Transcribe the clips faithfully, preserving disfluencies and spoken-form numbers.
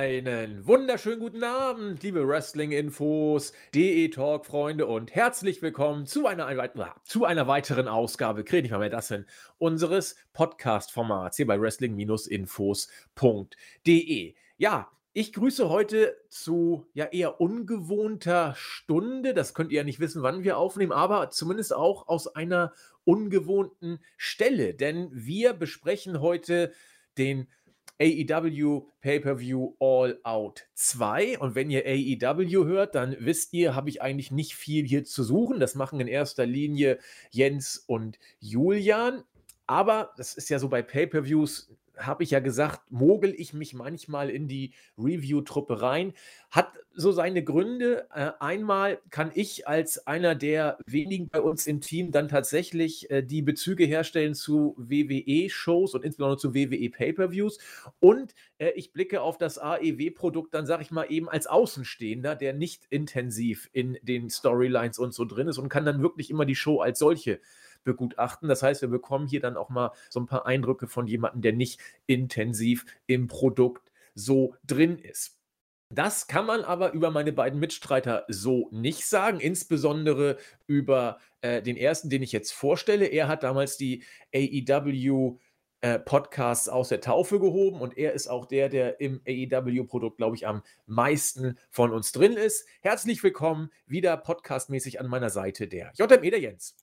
Einen wunderschönen guten Abend, liebe Wrestling-Infos, D E-Talk-Freunde und herzlich willkommen zu einer, ein weit- ah, zu einer weiteren Ausgabe, kriege nicht mal mehr das hin, unseres Podcast-Formats hier bei Wrestling-Infos punkt de. Ja, ich grüße heute zu ja eher ungewohnter Stunde. Das könnt ihr ja nicht wissen, wann wir aufnehmen, aber zumindest auch aus einer ungewohnten Stelle, denn wir besprechen heute den A E W Pay-Per-View All Out zwei. Und wenn ihr A E W hört, dann wisst ihr, habe ich eigentlich nicht viel hier zu suchen. Das machen in erster Linie Jens und Julian. Aber das ist ja so bei Pay-Per-Views, habe ich ja gesagt, mogel ich mich manchmal in die Review-Truppe rein. Hat so seine Gründe. Äh, einmal kann ich als einer der wenigen bei uns im Team dann tatsächlich äh, die Bezüge herstellen zu W W E-Shows und insbesondere zu W W E-Pay-Per-Views. Und äh, ich blicke auf das A E W-Produkt dann, sage ich mal, eben als Außenstehender, der nicht intensiv in den Storylines und so drin ist und kann dann wirklich immer die Show als solche begutachten. Das heißt, wir bekommen hier dann auch mal so ein paar Eindrücke von jemandem, der nicht intensiv im Produkt so drin ist. Das kann man aber über meine beiden Mitstreiter so nicht sagen, insbesondere über äh, den ersten, den ich jetzt vorstelle. Er hat damals die A E W äh, Podcasts aus der Taufe gehoben und er ist auch der, der im A E W-Produkt, glaube ich, am meisten von uns drin ist. Herzlich willkommen wieder podcastmäßig an meiner Seite, der J M E, der Jens.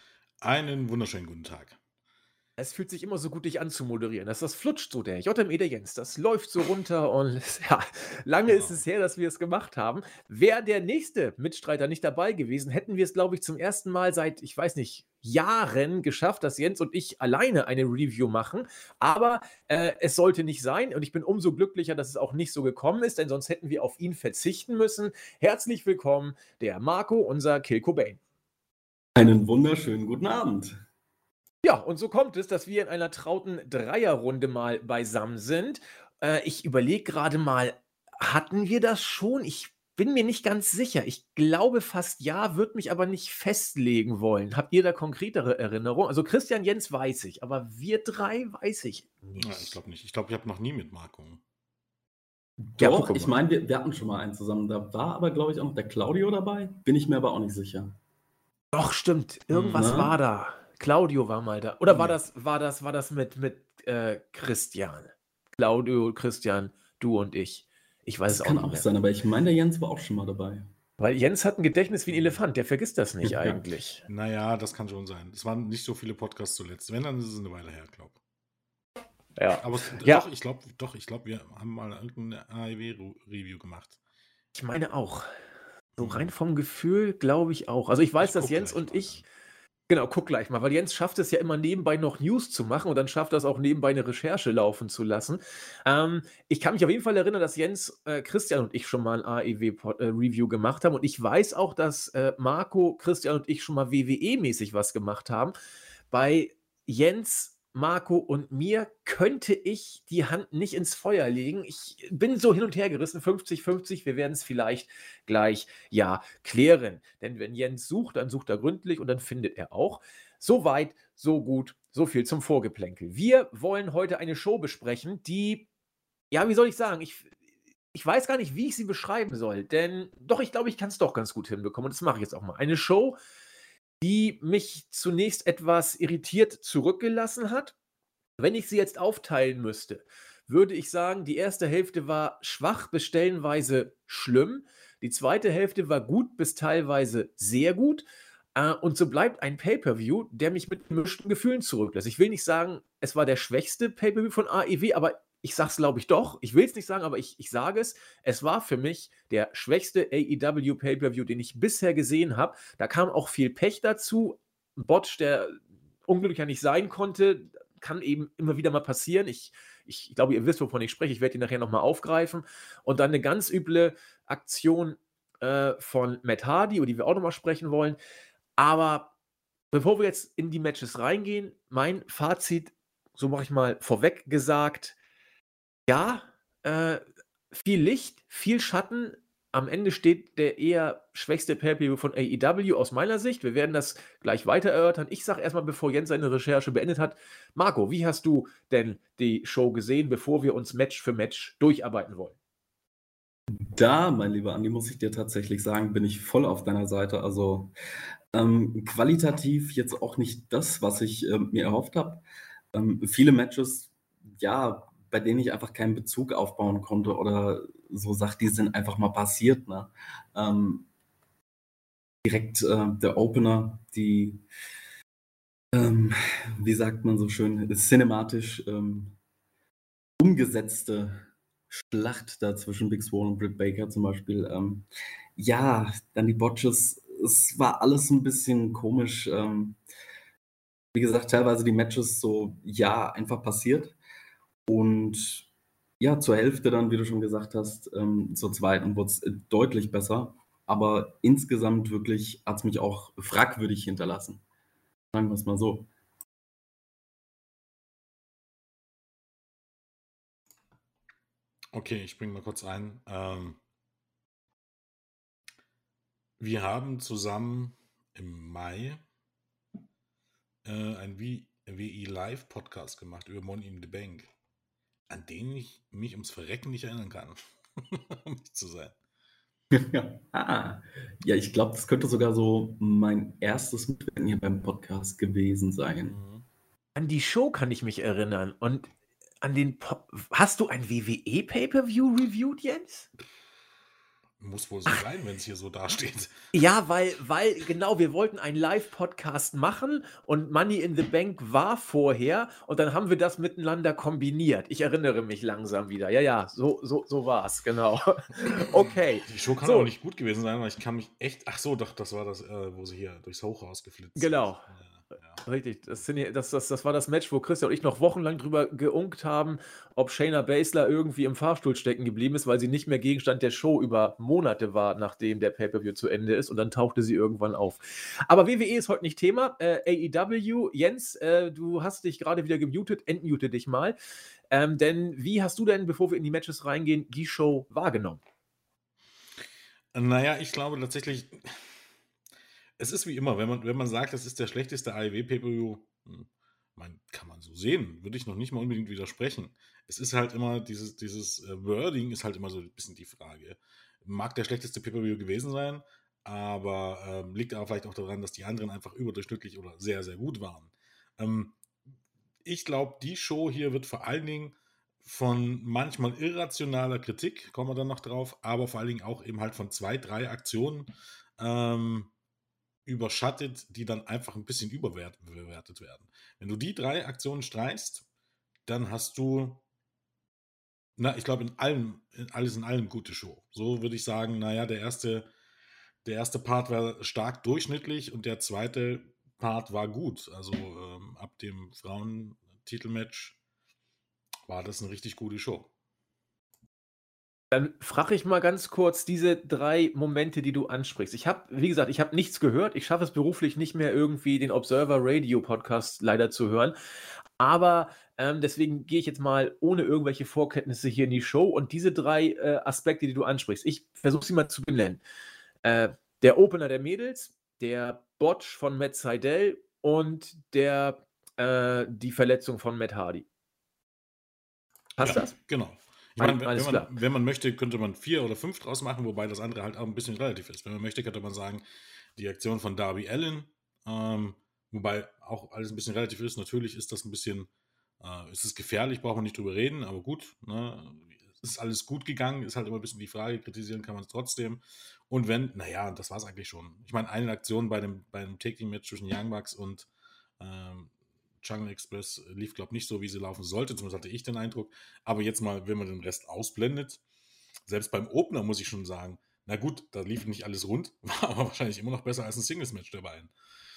Einen wunderschönen guten Tag. Es fühlt sich immer so gut, dich anzumoderieren. Das, das flutscht so, der J M E, der Jens. Das läuft so runter und ja, lange ist es her, dass wir es gemacht haben. Wäre der nächste Mitstreiter nicht dabei gewesen, hätten wir es, glaube ich, zum ersten Mal seit, ich weiß nicht, Jahren geschafft, dass Jens und ich alleine eine Review machen. Aber äh, es sollte nicht sein und ich bin umso glücklicher, dass es auch nicht so gekommen ist, denn sonst hätten wir auf ihn verzichten müssen. Herzlich willkommen, der Marco, unser Kill Cobain. Einen wunderschönen guten Abend. Ja, und so kommt es, dass wir in einer trauten Dreierrunde mal beisammen sind. Äh, ich überlege gerade mal, hatten wir das schon? Ich bin mir nicht ganz sicher. Ich glaube fast ja, würde mich aber nicht festlegen wollen. Habt ihr da konkretere Erinnerungen? Also Christian, Jens weiß ich, aber wir drei weiß ich nicht. Ja, ich glaube nicht. Ich glaube, ich habe noch nie mit Marco. Ja, Doch, guck ich mal. meine, wir, wir hatten schon mal einen zusammen. Da war aber, glaube ich, auch noch der Claudio dabei. Bin ich mir aber auch nicht sicher. Doch, stimmt. Irgendwas Na? war da. Claudio war mal da. Oder war Ja. das, war das, war das mit, mit äh, Christian? Claudio, Christian, du und ich. Ich weiß es Das auch kann nicht auch mehr. sein, aber ich meine, der Jens war auch schon mal dabei. Weil Jens hat ein Gedächtnis wie ein Elefant, der vergisst das nicht Ja. eigentlich. Naja, das kann schon sein. Es waren nicht so viele Podcasts zuletzt. Wenn, dann ist es eine Weile her, glaube ich. Ja. Aber es, Ja. doch, ich glaube, doch, ich glaube, wir haben mal irgendeine A E W-Review gemacht. Ich meine auch. So Hm. rein vom Gefühl glaube ich auch. Also ich weiß, Ich dass guck Jens gleich und mal ich. Genau, guck gleich mal, weil Jens schafft es ja immer nebenbei noch News zu machen und dann schafft er es auch nebenbei eine Recherche laufen zu lassen. Ähm, ich kann mich auf jeden Fall erinnern, dass Jens, äh, Christian und ich schon mal ein A E W-Review gemacht haben und ich weiß auch, dass äh, Marco, Christian und ich schon mal W W E-mäßig was gemacht haben. Bei Jens, Marco und mir könnte ich die Hand nicht ins Feuer legen. Ich bin so hin und her gerissen, fünfzig fünfzig. Wir werden es vielleicht gleich ja klären. Denn wenn Jens sucht, dann sucht er gründlich und dann findet er auch. So weit, so gut, so viel zum Vorgeplänkel. Wir wollen heute eine Show besprechen, die, ja, wie soll ich sagen, ich, ich weiß gar nicht, wie ich sie beschreiben soll. Denn doch, ich glaube, ich kann es doch ganz gut hinbekommen. Und das mache ich jetzt auch mal. Eine Show, die mich zunächst etwas irritiert zurückgelassen hat. Wenn ich sie jetzt aufteilen müsste, würde ich sagen, die erste Hälfte war schwach bis stellenweise schlimm. Die zweite Hälfte war gut bis teilweise sehr gut. Äh, und so bleibt ein Pay-Per-View, der mich mit gemischten Gefühlen zurücklässt. Ich will nicht sagen, es war der schwächste Pay-Per-View von A E W, aber ich sage es, glaube ich, doch. Ich will es nicht sagen, aber ich, ich sage es. Es war für mich der schwächste A E W Pay-Per-View, den ich bisher gesehen habe. Da kam auch viel Pech dazu. Ein Botch, der unglücklicher nicht sein konnte, kann eben immer wieder mal passieren. Ich, ich, ich glaube, ihr wisst, wovon ich spreche. Ich werde ihn nachher nochmal aufgreifen. Und dann eine ganz üble Aktion äh, von Matt Hardy, über die wir auch nochmal sprechen wollen. Aber bevor wir jetzt in die Matches reingehen, mein Fazit, so mache ich mal vorweg gesagt, ja, äh, viel Licht, viel Schatten. Am Ende steht der eher schwächste Pay-Per-View von A E W aus meiner Sicht. Wir werden das gleich weiter erörtern. Ich sage erstmal, bevor Jens seine Recherche beendet hat, Marco, wie hast du denn die Show gesehen, bevor wir uns Match für Match durcharbeiten wollen? Da, mein lieber Andi, muss ich dir tatsächlich sagen, bin ich voll auf deiner Seite. Also ähm, qualitativ jetzt auch nicht das, was ich ähm, mir erhofft habe. Ähm, viele Matches, ja, bei denen ich einfach keinen Bezug aufbauen konnte oder so Sachen, die sind einfach mal passiert. Ne? Ähm, direkt äh, der Opener, die, ähm, wie sagt man so schön, cinematisch ähm, umgesetzte Schlacht da zwischen Big Swole und Britt Baker zum Beispiel. Ähm, ja, dann die Botches. Es war alles ein bisschen komisch. Ähm, wie gesagt, teilweise die Matches so, ja, einfach passiert. Und ja, zur Hälfte dann, wie du schon gesagt hast, ähm, zur zweiten wurde es deutlich besser. Aber insgesamt wirklich hat es mich auch fragwürdig hinterlassen. Sagen wir es mal so. Okay, ich bringe mal kurz ein. Ähm, wir haben zusammen im Mai äh, einen W I Live Podcast gemacht über Money in the Bank, an den ich mich ums Verrecken nicht erinnern kann, um nicht zu sein. ah, ja, ich glaube, das könnte sogar so mein erstes Mitwirken hier beim Podcast gewesen sein. Mhm. An die Show kann ich mich erinnern. Und an den Po- Hast du ein W W E Pay-Per-View reviewed, Jens? Muss wohl so sein, wenn es hier so dasteht. Ja, weil, weil, genau, wir wollten einen Live-Podcast machen und Money in the Bank war vorher und dann haben wir das miteinander kombiniert. Ich erinnere mich langsam wieder. Ja, ja, so, so, so war es, genau. Okay. Die Show kann So. auch nicht gut gewesen sein, weil ich kann mich echt. Ach so, doch, das war das, äh, wo sie hier durchs Hochhaus geflitzt sind. Genau. Ja, ja. Richtig, das, sind, ja- das, das, das war das Match, wo Christian und ich noch wochenlang drüber geunkt haben, ob Shayna Baszler irgendwie im Fahrstuhl stecken geblieben ist, weil sie nicht mehr Gegenstand der Show über Monate war, nachdem der Pay-Per-View zu Ende ist und dann tauchte sie irgendwann auf. Aber W W E ist heute nicht Thema. Äh, A E W, Jens, äh, du hast dich gerade wieder gemutet, entmute dich mal. Ähm, denn wie hast du denn, bevor wir in die Matches reingehen, die Show wahrgenommen? Naja, ich glaube tatsächlich, es ist wie immer, wenn man, wenn man sagt, das ist der schlechteste A E W-Pay-Per-View, hm, man, kann man so sehen, würde ich noch nicht mal unbedingt widersprechen. Es ist halt immer, dieses, dieses äh, Wording ist halt immer so ein bisschen die Frage. Mag der schlechteste Pay-Per-View gewesen sein, aber ähm, liegt aber vielleicht auch daran, dass die anderen einfach überdurchschnittlich oder sehr, sehr gut waren. Ähm, ich glaube, die Show hier wird vor allen Dingen von manchmal irrationaler Kritik, kommen wir dann noch drauf, aber vor allen Dingen auch eben halt von zwei, drei Aktionen ähm, überschattet, die dann einfach ein bisschen überbewertet werden. Wenn du die drei Aktionen streichst, dann hast du, na, ich glaube, in allem, in alles in allem gute Show. So würde ich sagen, naja, der erste, der erste Part war stark durchschnittlich und der zweite Part war gut. Also ähm, ab dem Frauentitelmatch war das eine richtig gute Show. Dann frage ich mal ganz kurz diese drei Momente, die du ansprichst. Ich habe, wie gesagt, ich habe nichts gehört. Ich schaffe es beruflich nicht mehr irgendwie den Observer Radio Podcast leider zu hören. Aber ähm, deswegen gehe ich jetzt mal ohne irgendwelche Vorkenntnisse hier in die Show und diese drei äh, Aspekte, die du ansprichst, ich versuche sie mal zu benennen. Äh, der Opener der Mädels, der Botch von Matt Sydal und der, äh, die Verletzung von Matt Hardy. Passt Ja, das? genau. Ich Al- meine, wenn alles man, klar. wenn man möchte, könnte man vier oder fünf draus machen, wobei das andere halt auch ein bisschen relativ ist. Wenn man möchte, könnte man sagen, die Aktion von Darby Allin, ähm, wobei auch alles ein bisschen relativ ist. Natürlich ist das ein bisschen, äh, ist es gefährlich, braucht man nicht drüber reden, aber gut, ne, es ist alles gut gegangen, ist halt immer ein bisschen die Frage, kritisieren kann man es trotzdem. Und wenn, naja, das war es eigentlich schon. Ich meine, eine Aktion bei dem, bei dem Taking-Match zwischen Young Bucks und ähm, Jungle Express lief, glaube ich, nicht so, wie sie laufen sollte. Zumindest hatte ich den Eindruck. Aber jetzt mal, wenn man den Rest ausblendet, selbst beim Opener muss ich schon sagen, na gut, da lief nicht alles rund, war aber wahrscheinlich immer noch besser als ein Singles-Match der beiden.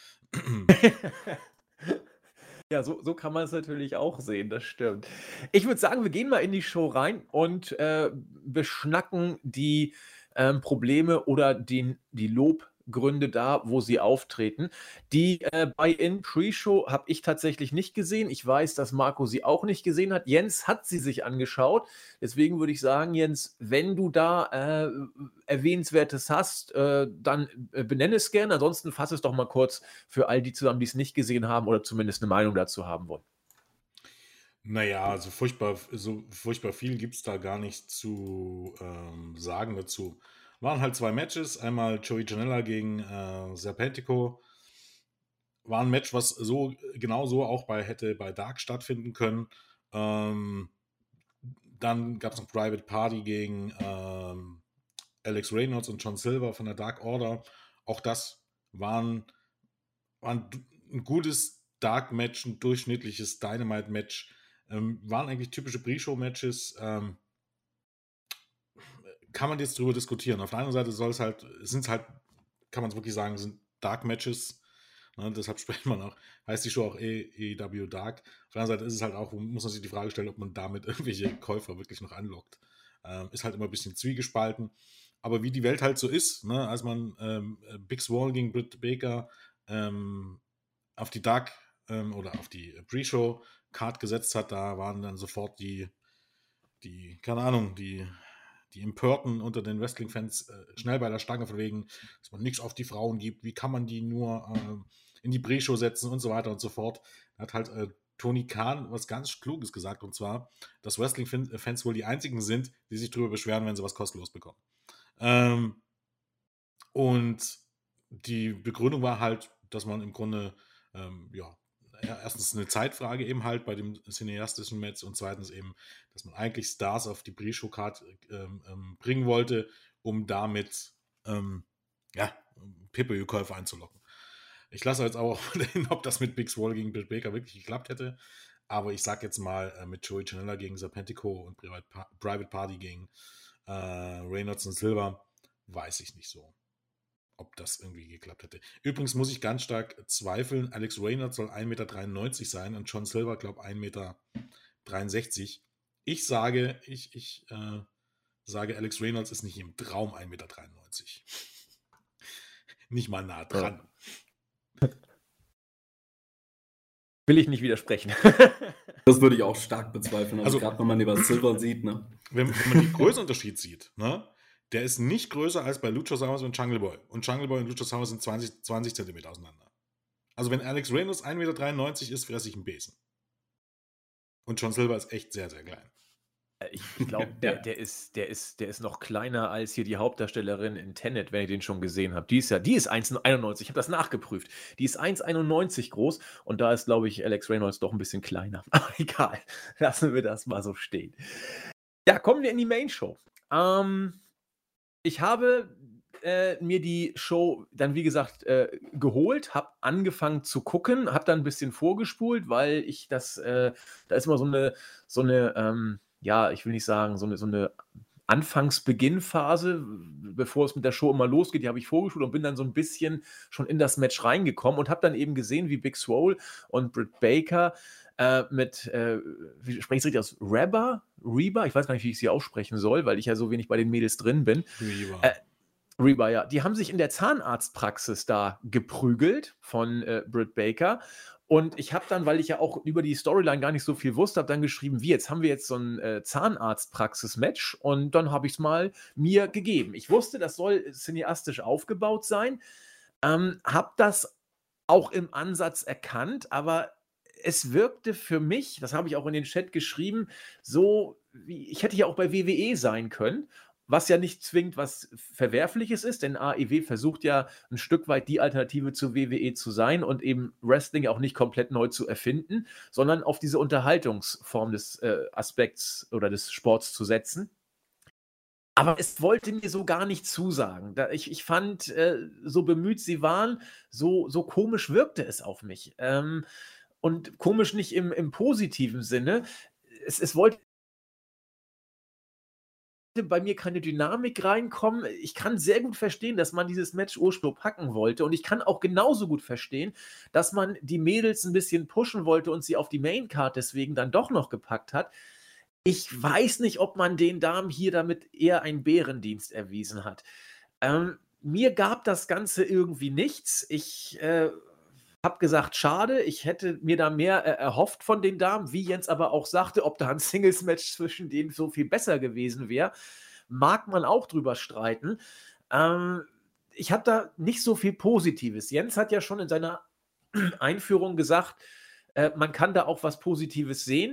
Ja, so, so kann man es natürlich auch sehen, das stimmt. Ich würde sagen, wir gehen mal in die Show rein und äh, beschnacken die ähm, Probleme oder den, die Lobgründe da, wo sie auftreten. Die äh, Buy-In-Pre-Show habe ich tatsächlich nicht gesehen. Ich weiß, dass Marco sie auch nicht gesehen hat. Jens hat sie sich angeschaut. Deswegen würde ich sagen, Jens, wenn du da äh, Erwähnenswertes hast, äh, dann äh, benenne es gerne. Ansonsten fass es doch mal kurz für all die zusammen, die es nicht gesehen haben oder zumindest eine Meinung dazu haben wollen. Naja, also furchtbar, so furchtbar viel gibt es da gar nicht zu ähm, sagen dazu. Waren halt zwei Matches, einmal Joey Janela gegen äh, Serpentico. War ein Match, was so genauso auch bei hätte bei Dark stattfinden können. Ähm, dann gab es noch Private Party gegen ähm, Alex Reynolds und John Silver von der Dark Order. Auch das waren, waren ein gutes Dark-Match, ein durchschnittliches Dynamite-Match. Ähm, waren eigentlich typische Pre-Show-Matches. Ähm, kann man jetzt drüber diskutieren. Auf der anderen Seite soll es halt, sind es halt, kann man es wirklich sagen, sind Dark-Matches. Ne, deshalb spricht man auch, heißt die Show auch A E W Dark. Auf der anderen Seite ist es halt auch, muss man sich die Frage stellen, ob man damit irgendwelche Käufer wirklich noch anlockt. Ähm, ist halt immer ein bisschen zwiegespalten. Aber wie die Welt halt so ist, ne, als man ähm, Big Swole gegen Britt Baker ähm, auf die Dark ähm, oder auf die Pre-Show-Card gesetzt hat, da waren dann sofort die, die, keine Ahnung, die, die Empörten unter den Wrestling-Fans äh, schnell bei der Stange, von wegen, dass man nichts auf die Frauen gibt, wie kann man die nur äh, in die Pre-Show setzen und so weiter und so fort. Da hat halt äh, Tony Khan was ganz Kluges gesagt, und zwar, dass Wrestling-Fans wohl die einzigen sind, die sich darüber beschweren, wenn sie was kostenlos bekommen. Ähm, und die Begründung war halt, dass man im Grunde, ähm, ja, erstens eine Zeitfrage eben halt bei dem cineastischen Match und zweitens eben, dass man eigentlich Stars auf die Pre-Show-Card ähm, ähm, bringen wollte, um damit ähm, ja, Pay-Per-View-Käufer einzulocken. Ich lasse jetzt auch dahin, ob das mit Big Swole gegen Britt Baker wirklich geklappt hätte, aber ich sag jetzt mal äh, mit Joey Janela gegen Serpentico und Private, pa- Private Party gegen äh, Reynolds und Silver, weiß ich nicht so, ob das irgendwie geklappt hätte. Übrigens muss ich ganz stark zweifeln, Alex Reynolds soll ein Meter dreiundneunzig sein und John Silver, glaube ich, ein Meter dreiundsechzig. Ich sage, ich, ich äh, sage, Alex Reynolds ist nicht im Traum ein Meter dreiundneunzig. Nicht mal nah dran. Will ich nicht widersprechen. Das würde ich auch stark bezweifeln. Also, Also- gerade wenn man über Silver sieht, ne? Wenn, wenn man den Größenunterschied sieht, ne, der ist nicht größer als bei Luchasaurus und Jungle Boy. Und Jungle Boy und Luchasaurus sind zwanzig, zwanzig Zentimeter auseinander. Also wenn Alex Reynolds ein Meter dreiundneunzig ist, fresse ich einen Besen. Und John Silver ist echt sehr, sehr klein. Ich, ich glaube, der, Ja. der, ist, der, ist, der ist noch kleiner als hier die Hauptdarstellerin in Tenet, wenn ihr den schon gesehen habt. Die ist ja, die ist eins Komma einundneunzig, ich habe das nachgeprüft. Die ist eins Komma einundneunzig groß und da ist, glaube ich, Alex Reynolds doch ein bisschen kleiner. Aber egal, lassen wir das mal so stehen. Ja, kommen wir in die Main-Show. Ähm, ich habe äh, mir die Show dann, wie gesagt, äh, geholt, habe angefangen zu gucken, habe dann ein bisschen vorgespult, weil ich das, äh, da ist immer so eine, so eine, ähm, ja, ich will nicht sagen, so eine, so eine Anfangsbeginnphase, bevor es mit der Show immer losgeht, die habe ich vorgespult und bin dann so ein bisschen schon in das Match reingekommen und habe dann eben gesehen, wie Big Swole und Britt Baker äh, mit, äh, wie spreche ich es richtig aus, Reba? Reba? Ich weiß gar nicht, wie ich sie aussprechen soll, weil ich ja so wenig bei den Mädels drin bin. Reba. Äh, Reba, ja. Die haben sich in der Zahnarztpraxis da geprügelt von äh, Britt Baker. Und ich habe dann, weil ich ja auch über die Storyline gar nicht so viel wusste, habe dann geschrieben, wie, jetzt haben wir jetzt so ein äh, Zahnarztpraxis-Match und dann habe ich es mal mir gegeben. Ich wusste, das soll cineastisch aufgebaut sein, ähm, habe das auch im Ansatz erkannt, aber es wirkte für mich, das habe ich auch in den Chat geschrieben, so wie, ich hätte ja auch bei W W E sein können, was ja nicht zwingend was Verwerfliches ist, denn A E W versucht ja ein Stück weit die Alternative zu W W E zu sein und eben Wrestling auch nicht komplett neu zu erfinden, sondern auf diese Unterhaltungsform des äh, Aspekts oder des Sports zu setzen. Aber es wollte mir so gar nicht zusagen. Da ich, ich fand, äh, so bemüht sie waren, so, so komisch wirkte es auf mich. Ähm, und komisch nicht im, im positiven Sinne. Es, es wollte bei mir keine Dynamik reinkommen. Ich kann sehr gut verstehen, dass man dieses Match ursprünglich packen wollte. Und ich kann auch genauso gut verstehen, dass man die Mädels ein bisschen pushen wollte und sie auf die Maincard deswegen dann doch noch gepackt hat. Ich weiß nicht, ob man den Damen hier damit eher einen Bärendienst erwiesen hat. Ähm, mir gab das Ganze irgendwie nichts. Ich äh, habe gesagt, schade, ich hätte mir da mehr äh, erhofft von den Damen, wie Jens aber auch sagte, ob da ein Singles-Match zwischen denen so viel besser gewesen wäre, mag man auch drüber streiten. Ähm, ich habe da nicht so viel Positives. Jens hat ja schon in seiner Einführung gesagt, äh, man kann da auch was Positives sehen.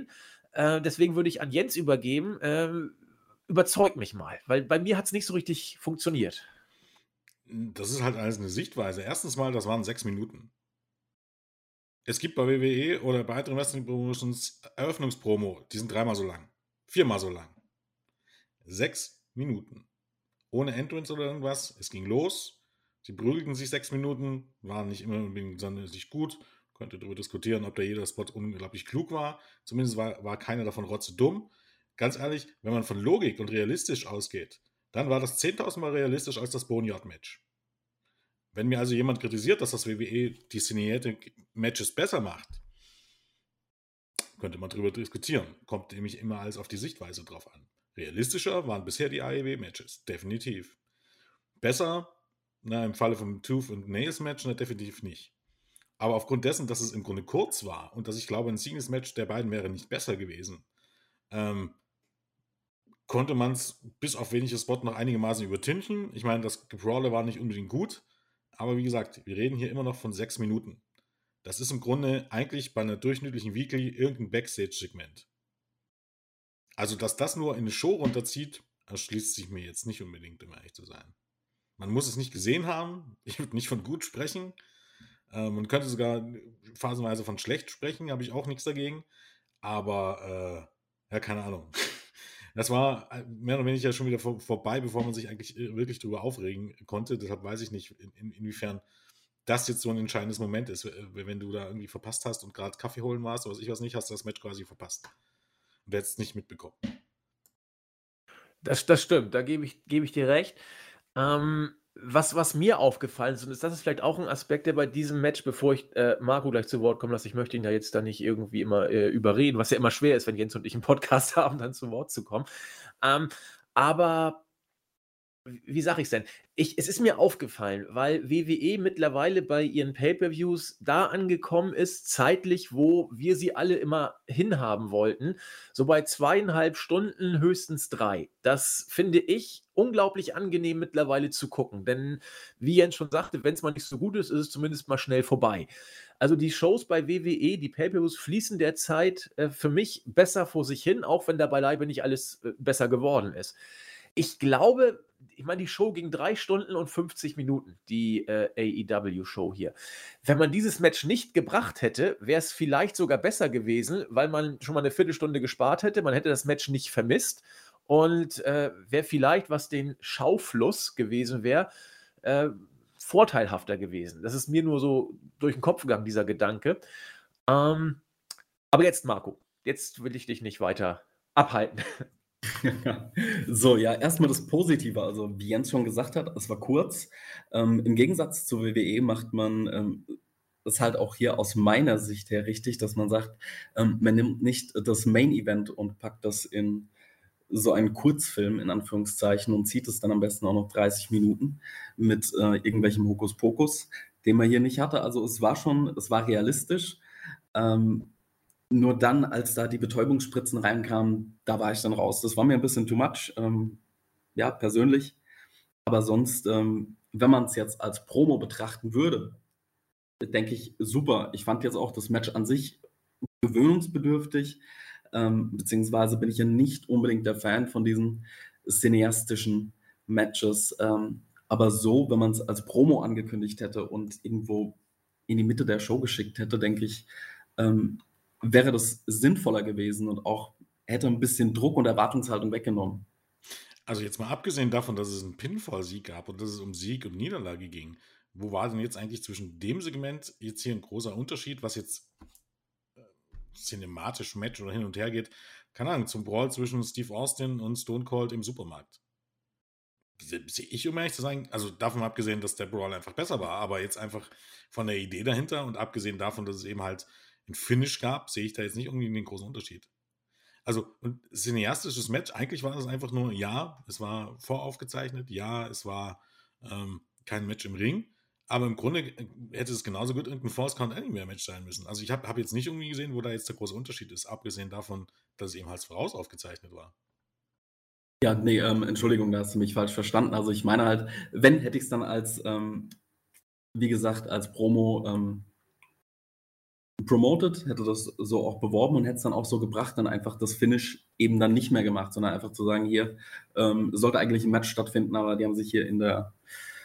Äh, deswegen würde ich an Jens übergeben. Ähm, überzeug mich mal, weil bei mir hat es nicht so richtig funktioniert. Das ist halt alles eine Sichtweise. Erstens mal, das waren sechs Minuten. Es gibt bei W W E oder bei weiteren Wrestling Promotions Eröffnungspromo, die sind dreimal so lang. Viermal so lang. Sechs Minuten. Ohne Entrance oder irgendwas. Es ging los. Sie prügelten sich sechs Minuten, waren nicht immer unbedingt sonderlich gut. Könnte darüber diskutieren, ob da jeder Spot unglaublich klug war. Zumindest war, war keiner davon rotzedumm. Ganz ehrlich, wenn man von Logik und realistisch ausgeht, dann war das zehntausendmal realistisch als das Boneyard-Match. Wenn mir also jemand kritisiert, dass das W W E die Cinematic-Matches besser macht, könnte man darüber diskutieren. Kommt nämlich immer alles auf die Sichtweise drauf an. Realistischer waren bisher die A E W-Matches, definitiv. Besser, na, im Falle vom Tooth und Nails Match, na, definitiv nicht. Aber aufgrund dessen, dass es im Grunde kurz war und dass ich glaube, ein Singles-Match der beiden wäre nicht besser gewesen, ähm, konnte man es bis auf wenige Spot noch einigermaßen übertünchen. Ich meine, das Gebrawler war nicht unbedingt gut, aber wie gesagt, wir reden hier immer noch von sechs Minuten. Das ist im Grunde eigentlich bei einer durchschnittlichen Weekly irgendein Backstage-Segment. Also, dass das nur in eine Show runterzieht, erschließt sich mir jetzt nicht unbedingt, um ehrlich zu sein. Man muss es nicht gesehen haben. Ich würde nicht von gut sprechen. Äh, man könnte sogar phasenweise von schlecht sprechen, habe ich auch nichts dagegen. Aber, äh, ja, keine Ahnung. Das war mehr oder weniger schon wieder vor, vorbei, bevor man sich eigentlich wirklich darüber aufregen konnte. Deshalb weiß ich nicht, in, in, inwiefern das jetzt so ein entscheidendes Moment ist. Wenn du da irgendwie verpasst hast und gerade Kaffee holen warst oder was ich was nicht, hast du das Match quasi verpasst. Und hättest es nicht mitbekommen. Das, das stimmt, da gebe ich, gebe ich dir recht. Ähm, was, was mir aufgefallen ist, und das ist vielleicht auch ein Aspekt, der bei diesem Match, bevor ich äh, Marco gleich zu Wort kommen lasse, ich möchte ihn ja jetzt da nicht irgendwie immer äh, überreden, was ja immer schwer ist, wenn Jens und ich einen Podcast haben, dann zu Wort zu kommen. Ähm, aber wie sage ich es denn? Ich, es ist mir aufgefallen, weil W W E mittlerweile bei ihren Pay-Per-Views da angekommen ist, zeitlich, wo wir sie alle immer hinhaben wollten. So bei zweieinhalb Stunden, höchstens drei. Das finde ich unglaublich angenehm mittlerweile zu gucken. Denn wie Jens schon sagte, wenn es mal nicht so gut ist, ist es zumindest mal schnell vorbei. Also die Shows bei W W E, die Pay-Per-Views fließen derzeit äh, für mich besser vor sich hin, auch wenn da beileibe nicht alles äh, besser geworden ist. Ich glaube, ich meine, die Show ging drei Stunden und fünfzig Minuten, die äh, A E W-Show hier. Wenn man dieses Match nicht gebracht hätte, wäre es vielleicht sogar besser gewesen, weil man schon mal eine Viertelstunde gespart hätte. Man hätte das Match nicht vermisst und äh, wäre vielleicht, was den Schaufluss gewesen wäre, äh, vorteilhafter gewesen. Das ist mir nur so durch den Kopf gegangen, dieser Gedanke. Ähm, aber jetzt, Marco, jetzt will ich dich nicht weiter abhalten. So, ja, erstmal das Positive. Also, wie Jens schon gesagt hat, es war kurz. Ähm, Im Gegensatz zur W W E macht man ähm, das halt auch hier aus meiner Sicht her richtig, dass man sagt, ähm, man nimmt nicht das Main-Event und packt das in so einen Kurzfilm in Anführungszeichen und zieht es dann am besten auch noch dreißig Minuten mit äh, irgendwelchem Hokuspokus, den man hier nicht hatte. Also, es war schon, es war realistisch. Ähm, Nur dann, als da die Betäubungsspritzen reinkamen, da war ich dann raus. Das war mir ein bisschen too much, ähm, ja, persönlich. Aber sonst, ähm, wenn man es jetzt als Promo betrachten würde, denke ich, super. Ich fand jetzt auch das Match an sich gewöhnungsbedürftig, ähm, beziehungsweise bin ich ja nicht unbedingt der Fan von diesen cineastischen Matches. Ähm, aber so, wenn man es als Promo angekündigt hätte und irgendwo in die Mitte der Show geschickt hätte, denke ich, ähm, wäre das sinnvoller gewesen und auch hätte ein bisschen Druck und Erwartungshaltung weggenommen. Also jetzt mal abgesehen davon, dass es einen Pinfall-Sieg gab und dass es um Sieg und Niederlage ging, wo war denn jetzt eigentlich zwischen dem Segment jetzt hier ein großer Unterschied, was jetzt äh, cinematisch Match oder hin und her geht? Keine Ahnung, zum Brawl zwischen Steve Austin und Stone Cold im Supermarkt. Sehe ich, um ehrlich zu sein, also davon abgesehen, dass der Brawl einfach besser war, aber jetzt einfach von der Idee dahinter und abgesehen davon, dass es eben halt ein Finish gab, sehe ich da jetzt nicht irgendwie den großen Unterschied. Also, ein cineastisches Match, eigentlich war das einfach nur, ja, es war voraufgezeichnet, ja, es war ähm, kein Match im Ring, aber im Grunde hätte es genauso gut irgendein False Count Anywhere Match sein müssen. Also ich habe hab jetzt nicht irgendwie gesehen, wo da jetzt der große Unterschied ist, abgesehen davon, dass es eben halt voraus aufgezeichnet war. Ja, nee, ähm, Entschuldigung, da hast du mich falsch verstanden. Also ich meine halt, wenn, hätte ich es dann als, ähm, wie gesagt, als Promo ähm, promoted, hätte das so auch beworben und hätte es dann auch so gebracht, dann einfach das Finish eben dann nicht mehr gemacht, sondern einfach zu sagen, hier ähm, sollte eigentlich ein Match stattfinden, aber die haben sich hier in der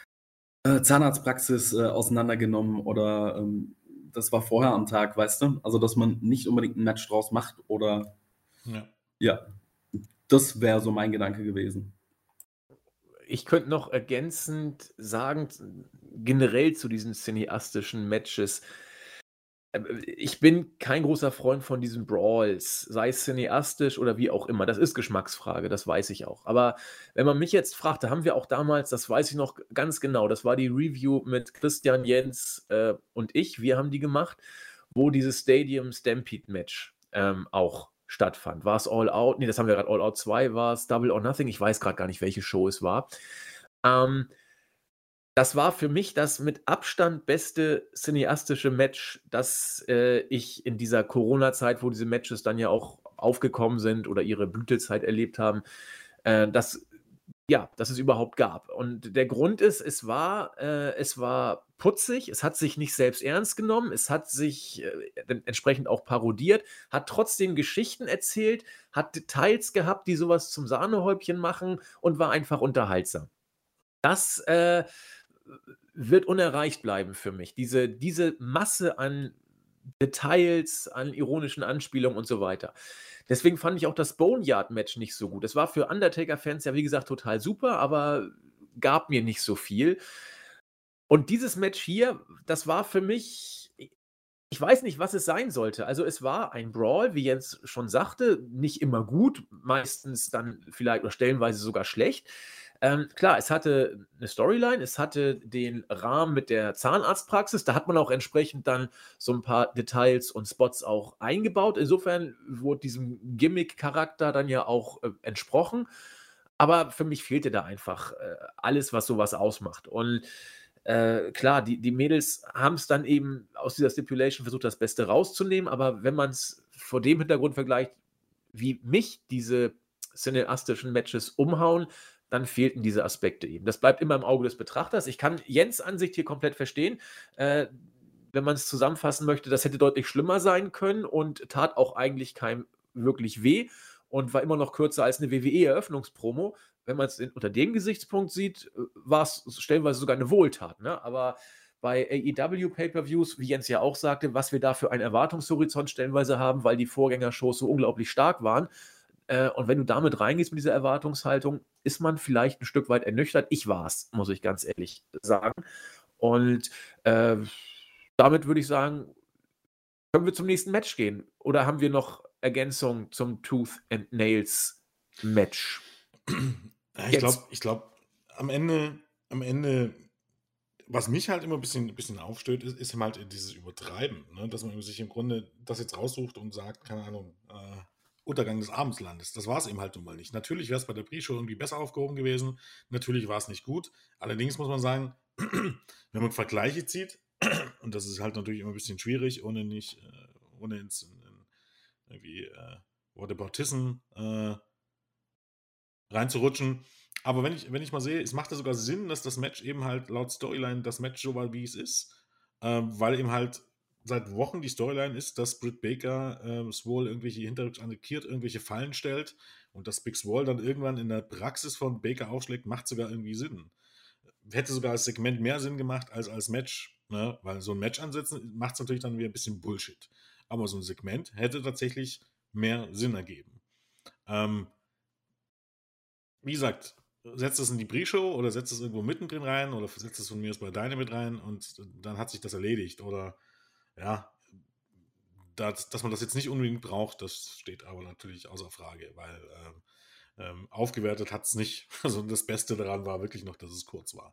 äh, Zahnarztpraxis äh, auseinandergenommen oder ähm, das war vorher am Tag, weißt du? Also, dass man nicht unbedingt ein Match draus macht oder Ja. ja, das wäre so mein Gedanke gewesen. Ich könnte noch ergänzend sagen, generell zu diesen cineastischen Matches, äh, ich bin kein großer Freund von diesen Brawls, sei es cineastisch oder wie auch immer. Das ist Geschmacksfrage, das weiß ich auch. Aber wenn man mich jetzt fragt, da haben wir auch damals, das weiß ich noch ganz genau, das war die Review mit Christian, Jens äh, und ich, wir haben die gemacht, wo dieses Stadium Stampede Match ähm, auch stattfand. War es All Out? Nee, das haben wir gerade, All Out zwei war es, Double or Nothing, ich weiß gerade gar nicht, welche Show es war. Ähm, das war für mich das mit Abstand beste cineastische Match, das äh, ich in dieser Corona-Zeit, wo diese Matches dann ja auch aufgekommen sind oder ihre Blütezeit erlebt haben, äh, das, ja, dass es überhaupt gab. Und der Grund ist, es war, äh, es war putzig, es hat sich nicht selbst ernst genommen, es hat sich äh, entsprechend auch parodiert, hat trotzdem Geschichten erzählt, hat Details gehabt, die sowas zum Sahnehäubchen machen und war einfach unterhaltsam. Das äh, wird unerreicht bleiben für mich. Diese, diese Masse an Details, an ironischen Anspielungen und so weiter. Deswegen fand ich auch das Boneyard-Match nicht so gut. Es war für Undertaker-Fans ja, wie gesagt, total super, aber gab mir nicht so viel. Und dieses Match hier, das war für mich, ich weiß nicht, was es sein sollte. Also es war ein Brawl, wie Jens schon sagte, nicht immer gut, meistens dann vielleicht oder stellenweise sogar schlecht. Ähm, klar, es hatte eine Storyline, es hatte den Rahmen mit der Zahnarztpraxis, da hat man auch entsprechend dann so ein paar Details und Spots auch eingebaut. Insofern wurde diesem Gimmick-Charakter dann ja auch äh, entsprochen. Aber für mich fehlte da einfach äh, alles, was sowas ausmacht. Und äh, klar, die, die Mädels haben es dann eben aus dieser Stipulation versucht, das Beste rauszunehmen, aber wenn man es vor dem Hintergrund vergleicht, wie mich diese cineastischen Matches umhauen, dann fehlten diese Aspekte eben. Das bleibt immer im Auge des Betrachters. Ich kann Jens' Ansicht hier komplett verstehen. Äh, wenn man es zusammenfassen möchte, das hätte deutlich schlimmer sein können und tat auch eigentlich keinem wirklich weh und war immer noch kürzer als eine W W E-Eröffnungspromo. Wenn man es unter dem Gesichtspunkt sieht, war es stellenweise sogar eine Wohltat. Ne? Aber bei A E W-Pay-Per-Views, wie Jens ja auch sagte, was wir da für einen Erwartungshorizont stellenweise haben, weil die Vorgängershows so unglaublich stark waren. Äh, und wenn du damit reingehst mit dieser Erwartungshaltung, ist man vielleicht ein Stück weit ernüchtert. Ich war es, muss ich ganz ehrlich sagen. Und äh, damit würde ich sagen, können wir zum nächsten Match gehen. Oder haben wir noch Ergänzungen zum Tooth and Nails Match? Ja, ich glaube, ich glaub, am Ende, am Ende, was mich halt immer ein bisschen, ein bisschen aufstößt, ist, ist halt dieses Übertreiben, ne? Dass man sich im Grunde das jetzt raussucht und sagt, keine Ahnung, äh, Untergang des Abendslandes. Das war es eben halt nun mal nicht. Natürlich wäre es bei der Pre-Show irgendwie besser aufgehoben gewesen. Natürlich war es nicht gut. Allerdings muss man sagen, wenn man Vergleiche zieht, und das ist halt natürlich immer ein bisschen schwierig, ohne nicht, äh, ohne ins in, in, irgendwie äh, Whataboutism äh, reinzurutschen. Aber wenn ich, wenn ich mal sehe, es macht ja sogar Sinn, dass das Match eben halt laut Storyline das Match so war, wie es ist. Ähm, weil eben halt seit Wochen die Storyline ist, dass Britt Baker ähm, Swole irgendwelche hinterrücks attackiert, irgendwelche Fallen stellt und dass Big Swole dann irgendwann in der Praxis von Baker aufschlägt, macht sogar irgendwie Sinn. Hätte sogar als Segment mehr Sinn gemacht als als Match, ne? Weil so ein Match ansetzen macht es natürlich dann wieder ein bisschen Bullshit. Aber so ein Segment hätte tatsächlich mehr Sinn ergeben. Ähm, wie gesagt, setzt es in die Pre-Show oder setzt es irgendwo mittendrin rein oder setzt es von mir aus bei Dynamite rein und dann hat sich das erledigt. Oder ja, dass, dass man das jetzt nicht unbedingt braucht, das steht aber natürlich außer Frage, weil ähm, ähm, aufgewertet hat es nicht. Also das Beste daran war wirklich noch, dass es kurz war.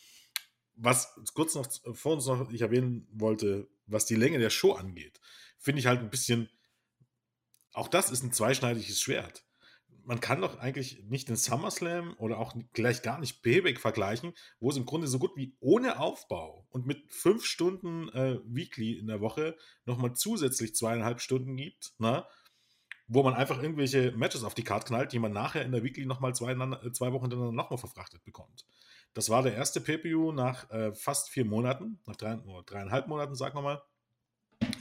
Was kurz noch vor uns noch ich erwähnen wollte, was die Länge der Show angeht, finde ich halt ein bisschen, auch das ist ein zweischneidiges Schwert. Man kann doch eigentlich nicht den SummerSlam oder auch gleich gar nicht Payback vergleichen, wo es im Grunde so gut wie ohne Aufbau und mit fünf Stunden äh, Weekly in der Woche nochmal zusätzlich zweieinhalb Stunden gibt, na? Wo man einfach irgendwelche Matches auf die Karte knallt, die man nachher in der Weekly nochmal zwei, zwei Wochen hintereinander nochmal verfrachtet bekommt. Das war der erste Pay-Per-View nach äh, fast vier Monaten, nach drei, oder dreieinhalb Monaten, sagen wir mal.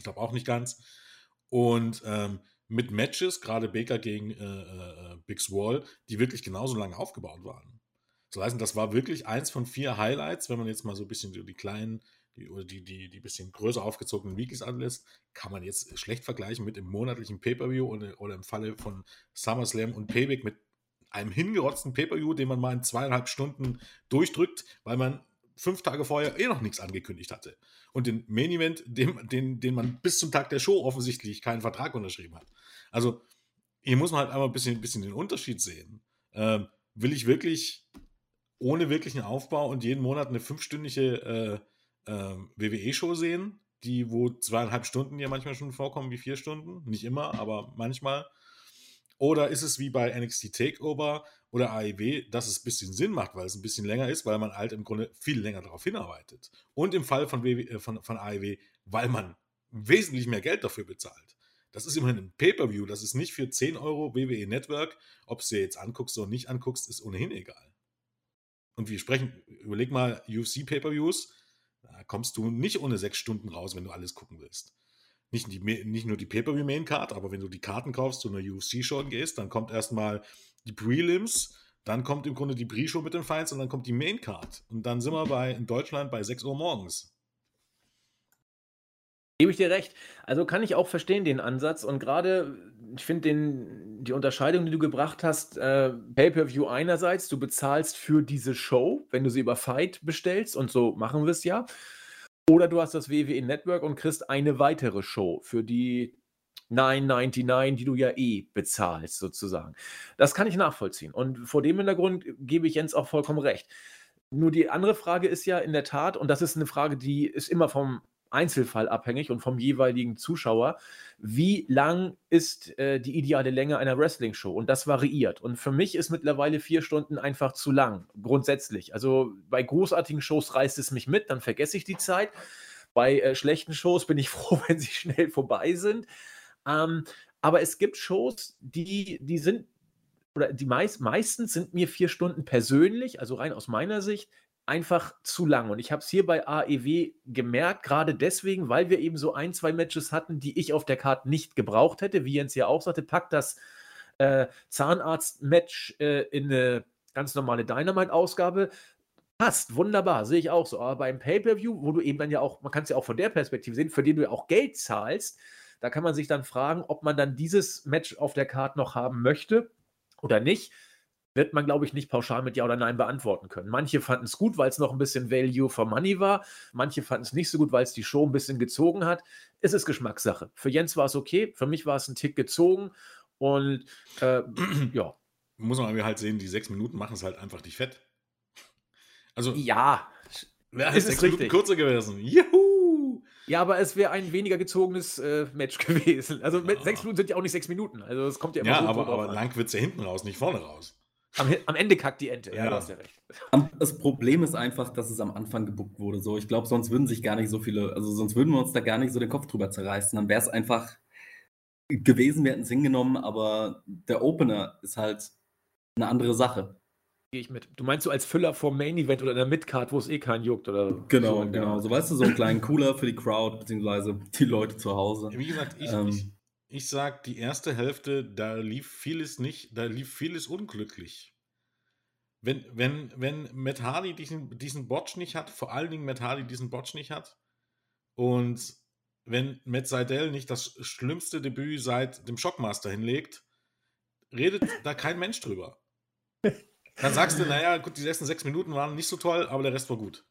Ich glaube auch nicht ganz. Und ähm, mit Matches, gerade Baker gegen äh, äh, Big Swole, die wirklich genauso lange aufgebaut waren. Das heißt, das war wirklich eins von vier Highlights, wenn man jetzt mal so ein bisschen die kleinen, die, oder die, die, die bisschen größer aufgezogenen Weeklies anlässt, kann man jetzt schlecht vergleichen mit dem monatlichen Pay-Per-View oder, oder im Falle von SummerSlam und Payback mit einem hingerotzten Pay-Per-View, den man mal in zweieinhalb Stunden durchdrückt, weil man fünf Tage vorher eh noch nichts angekündigt hatte. Und den Main-Event, den, den, den man bis zum Tag der Show offensichtlich keinen Vertrag unterschrieben hat. Also hier muss man halt einmal ein bisschen, ein bisschen den Unterschied sehen. Ähm, will ich wirklich ohne wirklichen Aufbau und jeden Monat eine fünfstündige äh, äh, W W E-Show sehen, die wo zweieinhalb Stunden ja manchmal schon vorkommen wie vier Stunden? Nicht immer, aber manchmal. Oder ist es wie bei N X T TakeOver oder A E W, dass es ein bisschen Sinn macht, weil es ein bisschen länger ist, weil man halt im Grunde viel länger darauf hinarbeitet. Und im Fall von, W W, äh, von, von A E W, weil man wesentlich mehr Geld dafür bezahlt. Das ist immerhin ein Pay-Per-View, das ist nicht für zehn Euro W W E Network. Ob du es dir jetzt anguckst oder nicht anguckst, ist ohnehin egal. Und wir sprechen, überleg mal, U F C Pay-Per-Views, da kommst du nicht ohne sechs Stunden raus, wenn du alles gucken willst. Nicht, die, nicht nur die Pay-Per-View-Main-Card, aber wenn du die Karten kaufst, zu einer U F C-Show gehst, dann kommt erstmal die Prelims, dann kommt im Grunde die Pre-Show mit den Fights und dann kommt die Main-Card. Und dann sind wir bei, in Deutschland bei sechs Uhr morgens. Gebe ich dir recht. Also kann ich auch verstehen, den Ansatz. Und gerade, ich finde den, die Unterscheidung, die du gebracht hast, äh, Pay-Per-View einerseits, du bezahlst für diese Show, wenn du sie über Fight bestellst, und so machen wir es ja. Oder du hast das W W E Network und kriegst eine weitere Show für die neun neunundneunzig, die du ja eh bezahlst, sozusagen. Das kann ich nachvollziehen. Und vor dem Hintergrund gebe ich Jens auch vollkommen recht. Nur die andere Frage ist ja in der Tat, und das ist eine Frage, die ist immer vom Einzelfall abhängig und vom jeweiligen Zuschauer, wie lang ist äh, die ideale Länge einer Wrestling-Show? Und das variiert. Und für mich ist mittlerweile vier Stunden einfach zu lang, grundsätzlich. Also bei großartigen Shows reißt es mich mit, dann vergesse ich die Zeit. Bei äh, schlechten Shows bin ich froh, wenn sie schnell vorbei sind. Ähm, aber es gibt Shows, die, die sind, oder die meist, meistens sind mir vier Stunden persönlich, also rein aus meiner Sicht, einfach zu lang. Und ich habe es hier bei A E W gemerkt, gerade deswegen, weil wir eben so ein, zwei Matches hatten, die ich auf der Karte nicht gebraucht hätte, wie Jens ja auch sagte, packt das äh, Zahnarzt-Match äh, in eine ganz normale Dynamite-Ausgabe. Passt, wunderbar, sehe ich auch so. Aber beim Pay-Per-View, wo du eben dann ja auch, man kann es ja auch von der Perspektive sehen, für den du ja auch Geld zahlst, da kann man sich dann fragen, ob man dann dieses Match auf der Karte noch haben möchte oder nicht. Wird man, glaube ich, nicht pauschal mit Ja oder Nein beantworten können. Manche fanden es gut, weil es noch ein bisschen Value for Money war. Manche fanden es nicht so gut, weil es die Show ein bisschen gezogen hat. Es ist Geschmackssache. Für Jens war es okay, für mich war es ein Tick gezogen. Und äh, ja. Muss man aber halt sehen, die sechs Minuten machen es halt einfach nicht fett. Also, ja, wäre es sechs Minuten kürzer gewesen. Juhu! Ja, aber es wäre ein weniger gezogenes äh, Match gewesen. Also mit Ja. sechs Minuten sind ja auch nicht sechs Minuten. Also es kommt ja immer Ja, so aber, drauf aber an. lang wird es ja hinten raus, nicht vorne raus. Am, am Ende kackt die Ente. Ja, Ja. du hast ja recht. Am- Das Problem ist einfach, dass es am Anfang gebuckt wurde. So, ich glaube, sonst würden sich gar nicht so viele, also sonst würden wir uns da gar nicht so den Kopf drüber zerreißen. Dann wäre es einfach gewesen, wir hätten es hingenommen, aber der Opener ist halt eine andere Sache. Gehe ich mit. Du meinst so als Füller vom Main Event oder in der Midcard, wo es eh keinen juckt oder Genau, so in der genau. Art. So, weißt du, so einen kleinen Cooler für die Crowd, beziehungsweise die Leute zu Hause. Wie gesagt, ich, Ähm. ich, ich sag, die erste Hälfte, da lief vieles nicht, da lief vieles unglücklich. Wenn, wenn, wenn Matt Hardy diesen, diesen Botch nicht hat, vor allen Dingen Matt Hardy diesen Botch nicht hat, und wenn Matt Sydal nicht das schlimmste Debüt seit dem Shockmaster hinlegt, redet da kein Mensch drüber. Dann sagst du, naja, gut, die ersten sechs Minuten waren nicht so toll, aber der Rest war gut.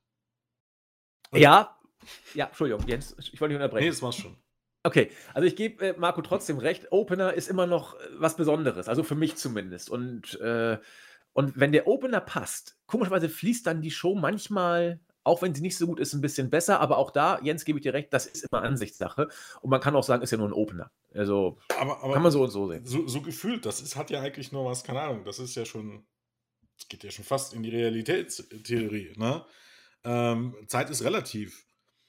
Und Ja, ja, Entschuldigung, Jens, ich wollte dich unterbrechen. Nee, das war's schon. Okay, also ich gebe äh, Marco trotzdem recht. Opener ist immer noch äh, was Besonderes, also für mich zumindest. Und, äh, und wenn der Opener passt, komischerweise fließt dann die Show manchmal, auch wenn sie nicht so gut ist, ein bisschen besser. Aber auch da, Jens, gebe ich dir recht, das ist immer Ansichtssache. Und man kann auch sagen, ist ja nur ein Opener. Also Aber, aber kann man so und so sehen. So, so gefühlt, das ist, hat ja eigentlich nur was, keine Ahnung, das ist ja schon, das geht ja schon fast in die Realitätstheorie. Ne? Ähm, Zeit ist relativ.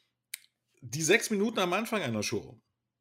Die sechs Minuten am Anfang einer Show,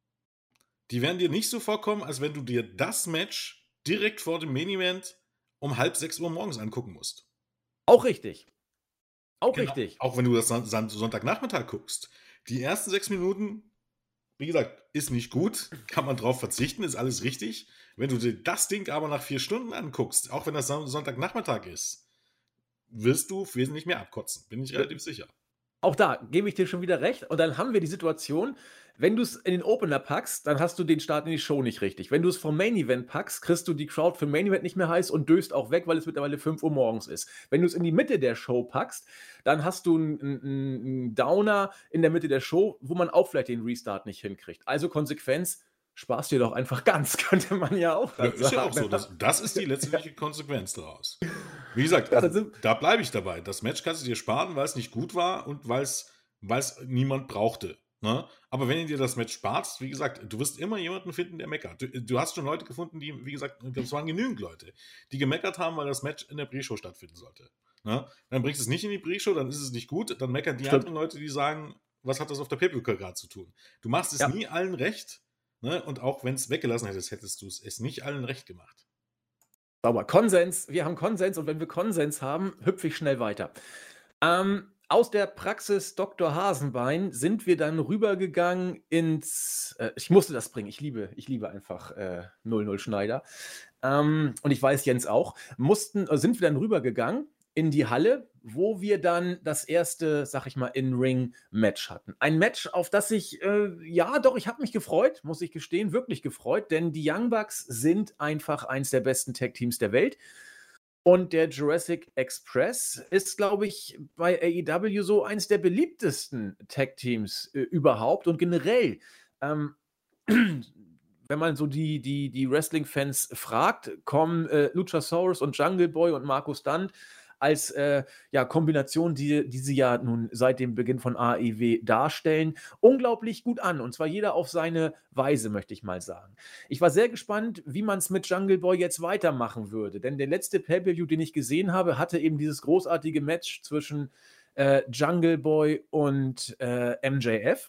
die werden dir nicht so vorkommen, als wenn du dir das Match direkt vor dem Main Event um halb sechs Uhr morgens angucken musst. Auch richtig. Auch Genau. richtig. Auch wenn du das Son- Son- Sonntagnachmittag guckst. Die ersten sechs Minuten wie gesagt, ist nicht gut, kann man drauf verzichten, ist alles richtig. Wenn du dir das Ding aber nach vier Stunden anguckst, auch wenn das Son- Sonntagnachmittag ist, wirst du wesentlich mehr abkotzen, bin ich relativ sicher. Auch da gebe ich dir schon wieder recht. Und dann haben wir die Situation, wenn du es in den Opener packst, dann hast du den Start in die Show nicht richtig. Wenn du es vom Main Event packst, kriegst du die Crowd für Main Event nicht mehr heiß und döst auch weg, weil es mittlerweile fünf Uhr morgens ist. Wenn du es in die Mitte der Show packst, dann hast du einen, einen, einen Downer in der Mitte der Show, wo man auch vielleicht den Restart nicht hinkriegt. Also Konsequenz, sparst dir doch einfach ganz, könnte man ja auch Ja, dann ist ja auch sagen. so. Das, das ist die letztliche Konsequenz daraus. Wie gesagt, Ja, dann also, sind, da bleibe ich dabei. Das Match kannst du dir sparen, weil es nicht gut war und weil es weil es niemand brauchte. Ne? Aber wenn du dir das Match sparst, wie gesagt, du wirst immer jemanden finden, der meckert. Du, du hast schon Leute gefunden, die, wie gesagt, das waren genügend Leute, die gemeckert haben, weil das Match in der Pre-Show stattfinden sollte. Ne? Dann bringst du es nicht in die Pre-Show, dann ist es nicht gut, dann meckern die stimmt. anderen Leute, die sagen, was hat das auf der Pay-Per-View-Card zu tun? Du machst es Ja. nie allen recht, ne? Und auch wenn es weggelassen hättest, hättest du es nicht allen recht gemacht. Sauber. Konsens. Wir haben Konsens und wenn wir Konsens haben, hüpfe ich schnell weiter. Ähm, aus der Praxis Doktor Hasenbein sind wir dann rübergegangen ins, äh, ich musste das bringen, ich liebe, ich liebe einfach äh, null null Schneider. Ähm, und ich weiß Jens auch, mussten, äh, sind wir dann rübergegangen in die Halle, wo wir dann das erste, sag ich mal, In-Ring-Match hatten. Ein Match, auf das ich, äh, ja doch, ich habe mich gefreut, muss ich gestehen, wirklich gefreut, denn die Young Bucks sind einfach eins der besten Tag-Teams der Welt. Und der Jurassic Express ist, glaube ich, bei A E W so eins der beliebtesten Tag-Teams äh, überhaupt und generell. Ähm, wenn man so die, die, die Wrestling-Fans fragt, kommen äh, Luchasaurus und Jungle Boy und Marco Stunt als äh, ja, Kombination, die, die sie ja nun seit dem Beginn von A E W darstellen, unglaublich gut an. Und zwar jeder auf seine Weise, möchte ich mal sagen. Ich war sehr gespannt, wie man es mit Jungle Boy jetzt weitermachen würde. Denn der letzte Pay-Per-View, den ich gesehen habe, hatte eben dieses großartige Match zwischen äh, Jungle Boy und äh, M J F.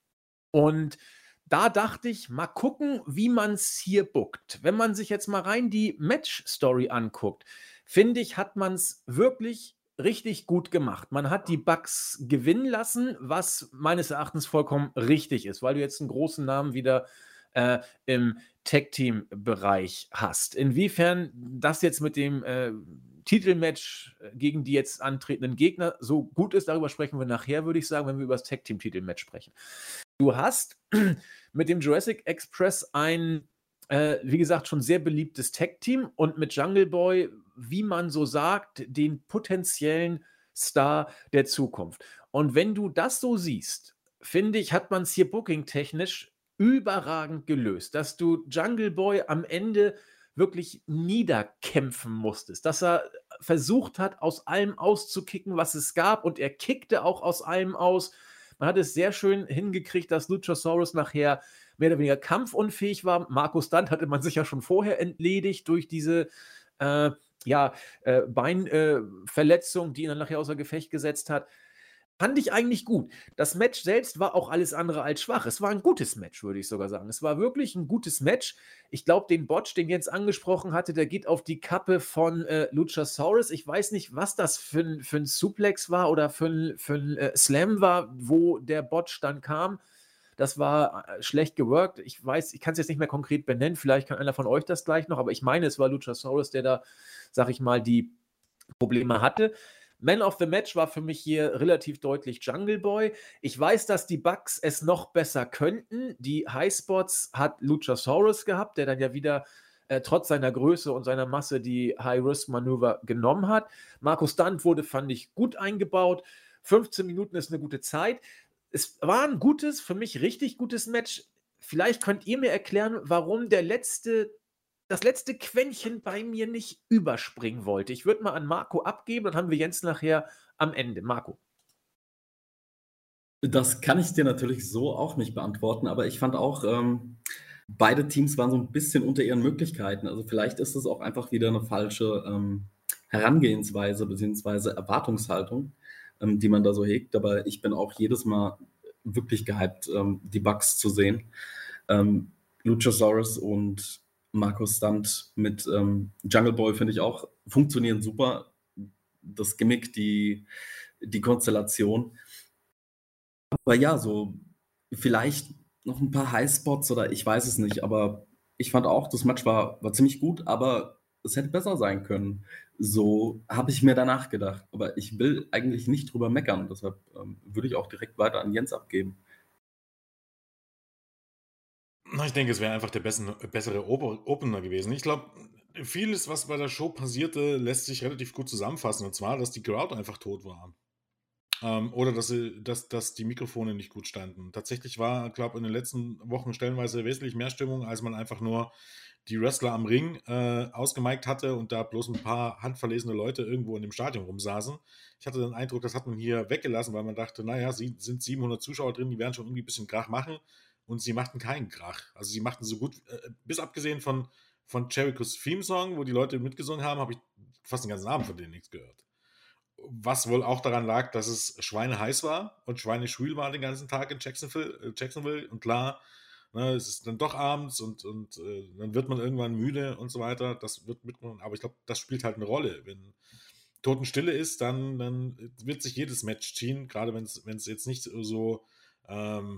Und da dachte ich, mal gucken, wie man es hier bookt. Wenn man sich jetzt mal rein die Match-Story anguckt, finde ich, hat man es wirklich richtig gut gemacht. Man hat die Bucks gewinnen lassen, was meines Erachtens vollkommen richtig ist, weil du jetzt einen großen Namen wieder äh, im Tag-Team-Bereich hast. Inwiefern das jetzt mit dem äh, Titelmatch gegen die jetzt antretenden Gegner so gut ist, darüber sprechen wir nachher, würde ich sagen, wenn wir über das Tag-Team-Titelmatch sprechen. Du hast mit dem Jurassic Express ein, äh, wie gesagt, schon sehr beliebtes Tag-Team und mit Jungle Boy, wie man so sagt, den potenziellen Star der Zukunft. Und wenn du das so siehst, finde ich, hat man es hier booking-technisch überragend gelöst, dass du Jungle Boy am Ende wirklich niederkämpfen musstest, dass er versucht hat, aus allem auszukicken, was es gab, und er kickte auch aus allem aus. Man hat es sehr schön hingekriegt, dass Luchasaurus nachher mehr oder weniger kampfunfähig war. Marco Stunt hatte man sich ja schon vorher entledigt durch diese äh, ja, äh, Beinverletzung, äh, die ihn dann nachher außer Gefecht gesetzt hat. Fand ich eigentlich gut. Das Match selbst war auch alles andere als schwach. Es war ein gutes Match, würde ich sogar sagen. Es war wirklich ein gutes Match. Ich glaube, den Botch, den Jens angesprochen hatte, der geht auf die Kappe von äh, Luchasaurus. Ich weiß nicht, was das für, für ein Suplex war oder für ein, für ein äh, Slam war, wo der Botch dann kam. Das war äh, schlecht geworkt. Ich weiß, ich kann es jetzt nicht mehr konkret benennen. Vielleicht kann einer von euch das gleich noch. Aber ich meine, es war Luchasaurus, der da, sag ich mal, die Probleme hatte. Man of the Match war für mich hier relativ deutlich Jungle Boy. Ich weiß, dass die Bucks es noch besser könnten. Die Highspots hat Luchasaurus gehabt, der dann ja wieder äh, trotz seiner Größe und seiner Masse die High-Risk-Manöver genommen hat. Marco Stunt wurde, fand ich, gut eingebaut. fünfzehn Minuten ist eine gute Zeit. Es war ein gutes, für mich richtig gutes Match. Vielleicht könnt ihr mir erklären, warum der letzte das letzte Quäntchen bei mir nicht überspringen wollte. Ich würde mal an Marco abgeben, dann haben wir Jens nachher am Ende. Marco. Das kann ich dir natürlich so auch nicht beantworten, aber ich fand auch, ähm, beide Teams waren so ein bisschen unter ihren Möglichkeiten. Also vielleicht ist es auch einfach wieder eine falsche ähm, Herangehensweise bzw. Erwartungshaltung, ähm, die man da so hegt. Aber ich bin auch jedes Mal wirklich gehypt, ähm, die Bucks zu sehen. Ähm, Luchasaurus und Marco Stunt mit ähm, Jungle Boy finde ich auch, funktionieren super. Das Gimmick, die, die Konstellation. Aber ja, so vielleicht noch ein paar Highspots oder ich weiß es nicht, aber ich fand auch, das Match war, war ziemlich gut, aber es hätte besser sein können. So habe ich mir danach gedacht. Aber ich will eigentlich nicht drüber meckern, deshalb ähm, würde ich auch direkt weiter an Jens abgeben. Na, ich denke, es wäre einfach der bessen- bessere Oper- Opener gewesen. Ich glaube, vieles, was bei der Show passierte, lässt sich relativ gut zusammenfassen. Und zwar, dass die Crowd einfach tot war. Ähm, oder dass, sie, dass, dass die Mikrofone nicht gut standen. Tatsächlich war, glaube ich, in den letzten Wochen stellenweise wesentlich mehr Stimmung, als man einfach nur die Wrestler am Ring äh, ausgemiked hatte und da bloß ein paar handverlesene Leute irgendwo in dem Stadion rumsaßen. Ich hatte den Eindruck, das hat man hier weggelassen, weil man dachte, naja, sie sind siebenhundert Zuschauer drin, die werden schon irgendwie ein bisschen Krach machen. Und sie machten keinen Krach. Also sie machten so gut, äh, bis abgesehen von, von Jerichos Theme-Song, wo die Leute mitgesungen haben, habe ich fast den ganzen Abend von denen nichts gehört. Was wohl auch daran lag, dass es schweineheiß war und schweineschwül war den ganzen Tag in Jacksonville. Äh, Jacksonville. Und klar, ne, es ist dann doch abends und, und äh, dann wird man irgendwann müde und so weiter. Das wird mitmachen, aber ich glaube, das spielt halt eine Rolle. Wenn Totenstille ist, dann, dann wird sich jedes Match ziehen, gerade wenn es jetzt nicht so ähm,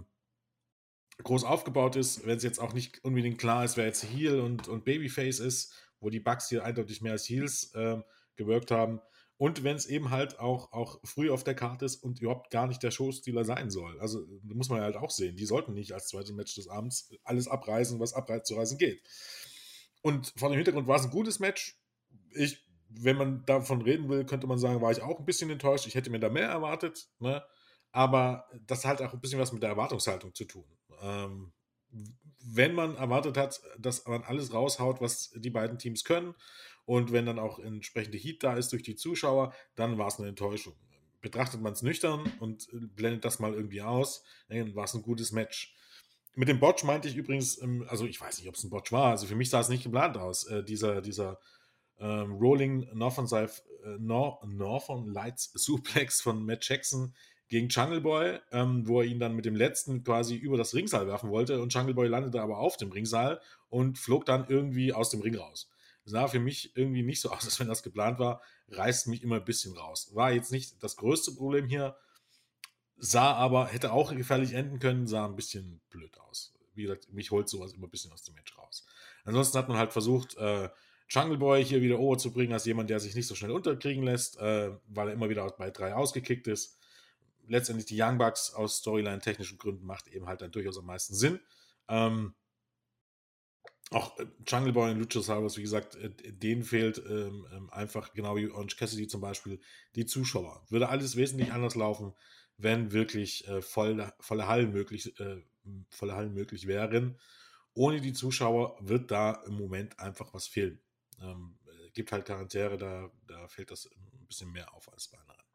groß aufgebaut ist, wenn es jetzt auch nicht unbedingt klar ist, wer jetzt Heel und, und Babyface ist, wo die Bucks hier eindeutig mehr als Heels ähm, gewirkt haben. Und wenn es eben halt auch, auch früh auf der Karte ist und überhaupt gar nicht der Showstealer sein soll. Also muss man halt auch sehen. Die sollten nicht als zweites Match des Abends alles abreißen, was abzureißen geht. Und vor dem Hintergrund war es ein gutes Match. Ich, wenn man davon reden will, könnte man sagen, war ich auch ein bisschen enttäuscht. Ich hätte mir da mehr erwartet. Ne? Aber das hat auch ein bisschen was mit der Erwartungshaltung zu tun. Ähm, wenn man erwartet hat, dass man alles raushaut, was die beiden Teams können, und wenn dann auch entsprechende Heat da ist durch die Zuschauer, dann war es eine Enttäuschung. Betrachtet man es nüchtern und blendet das mal irgendwie aus, dann war es ein gutes Match. Mit dem Botch meinte ich übrigens, also ich weiß nicht, ob es ein Botch war, also für mich sah es nicht geplant aus. Äh, dieser dieser ähm, Rolling Northern, Seif, äh, Nor Northern Lights Suplex von Matt Jackson gegen Jungle Boy, ähm, wo er ihn dann mit dem letzten quasi über das Ringsaal werfen wollte und Jungle Boy landete aber auf dem Ringsaal und flog dann irgendwie aus dem Ring raus. Das sah für mich irgendwie nicht so aus, als wenn das geplant war, reißt mich immer ein bisschen raus. War jetzt nicht das größte Problem hier, sah aber, hätte auch gefährlich enden können, sah ein bisschen blöd aus. Wie gesagt, mich holt sowas immer ein bisschen aus dem Match raus. Ansonsten hat man halt versucht, äh, Jungle Boy hier wieder over zu bringen, als jemand, der sich nicht so schnell unterkriegen lässt, äh, weil er immer wieder bei drei ausgekickt ist. Letztendlich die Young Bucks aus Storyline-technischen Gründen macht eben halt dann durchaus am meisten Sinn. Ähm, auch äh, Jungle Boy und Luchasaurus, wie gesagt, äh, denen fehlt ähm, ähm, einfach, genau wie Orange Cassidy zum Beispiel, die Zuschauer. Würde alles wesentlich anders laufen, wenn wirklich äh, voll, volle Hallen möglich, äh, volle Hallen möglich wären. Ohne die Zuschauer wird da im Moment einfach was fehlen. Ähm, äh, gibt halt Charaktere, da, da fällt das ein bisschen mehr auf als bei anderen.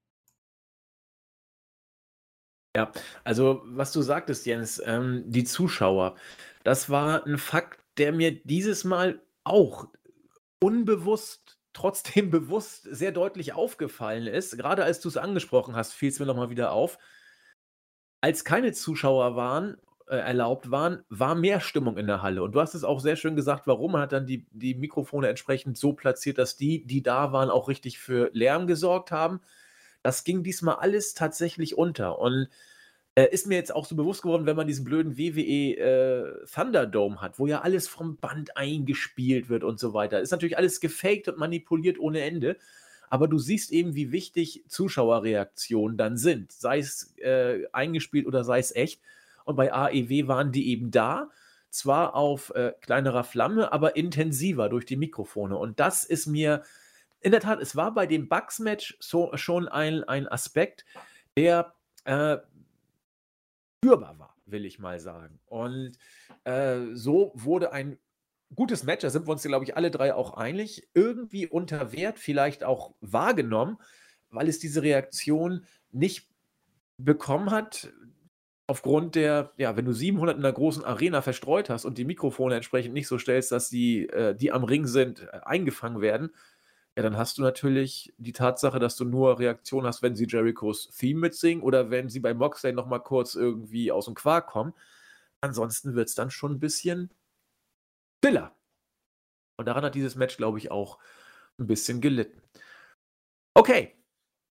Ja, also was du sagtest, Jens, ähm, die Zuschauer, das war ein Fakt, der mir dieses Mal auch unbewusst, trotzdem bewusst sehr deutlich aufgefallen ist. Gerade als du es angesprochen hast, fiel es mir noch mal wieder auf. Als keine Zuschauer waren äh, erlaubt waren, war mehr Stimmung in der Halle. Und du hast es auch sehr schön gesagt, warum. Man hat dann die die Mikrofone entsprechend so platziert, dass die, die da waren, auch richtig für Lärm gesorgt haben. Das ging diesmal alles tatsächlich unter. Und äh, ist mir jetzt auch so bewusst geworden, wenn man diesen blöden W W E äh, Thunderdome hat, wo ja alles vom Band eingespielt wird und so weiter. Ist natürlich alles gefaked und manipuliert ohne Ende. Aber du siehst eben, wie wichtig Zuschauerreaktionen dann sind. Sei es äh, eingespielt oder sei es echt. Und bei A E W waren die eben da. Zwar auf äh, kleinerer Flamme, aber intensiver durch die Mikrofone. Und das ist mir in der Tat, es war bei dem Bucks-Match so, schon ein, ein Aspekt, der äh, spürbar war, will ich mal sagen. Und äh, so wurde ein gutes Match, da sind wir uns, glaube ich, alle drei auch einig, irgendwie unter Wert vielleicht auch wahrgenommen, weil es diese Reaktion nicht bekommen hat, aufgrund der, ja, wenn du siebenhundert in einer großen Arena verstreut hast und die Mikrofone entsprechend nicht so stellst, dass die, äh, die am Ring sind, äh, eingefangen werden, ja, dann hast du natürlich die Tatsache, dass du nur Reaktionen hast, wenn sie Jerichos Theme mitsingen oder wenn sie bei Moxley noch mal kurz irgendwie aus dem Quark kommen. Ansonsten wird es dann schon ein bisschen stiller. Und daran hat dieses Match, glaube ich, auch ein bisschen gelitten. Okay.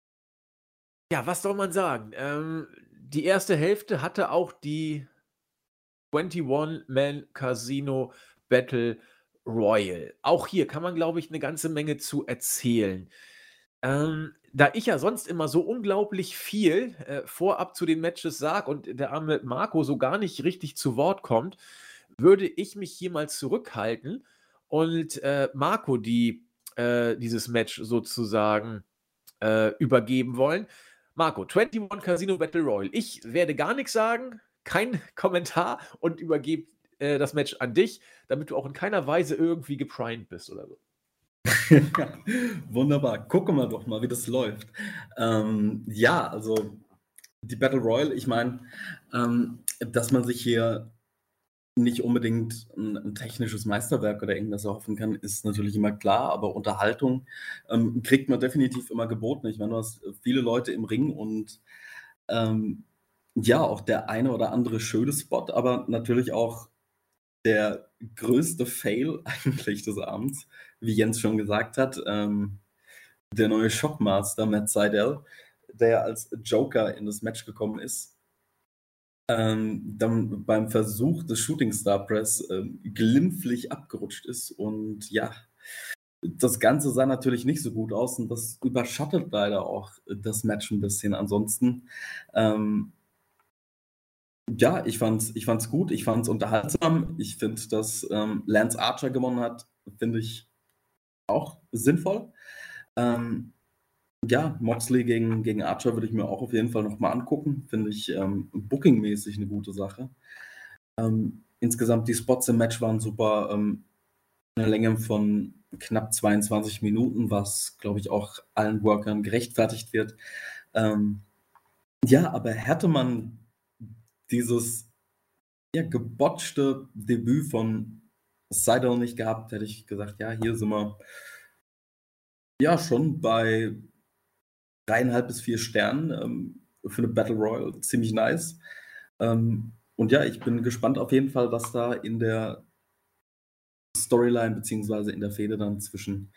Ja, was soll man sagen? Ähm, die erste Hälfte hatte auch die einundzwanzig-Man Casino Battle Royal. Auch hier kann man, glaube ich, 'ne ganze Menge zu erzählen. Ähm, da ich ja sonst immer so unglaublich viel, äh, vorab zu den Matches sage und der arme Marco so gar nicht richtig zu Wort kommt, würde ich mich hier mal zurückhalten und, äh, Marco die äh, dieses Match sozusagen, äh, übergeben wollen. Marco, einundzwanzig Casino Battle Royal. Ich werde gar nix sagen, kein Kommentar und übergebe, äh, das Match an dich, damit du auch in keiner Weise irgendwie geprimed bist oder so. Wunderbar. Gucken wir doch mal, wie das läuft. Ähm, ja, also die Battle Royal, ich meine, ähm, dass man sich hier nicht unbedingt 'n 'n technisches Meisterwerk oder irgendwas erhoffen kann, ist natürlich immer klar, aber Unterhaltung, ähm, kriegt man definitiv immer geboten. Ich meine, du hast viele Leute im Ring und, ähm, ja, auch der eine oder andere schöne Spot, aber natürlich auch der größte Fail eigentlich des Abends, wie Jens schon gesagt hat, ähm, der neue Shockmaster Matt Sydal, der als Joker in das Match gekommen ist ähm, dann beim Versuch des Shooting Star Press, ähm, glimpflich abgerutscht ist und ja, das Ganze sah natürlich nicht so gut aus und das überschattet leider auch das Match 'n bisschen. Ansonsten, ähm ja, ich fand's ich fand's gut, ich fand's unterhaltsam. Ich finde, dass, ähm, Lance Archer gewonnen hat, finde ich auch sinnvoll. Ähm, ja, Moxley gegen gegen Archer würde ich mir auch auf jeden Fall noch mal angucken. Finde ich, ähm, bookingmäßig 'ne gute Sache. Ähm, insgesamt die Spots im Match waren super, ähm, 'ne Länge von knapp zweiundzwanzig Minuten, was, glaube ich, auch allen Workern gerechtfertigt wird. Ähm, ja, aber hätte man dieses, ja, gebotchte Debüt von Sydal nicht gehabt, hätte ich gesagt: „Ja, hier sind wir“ ja, schon bei dreieinhalb bis vier Sternen, ähm, für 'ne Battle Royal ziemlich nice. Ähm, und ja, ich bin gespannt auf jeden Fall, was da in der Storyline beziehungsweise in der Fehde dann zwischen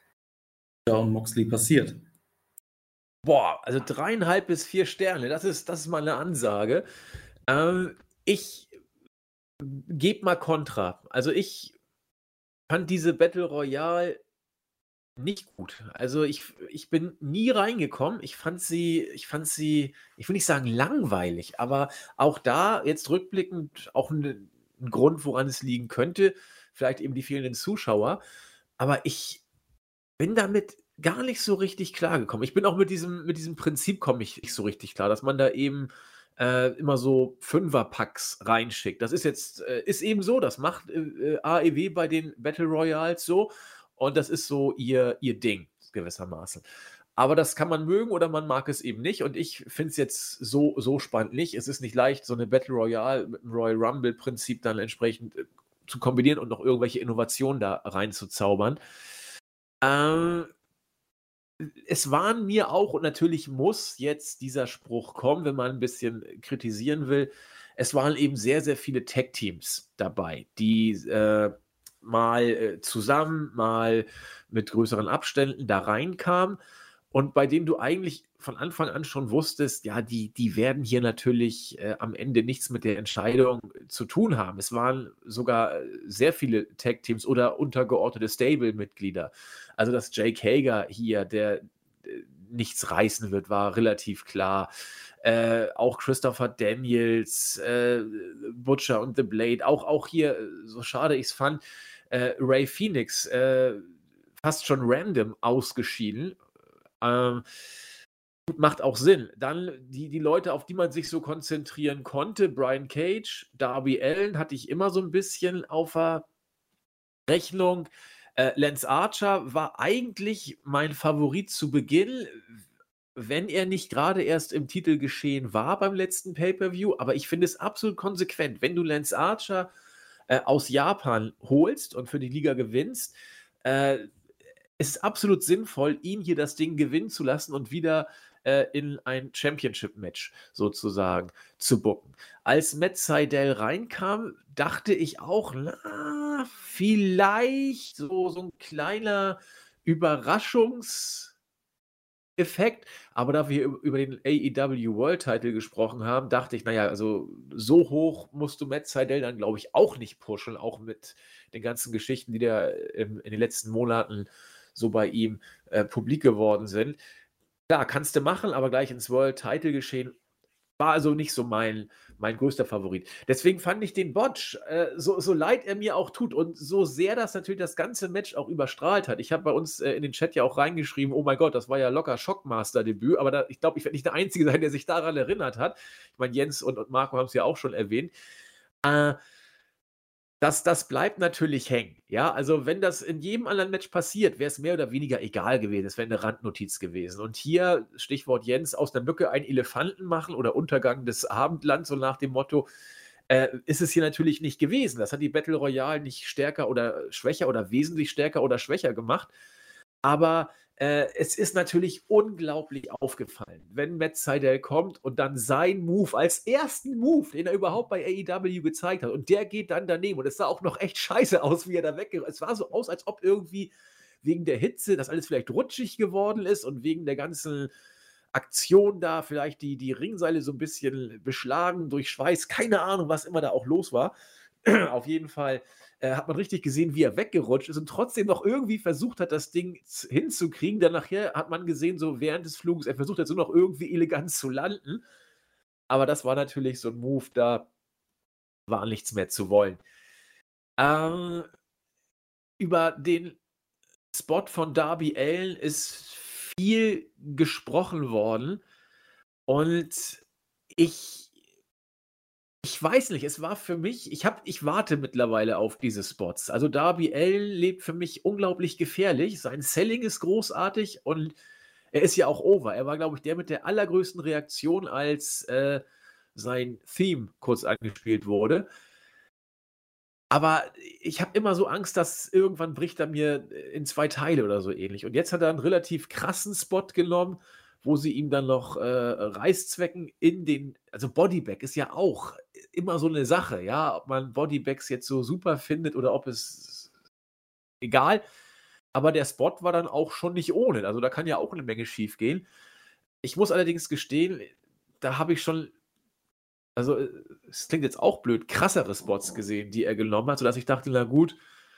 und Moxley passiert. Boah, also dreieinhalb bis vier Sterne, das ist das ist mal 'ne Ansage. Ähm, ich gebe mal Kontra. Also, ich fand diese Battle Royale nicht gut. Also, ich f ich bin nie reingekommen. Ich fand sie ich fand sie, ich will nicht sagen langweilig, aber auch da jetzt rückblickend auch 'n 'n Grund, woran es liegen könnte, vielleicht eben die fehlenden Zuschauer. Aber ich bin damit gar nicht so richtig klargekommen. Ich bin auch mit diesem mit diesem Prinzip komme ich nicht so richtig klar, dass man da eben, äh, immer so Fünferpacks reinschickt. Das ist jetzt äh, ist eben so, das macht, äh, äh, AEW bei den Battle Royals so und das ist so ihr ihr Ding gewissermaßen. Aber das kann man mögen oder man mag es eben nicht und ich finde es jetzt so so spannend nicht. Es ist nicht leicht, so 'ne Battle Royale mit 'm Royal Rumble Prinzip dann entsprechend, äh, zu kombinieren und noch irgendwelche Innovationen da reinzuzaubern. Ähm es waren mir auch und natürlich muss jetzt dieser Spruch kommen, wenn man 'n bisschen kritisieren will. Es waren eben sehr, sehr viele Tag-Teams dabei, die s äh, mal, äh, zusammen, mal mit größeren Abständen da reinkamen und bei denen du eigentlich von Anfang an schon wusstest, ja, die die werden hier natürlich, äh, am Ende nichts mit der Entscheidung zu tun haben. Es waren sogar, äh, sehr viele Tag-Teams oder untergeordnete Stable-Mitglieder. Also, dass Jake Hager hier, der, äh, nichts reißen wird, war relativ klar. Äh, auch Christopher Daniels, äh, Butcher und The Blade, auch auch hier, äh, so schade ich's fand, äh, Rey Fénix, äh, fast schon random ausgeschieden. Ähm, macht auch Sinn. Dann die die Leute, auf die man sich so konzentrieren konnte, Brian Cage, Darby Allin hatte ich immer so 'n bisschen auf der Rechnung. Äh, Lance Archer war eigentlich mein Favorit zu Beginn, w wenn er nicht grade erst im Titelgeschehen war beim letzten Pay-per-View, aber ich finde es absolut konsequent. Wenn du Lance Archer, äh, aus Japan holst und für die Liga gewinnst, äh, ist absolut sinnvoll, ihn hier das Ding gewinnen zu lassen und wieder, äh, in ein Championship-Match sozusagen zu booken. Als Matt Sydal reinkam, dachte ich auch: „Na, vielleicht so so 'n kleiner Überraschungs“ Effekt, aber da wir über den A E W World Title gesprochen haben, dachte ich, naja, also so hoch musst du Matt Sydal dann, glaube ich, auch nicht pushen, auch mit den ganzen Geschichten, die da in, in den letzten Monaten so bei ihm äh, publik geworden sind. Klar, kannst du machen, aber gleich ins World Title geschehen war also nicht so mein, mein größter Favorit. Deswegen fand ich den Botch, äh, so, so leid er mir auch tut und so sehr das natürlich das ganze Match auch überstrahlt hat. Ich habe bei uns äh, in den Chat ja auch reingeschrieben, oh mein Gott, das war ja locker Shockmaster-Debüt, aber da, ich glaube, ich werde nicht der Einzige sein, der sich daran erinnert hat. Ich meine, Jens und, und Marco haben es ja auch schon erwähnt. Äh, Das, das bleibt natürlich hängen. Ja, also wenn das in jedem anderen Match passiert, wäre es mehr oder weniger egal gewesen. Es wäre eine Randnotiz gewesen. Und hier, Stichwort Jens, aus der Mücke einen Elefanten machen oder Untergang des Abendlands, so nach dem Motto, äh, ist es hier natürlich nicht gewesen. Das hat die Battle Royale nicht stärker oder schwächer oder wesentlich stärker oder schwächer gemacht. Aber äh, es ist natürlich unglaublich aufgefallen, wenn Matt Sydal kommt und dann sein Move als ersten Move, den er überhaupt bei A E W gezeigt hat, und der geht dann daneben und es sah auch noch echt scheiße aus, wie er da weggeht. Es war so aus, als ob irgendwie wegen der Hitze das alles vielleicht rutschig geworden ist und wegen der ganzen Aktion da vielleicht die, die Ringseile so ein bisschen beschlagen durch Schweiß. Keine Ahnung, was immer da auch los war. Auf jeden Fall äh, hat man richtig gesehen, wie er weggerutscht ist und trotzdem noch irgendwie versucht hat, das Ding z- hinzukriegen. Dann nachher hat man gesehen, so während des Fluges, er versucht jetzt nur noch irgendwie elegant zu landen. Aber das war natürlich so ein Move, da war nichts mehr zu wollen. Ähm, über den Spot von Darby Allin ist viel gesprochen worden und ich Ich weiß nicht, es war für mich ich habe ich warte mittlerweile auf diese Spots. Also, Darby Allin lebt für mich unglaublich gefährlich. Sein Selling ist großartig und er ist ja auch over. Er war, glaube ich, der mit der allergrößten Reaktion, als, äh, sein Theme kurz angespielt wurde. Aber ich habe immer so Angst, dass irgendwann bricht er mir in zwei Teile oder so ähnlich. Und jetzt hat er einen relativ krassen Spot genommen, wo sie ihm dann noch, äh, Reißzwecken in den also Bodybag ist ja auch immer so eine Sache, ja, ob man Bodybags jetzt so super findet oder ob es egal. Aber der Spot war dann auch schon nicht ohne. Also, da kann ja auch eine Menge schiefgehen. Ich muss allerdings gestehen, da habe ich schon also, äh, es klingt jetzt auch blöd, krassere Spots gesehen, die er genommen hat, sodass ich dachte: „Na gut,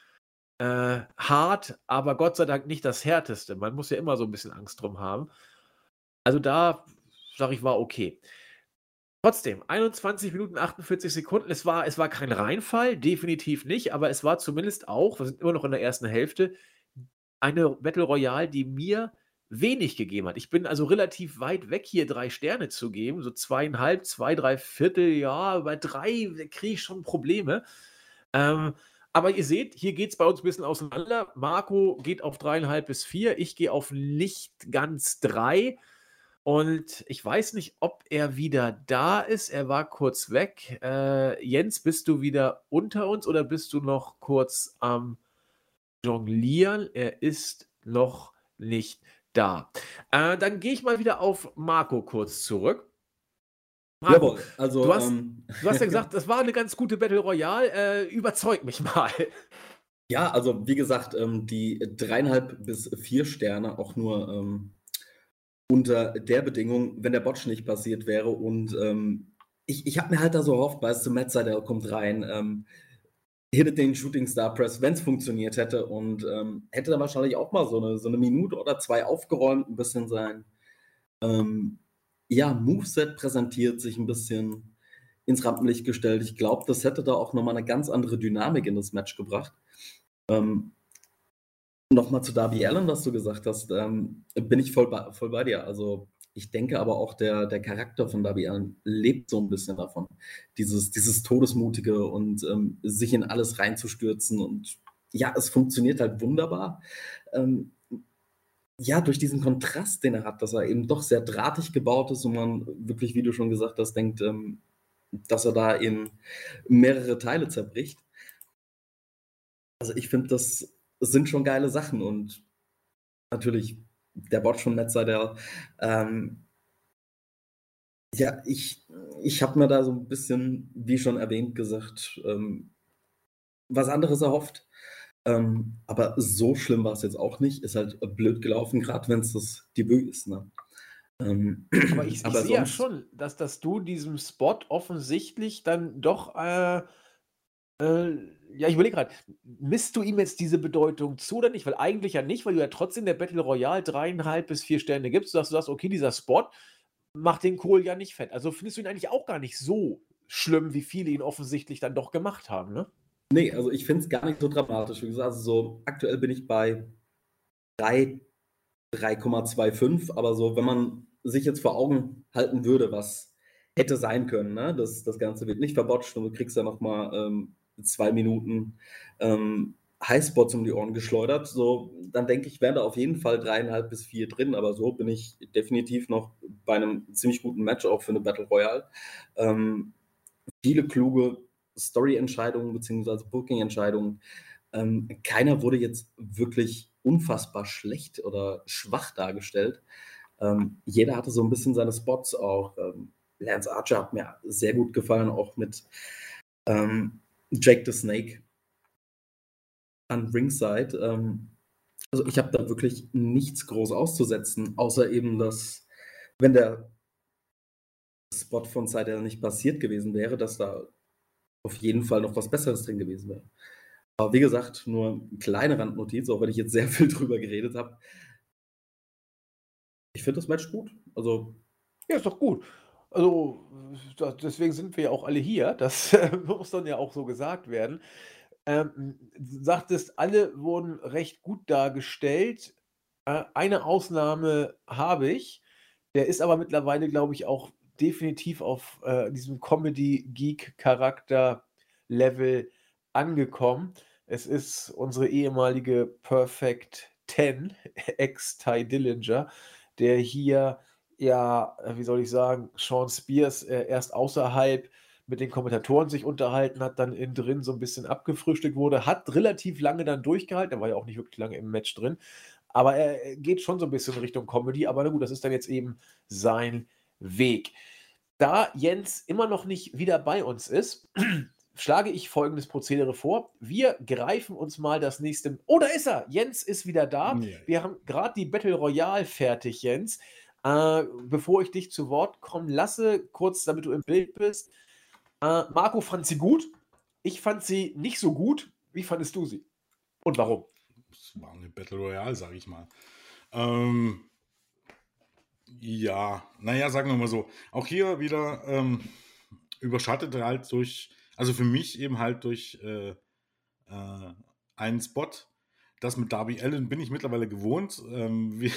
äh, hart, aber Gott sei Dank nicht das Härteste." Man muss ja immer so ein bisschen Angst drum haben. Also, da sage ich, war okay. Trotzdem, einundzwanzig Minuten, achtundvierzig Sekunden. Es war es war kein Reinfall, definitiv nicht, aber es war zumindest auch, wir sind immer noch in der ersten Hälfte, eine Battle Royale, die mir wenig gegeben hat. Ich bin also relativ weit weg, hier drei Sterne zu geben, so zweieinhalb, zwei, drei Viertel, ja, bei drei kriege ich schon Probleme. Ähm, aber ihr seht, hier geht es bei uns ein bisschen auseinander. Marco geht auf dreieinhalb bis vier, ich gehe auf nicht ganz drei. Und ich weiß nicht, ob er wieder da ist. Er war kurz weg. Äh, Jens, bist du wieder unter uns oder bist du noch kurz am Jonglieren? Er ist noch nicht da. Äh, dann gehe ich mal wieder auf Marco kurz zurück. Marco, Jawohl, also du hast, ähm, du hast ja gesagt, das war eine ganz gute Battle Royale. Äh, überzeug mich mal. ja, also wie gesagt, ähm, die dreieinhalb bis vier Sterne auch nur ähm, unter der Bedingung, wenn der Botch nicht passiert wäre. Und ähm, ich, ich habe mir halt da so erhofft, weißt du, Matt Sydal kommt rein, ähm, hittet den Shooting Star Press, wenn es funktioniert hätte und ähm, hätte dann wahrscheinlich auch mal so eine, so eine Minute oder zwei aufgeräumt, ein bisschen sein ähm, ja, Moveset präsentiert, sich ein bisschen ins Rampenlicht gestellt. Ich glaube, das hätte da auch nochmal eine ganz andere Dynamik in das Match gebracht. Ähm, Nochmal zu Darby Allin, was du gesagt hast, ähm, bin ich voll bei, voll bei dir. Also ich denke aber auch, der, der Charakter von Darby Allin lebt so ein bisschen davon. Dieses, dieses Todesmutige und ähm, sich in alles reinzustürzen. Und ja, es funktioniert halt wunderbar. Ähm, ja, durch diesen Kontrast, den er hat, dass er eben doch sehr drahtig gebaut ist und man wirklich, wie du schon gesagt hast, denkt, ähm, dass er da in mehrere Teile zerbricht. Also ich finde, das sind schon geile Sachen und natürlich der Bot von Matt Sydal. Ähm, ja, ich, ich habe mir da so ein bisschen, wie schon erwähnt, gesagt, ähm, was anderes erhofft. Ähm, aber so schlimm war es jetzt auch nicht. Ist halt blöd gelaufen, gerade wenn es das Debüt ist, ne? Ähm, Aber ich, ich aber sehe ja sonst, schon, dass, dass du diesem Spot offensichtlich dann doch, äh, äh, ja, ich überlege gerade, misst du ihm jetzt diese Bedeutung zu oder nicht? Weil eigentlich ja nicht, weil du ja trotzdem der Battle Royale dreieinhalb bis vier Sterne gibst, dass du sagst, okay, dieser Spot macht den Kohl ja nicht fett. Also findest du ihn eigentlich auch gar nicht so schlimm, wie viele ihn offensichtlich dann doch gemacht haben, ne? nee, also ich finde es gar nicht so dramatisch. Wie gesagt, also so aktuell bin ich bei drei, drei Komma fünfundzwanzig, aber so, wenn man sich jetzt vor Augen halten würde, was hätte sein können, ne? Das, das Ganze wird nicht verbotscht und du kriegst ja nochmal ähm, zwei Minuten ähm, Highspots um die Ohren geschleudert, so, dann denke ich, wären da auf jeden Fall dreieinhalb bis vier drin, aber so bin ich definitiv noch bei einem ziemlich guten Match auch für eine Battle Royale. Ähm, viele kluge Story-Entscheidungen beziehungsweise Booking-Entscheidungen. Ähm, keiner wurde jetzt wirklich unfassbar schlecht oder schwach dargestellt. Ähm, jeder hatte so ein bisschen seine Spots auch. Ähm, Lance Archer hat mir sehr gut gefallen, auch mit ähm, Jake the Snake an Ringside. Ähm, also ich habe da wirklich nichts groß auszusetzen, außer eben, dass, wenn der Spot von Seidel nicht passiert gewesen wäre, dass da auf jeden Fall noch was Besseres drin gewesen wäre. Aber wie gesagt, nur eine kleine Randnotiz, auch wenn ich jetzt sehr viel drüber geredet habe. Ich finde das Match gut. Also, Ja, ist doch gut. Also, da deswegen sind wir ja auch alle hier. Das äh, muss dann ja auch so gesagt werden. Ähm, du sagtest, alle wurden recht gut dargestellt. Äh, eine Ausnahme habe ich. Der ist aber mittlerweile, glaube ich, auch definitiv auf, äh, diesem Comedy-Geek-Charakter-Level angekommen. Es ist unsere ehemalige Perfect Ten, ex-Ty Dillinger, der hier, ja, äh, wie soll ich sagen, Sean Spears, äh, erst außerhalb mit den Kommentatoren sich unterhalten hat, dann innen drin so ein bisschen abgefrühstückt wurde, hat relativ lange dann durchgehalten. Er war ja auch nicht wirklich lange im Match drin, aber er geht schon so ein bisschen in Richtung Comedy. Aber na gut, das ist dann jetzt eben sein Weg. Da Jens immer noch nicht wieder bei uns ist, schlage ich folgendes Prozedere vor. Wir greifen uns mal das nächste. Oh, da ist er! Jens ist wieder da. Ja, Wir haben gerade die Battle Royale fertig, Jens. Äh, bevor ich dich zu Wort kommen lasse, kurz, damit du im Bild bist. Äh, Marco fand sie gut. Ich fand sie nicht so gut. Wie fandest du sie? Und warum? es war eine Battle Royale, sage ich mal. Ähm, ja, naja, sagen wir mal so. Auch hier wieder ähm, überschattet halt durch, also für mich eben halt durch äh, äh, einen Spot. Das mit Darby Allin bin ich mittlerweile gewohnt. Ähm, wie,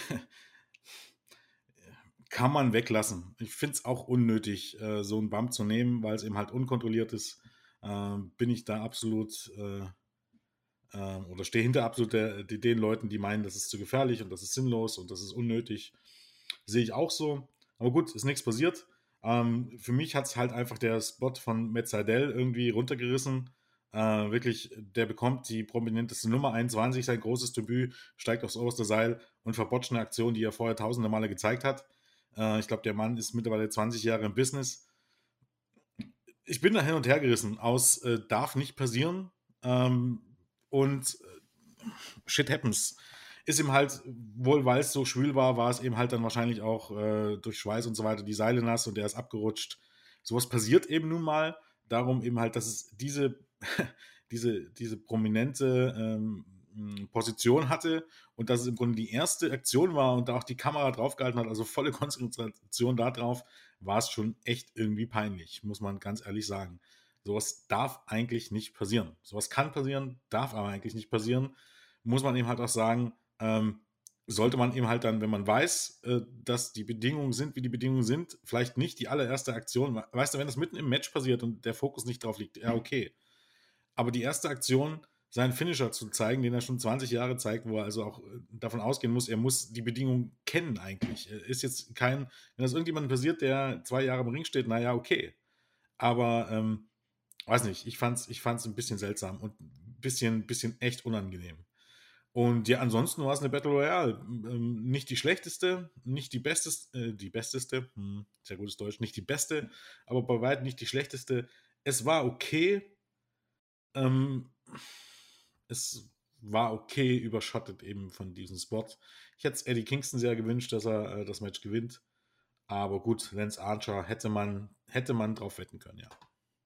kann man weglassen. Ich finde es auch unnötig, äh, so einen Bump zu nehmen, weil es eben halt unkontrolliert ist. Ähm, bin ich da absolut äh, äh, oder stehe hinter absolut der, die, den Leuten, die meinen, das ist zu gefährlich und das ist sinnlos und das ist unnötig. Sehe ich auch so. Aber gut, ist nichts passiert. Ähm, für mich hat es halt einfach der Spot von Matt Sydal irgendwie runtergerissen. Äh, wirklich, der bekommt die prominenteste Nummer einundzwanzig, sein großes Debüt, steigt aufs oberste Seil und verbotscht eine Aktion, die er vorher tausende Male gezeigt hat. Äh, ich glaube, der Mann ist mittlerweile zwanzig Jahre im Business. Ich bin da hin und her gerissen aus, äh, darf nicht passieren ähm, und äh, shit happens. Ist ihm halt, wohl weil es so schwül war, war es eben halt dann wahrscheinlich auch äh, durch Schweiß und so weiter die Seile nass und der ist abgerutscht. Sowas passiert eben nun mal. Darum eben halt, dass es diese, diese, diese prominente ähm, Position hatte und dass es im Grunde die erste Aktion war und da auch die Kamera draufgehalten hat, also volle Konzentration da drauf, war es schon echt irgendwie peinlich, muss man ganz ehrlich sagen. Sowas darf eigentlich nicht passieren. Sowas kann passieren, darf aber eigentlich nicht passieren. Muss man eben halt auch sagen, ähm, sollte man eben halt dann, wenn man weiß, äh, dass die Bedingungen sind, wie die Bedingungen sind, vielleicht nicht die allererste Aktion, weißt du, wenn das mitten im Match passiert und der Fokus nicht drauf liegt, ja, okay. Aber die erste Aktion, seinen Finisher zu zeigen, den er schon zwanzig Jahre zeigt, wo er also auch äh, davon ausgehen muss, er muss die Bedingungen kennen eigentlich. Er ist jetzt kein, wenn das irgendjemandem passiert, der zwei Jahre im Ring steht, naja, okay. Aber, ähm, weiß nicht, ich fand's, ich fand's ein bisschen seltsam und ein bisschen, bisschen echt unangenehm. Und ja, ansonsten war es eine Battle Royale. Ähm, nicht die schlechteste, nicht die besteste, äh, die besteste, hm, sehr gutes Deutsch, nicht die beste, aber bei weitem nicht die schlechteste. Es war okay. Ähm, es war okay, überschattet eben von diesem Spot. Ich hätte es Eddie Kingston sehr gewünscht, dass er äh, das Match gewinnt. Aber gut, Lance Archer hätte man, hätte man drauf wetten können, ja.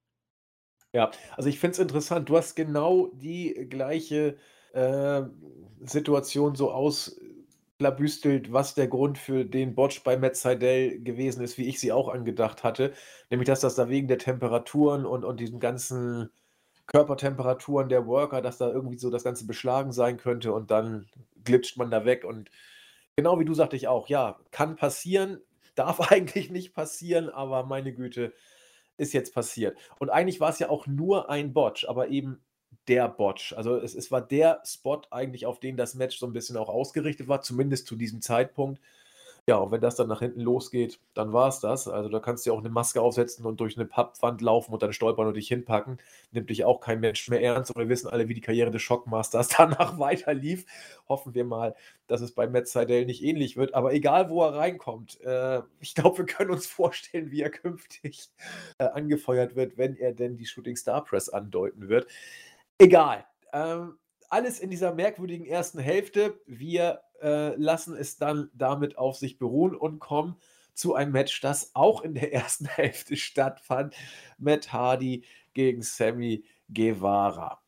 Ja, also ich finde es interessant. Du hast genau die gleiche äh, Situation so ausklabüstelt, was der Grund für den Botch bei Matt Sydal gewesen ist, wie ich sie auch angedacht hatte. Nämlich, dass das da wegen der Temperaturen und, und diesen ganzen Körpertemperaturen der Worker, dass da irgendwie so das Ganze beschlagen sein könnte und dann glitscht man da weg. Und genau wie du sagte ich auch, ja, kann passieren, darf eigentlich nicht passieren, aber meine Güte, ist jetzt passiert. Und eigentlich war es ja auch nur ein Botch, aber eben der Botch. Also es, es war der Spot eigentlich, auf den das Match so ein bisschen auch ausgerichtet war, zumindest zu diesem Zeitpunkt. Ja, und wenn das dann nach hinten losgeht, dann war es das. Also da kannst du ja auch eine Maske aufsetzen und durch eine Pappwand laufen und dann stolpern und dich hinpacken. Nimmt dich auch kein Mensch mehr ernst. Und wir wissen alle, wie die Karriere des Shockmasters danach weiter lief. Hoffen wir mal, dass es bei Matt Sydal nicht ähnlich wird. Aber egal, wo er reinkommt, äh, ich glaube, wir können uns vorstellen, wie er künftig äh, angefeuert wird, wenn er denn die Shooting Star Press andeuten wird. Egal. Ähm, alles in dieser merkwürdigen ersten Hälfte. Wir äh, lassen es dann damit auf sich beruhen und kommen zu einem Match, das auch in der ersten Hälfte stattfand. Matt Hardy gegen Sammy Guevara.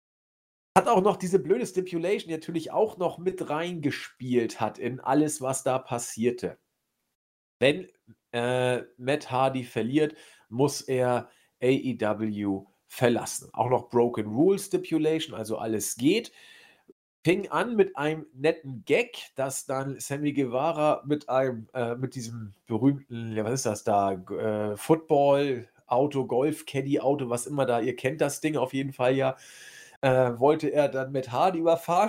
Hat auch noch diese blöde Stipulation, die natürlich auch noch mit reingespielt hat in alles, was da passierte. Wenn äh, Matt Hardy verliert, muss er A E W verlassen. Auch noch Broken Rule Stipulation, also alles geht. Fing an mit einem netten Gag, dass dann Sammy Guevara mit einem, äh, mit diesem berühmten, ja, was ist das da, äh, Football, Auto, Golf, Caddy, Auto, was immer da, ihr kennt das Ding auf jeden Fall ja, äh, wollte er dann Matt Hardy überfahren.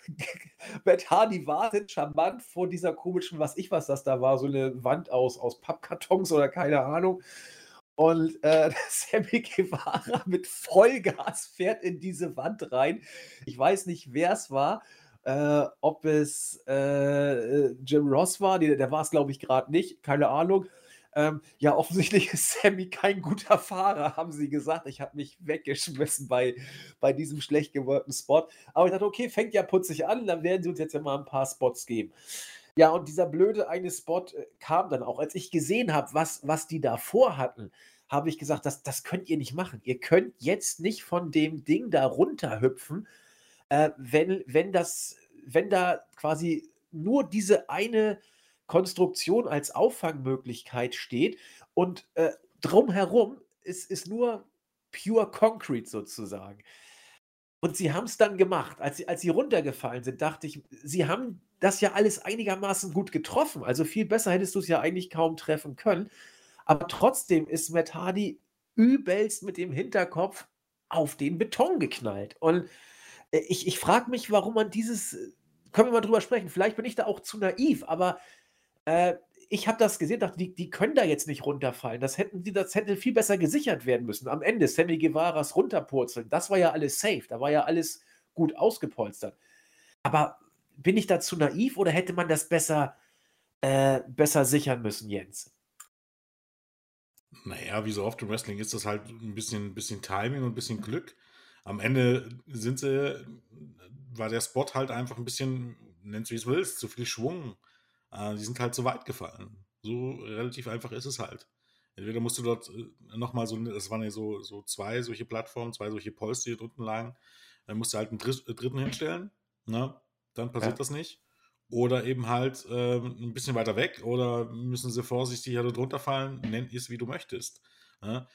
Matt Hardy wartet charmant vor dieser komischen, was ich was das da war, so eine Wand aus, aus Pappkartons oder keine Ahnung. Und äh, Sammy Guevara mit Vollgas fährt in diese Wand rein. Ich weiß nicht, wer es war. Äh, ob es äh, Jim Ross war, der, der war es, glaube ich, gerade nicht. Keine Ahnung. Ähm, ja, offensichtlich ist Sammy kein guter Fahrer, haben sie gesagt. Ich habe mich weggeschmissen bei, bei diesem schlecht geworkten Spot. Aber ich dachte, okay, fängt ja putzig an, dann werden sie uns jetzt ja mal ein paar Spots geben. Ja, und dieser blöde eine Spot äh, kam dann auch. Als ich gesehen habe, was, was die da vorhatten, habe ich gesagt, das, das könnt ihr nicht machen. Ihr könnt jetzt nicht von dem Ding da runterhüpfen, äh, wenn, wenn, das, wenn da quasi nur diese eine Konstruktion als Auffangmöglichkeit steht und äh, drumherum ist, ist nur pure Concrete sozusagen. Und sie haben es dann gemacht. Als sie, als sie runtergefallen sind, dachte ich, sie haben das ja alles einigermaßen gut getroffen. Also viel besser hättest du es ja eigentlich kaum treffen können. Aber trotzdem ist Matt Hardy übelst mit dem Hinterkopf auf den Beton geknallt. Und äh, ich, ich frage mich, warum man dieses, äh, können wir mal drüber sprechen, vielleicht bin ich da auch zu naiv, aber äh, ich habe das gesehen, dachte, die, die können da jetzt nicht runterfallen. Das, hätten die, das hätte viel besser gesichert werden müssen. Am Ende Sammy Guevaras runterpurzeln, das war ja alles safe, da war ja alles gut ausgepolstert. Aber bin ich da zu naiv oder hätte man das besser, äh, besser sichern müssen, Jens? Naja, wie so oft im Wrestling ist das halt ein bisschen, ein bisschen Timing und ein bisschen Glück. Am Ende sind sie, war der Spot halt einfach ein bisschen, nenn's wie es willst, zu viel Schwung. Äh, die sind halt zu weit gefallen. So relativ einfach ist es halt. Entweder musst du dort äh, nochmal so, das waren ja so, so zwei solche Plattformen, zwei solche Polster, die drunten lagen. Dann musst du halt einen Dritt, äh, dritten hinstellen. Ne? Dann passiert Ja. das nicht. Oder eben halt äh, ein bisschen weiter weg. Oder müssen sie vorsichtiger da drunter fallen. Nenn es, wie du möchtest. Ne?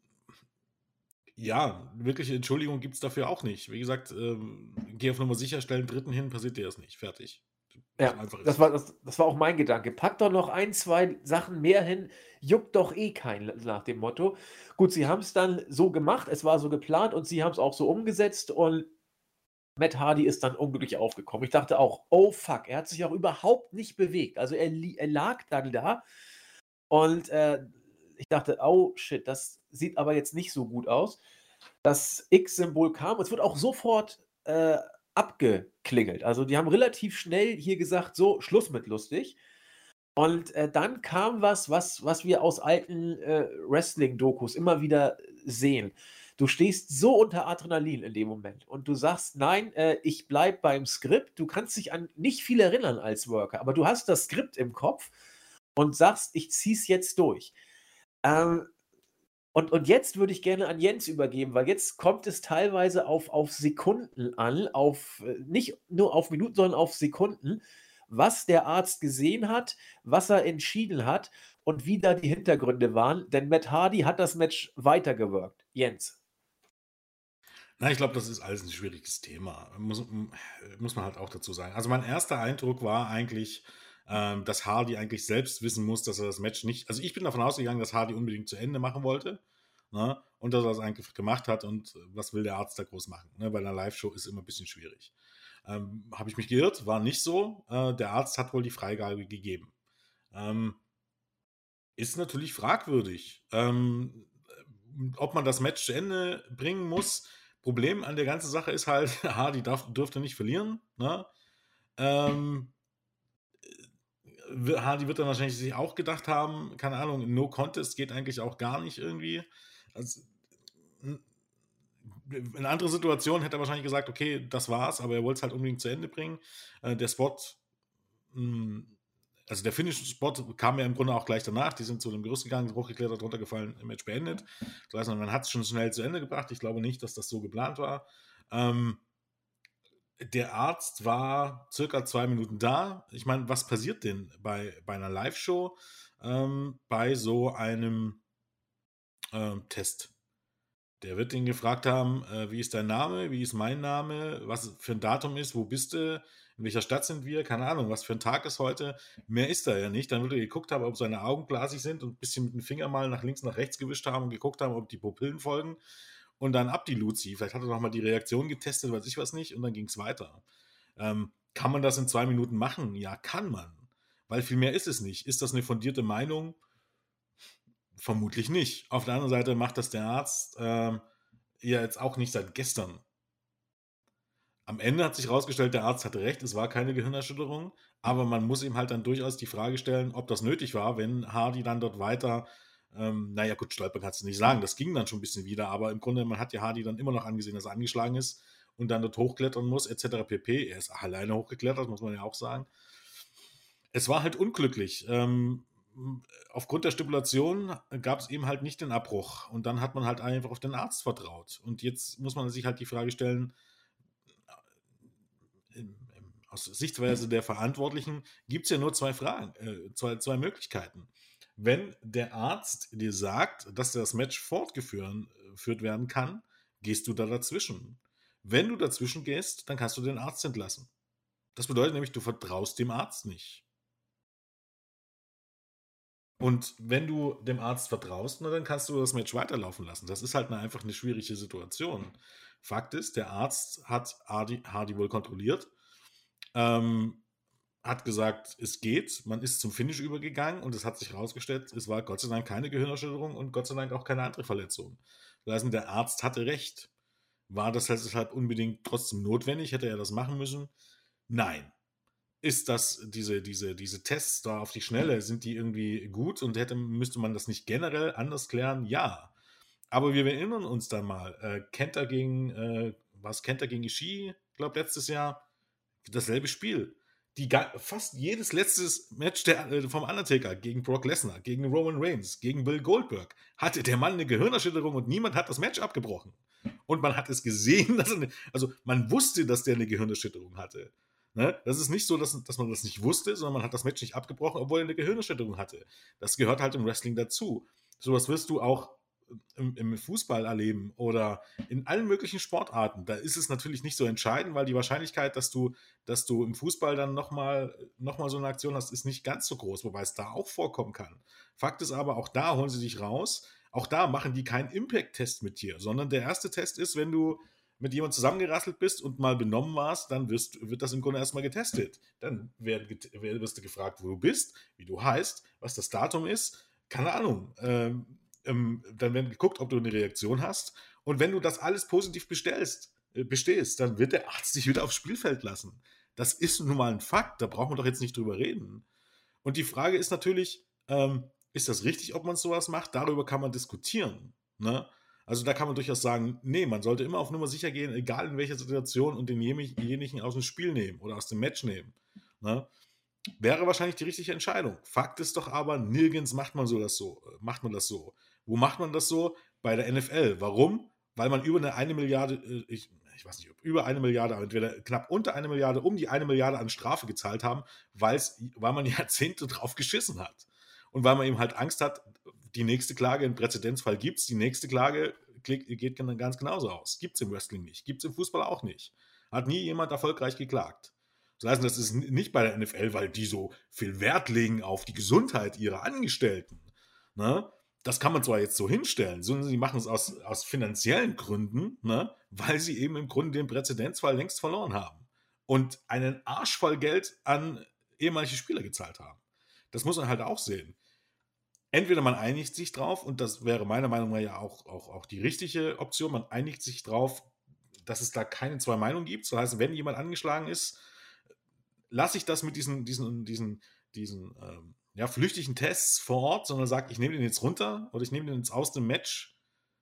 Ja, wirkliche Entschuldigung gibt es dafür auch nicht. Wie gesagt, ähm, geh auf Nummer sicher, stell einen dritten hin, passiert dir das nicht. Fertig. So Ja, einfach ist das es. war, das, das war auch mein Gedanke. Pack doch noch ein, zwei Sachen mehr hin, juckt doch eh keinen nach dem Motto. Gut, sie haben es dann so gemacht, es war so geplant und sie haben es auch so umgesetzt und Matt Hardy ist dann unglücklich aufgekommen. Ich dachte auch, oh fuck, er hat sich auch überhaupt nicht bewegt. Also er, li- er lag dann da und äh, ich dachte, oh shit, das sieht aber jetzt nicht so gut aus. Das X-Symbol kam. Es wird auch sofort äh, abgeklingelt. Also die haben relativ schnell hier gesagt, so, Schluss mit lustig. Und äh, dann kam was, was, was wir aus alten äh, Wrestling-Dokus immer wieder sehen. Du stehst so unter Adrenalin in dem Moment und du sagst: „Nein, äh, ich bleibe beim Skript.“ Du kannst dich an nicht viel erinnern als Worker, aber du hast das Skript im Kopf und sagst: „Ich ziehe es jetzt durch.“ Ähm, und und jetzt würde ich gerne an Jens übergeben, weil jetzt kommt es teilweise auf auf Sekunden an, auf äh, nicht nur auf Minuten, sondern auf Sekunden, was der Arzt gesehen hat, was er entschieden hat und wie da die Hintergründe waren, denn Matt Hardy hat das Match weitergewirkt. Jens. Na, ich glaube, das ist alles ein schwieriges Thema. Muss, m- muss man halt auch dazu sagen. Also mein erster Eindruck war eigentlich, ähm, dass Hardy eigentlich selbst wissen muss, dass er das Match nicht. Also ich bin davon ausgegangen, dass Hardy unbedingt zu Ende machen wollte. Ne? Und dass er das eigentlich gemacht hat. Und äh, was will der Arzt da groß machen? Ne? Bei einer Live-Show ist immer ein bisschen schwierig. Ähm, Habe ich mich geirrt? War nicht so. Äh, der Arzt hat wohl die Freigabe gegeben. Ähm, Ist natürlich fragwürdig, ähm, ob man das Match zu Ende bringen muss. Problem an der ganzen Sache ist halt, Hardy darf, dürfte nicht verlieren. Ne? Ähm, Hardy wird dann wahrscheinlich sich auch gedacht haben, keine Ahnung, No Contest geht eigentlich auch gar nicht irgendwie. Also, in anderen Situationen hätte er wahrscheinlich gesagt, okay, das war's, aber er wollte es halt unbedingt zu Ende bringen. Äh, der Spot, mh, also der Finish-Spot kam ja im Grunde auch gleich danach. Die sind zu dem Gerüst gegangen, hochgeklettert, runtergefallen, im Match beendet. Das heißt, man hat es schon schnell zu Ende gebracht. Ich glaube nicht, dass das so geplant war. Ähm, der Arzt war circa zwei Minuten da. Ich meine, was passiert denn bei, bei einer Live-Show ähm, bei so einem ähm, Test? Der wird ihn gefragt haben, äh, wie ist dein Name, wie ist mein Name, was für ein Datum ist, wo bist du, in welcher Stadt sind wir, keine Ahnung, was für ein Tag ist heute. Mehr ist da ja nicht. Dann wird er geguckt haben, ob seine Augen glasig sind und ein bisschen mit dem Finger mal nach links, nach rechts gewischt haben und geguckt haben, ob die Pupillen folgen. Und dann ab die Luzi. Vielleicht hat er nochmal die Reaktion getestet, weiß ich was nicht, und dann ging es weiter. Ähm, kann man das in zwei Minuten machen? Ja, kann man. Weil viel mehr ist es nicht. Ist das eine fundierte Meinung? Vermutlich nicht. Auf der anderen Seite macht das der Arzt ähm, ja jetzt auch nicht seit gestern. Am Ende hat sich herausgestellt, der Arzt hatte recht, es war keine Gehirnerschütterung, aber man muss ihm halt dann durchaus die Frage stellen, ob das nötig war, wenn Hardy dann dort weiter, ähm, naja gut, stolpern kannst du nicht sagen, das ging dann schon ein bisschen wieder, aber im Grunde, man hat ja Hardy dann immer noch angesehen, dass er angeschlagen ist und dann dort hochklettern muss, et cetera pp. Er ist alleine hochgeklettert, muss man ja auch sagen. Es war halt unglücklich. Ähm, aufgrund der Stipulation gab es eben halt nicht den Abbruch. Und dann hat man halt einfach auf den Arzt vertraut. Und jetzt muss man sich halt die Frage stellen, im, im, aus Sichtweise der Verantwortlichen gibt es ja nur zwei Fragen, äh, zwei, zwei Möglichkeiten. Wenn der Arzt dir sagt, dass das Match fortgeführt werden kann, gehst du da dazwischen. Wenn du dazwischen gehst, dann kannst du den Arzt entlassen. Das bedeutet nämlich, du vertraust dem Arzt nicht. Und wenn du dem Arzt vertraust, na, dann kannst du das Match weiterlaufen lassen. Das ist halt eine, einfach eine schwierige Situation. Fakt ist, der Arzt hat Hardy, Hardy wohl kontrolliert, ähm, hat gesagt, es geht. Man ist zum Finish übergegangen und es hat sich herausgestellt, es war Gott sei Dank keine Gehirnerschütterung und Gott sei Dank auch keine andere Verletzung. Das heißt, der Arzt hatte recht. War das deshalb unbedingt trotzdem notwendig? Hätte er das machen müssen? Nein. Ist das, diese, diese, diese Tests da auf die Schnelle, sind die irgendwie gut und hätte, müsste man das nicht generell anders klären? Ja. Aber wir erinnern uns dann mal, äh, Kenta gegen, äh, was Kenta gegen Ishii, ich glaube letztes Jahr, dasselbe Spiel. Die, fast jedes letztes Match der, äh, vom Undertaker gegen Brock Lesnar, gegen Roman Reigns, gegen Bill Goldberg, hatte der Mann eine Gehirnerschütterung und niemand hat das Match abgebrochen. Und man hat es gesehen, dass er eine, also man wusste, dass der eine Gehirnerschütterung hatte. Ne? Das ist nicht so, dass, dass man das nicht wusste, sondern man hat das Match nicht abgebrochen, obwohl er eine Gehirnerschütterung hatte. Das gehört halt im Wrestling dazu. Sowas wirst du auch im, im Fußball erleben oder in allen möglichen Sportarten. Da ist es natürlich nicht so entscheidend, weil die Wahrscheinlichkeit, dass du, dass du im Fußball dann nochmal noch mal so eine Aktion hast, ist nicht ganz so groß, wobei es da auch vorkommen kann. Fakt ist aber, auch da holen sie dich raus. Auch da machen die keinen Impact-Test mit dir, sondern der erste Test ist, wenn du mit jemandem zusammengerasselt bist und mal benommen warst, dann wirst, wird das im Grunde erstmal getestet. Dann werd, wirst du gefragt, wo du bist, wie du heißt, was das Datum ist, keine Ahnung. Ähm, ähm, dann wird geguckt, ob du eine Reaktion hast. Und wenn du das alles positiv bestellst, äh, bestehst, dann wird der Arzt dich wieder aufs Spielfeld lassen. Das ist nun mal ein Fakt, da brauchen wir doch jetzt nicht drüber reden. Und die Frage ist natürlich, ähm, ist das richtig, ob man sowas macht? Darüber kann man diskutieren. Ne? Also da kann man durchaus sagen, nee, man sollte immer auf Nummer sicher gehen, egal in welcher Situation und denjenigen aus dem Spiel nehmen oder aus dem Match nehmen. Ne? Wäre wahrscheinlich die richtige Entscheidung. Fakt ist doch aber, nirgends macht man so das so, äh, macht man das so. Wo macht man das so? Bei der N F L. Warum? Weil man über eine eine Milliarde, äh, ich, ich weiß nicht, ob über eine Milliarde, aber entweder knapp unter eine Milliarde, um die eine Milliarde an Strafe gezahlt haben, weil's, weil man Jahrzehnte drauf geschissen hat. Und weil man eben halt Angst hat, die nächste Klage, einen Präzedenzfall gibt es, die nächste Klage geht dann ganz genauso aus. Gibt es im Wrestling nicht, gibt es im Fußball auch nicht. Hat nie jemand erfolgreich geklagt. Das heißt, das ist nicht bei der N F L, weil die so viel Wert legen auf die Gesundheit ihrer Angestellten. Ne? Das kann man zwar jetzt so hinstellen, sondern sie machen es aus, aus finanziellen Gründen, ne? Weil sie eben im Grunde den Präzedenzfall längst verloren haben und einen Arsch voll Geld an ehemalige Spieler gezahlt haben. Das muss man halt auch sehen. Entweder man einigt sich drauf, und das wäre meiner Meinung nach ja auch, auch, auch die richtige Option, man einigt sich drauf, dass es da keine zwei Meinungen gibt. Das heißt, wenn jemand angeschlagen ist, lasse ich das mit diesen, diesen, diesen, diesen ähm, ja, flüchtigen Tests vor Ort, sondern sage, ich nehme den jetzt runter oder ich nehme den jetzt aus dem Match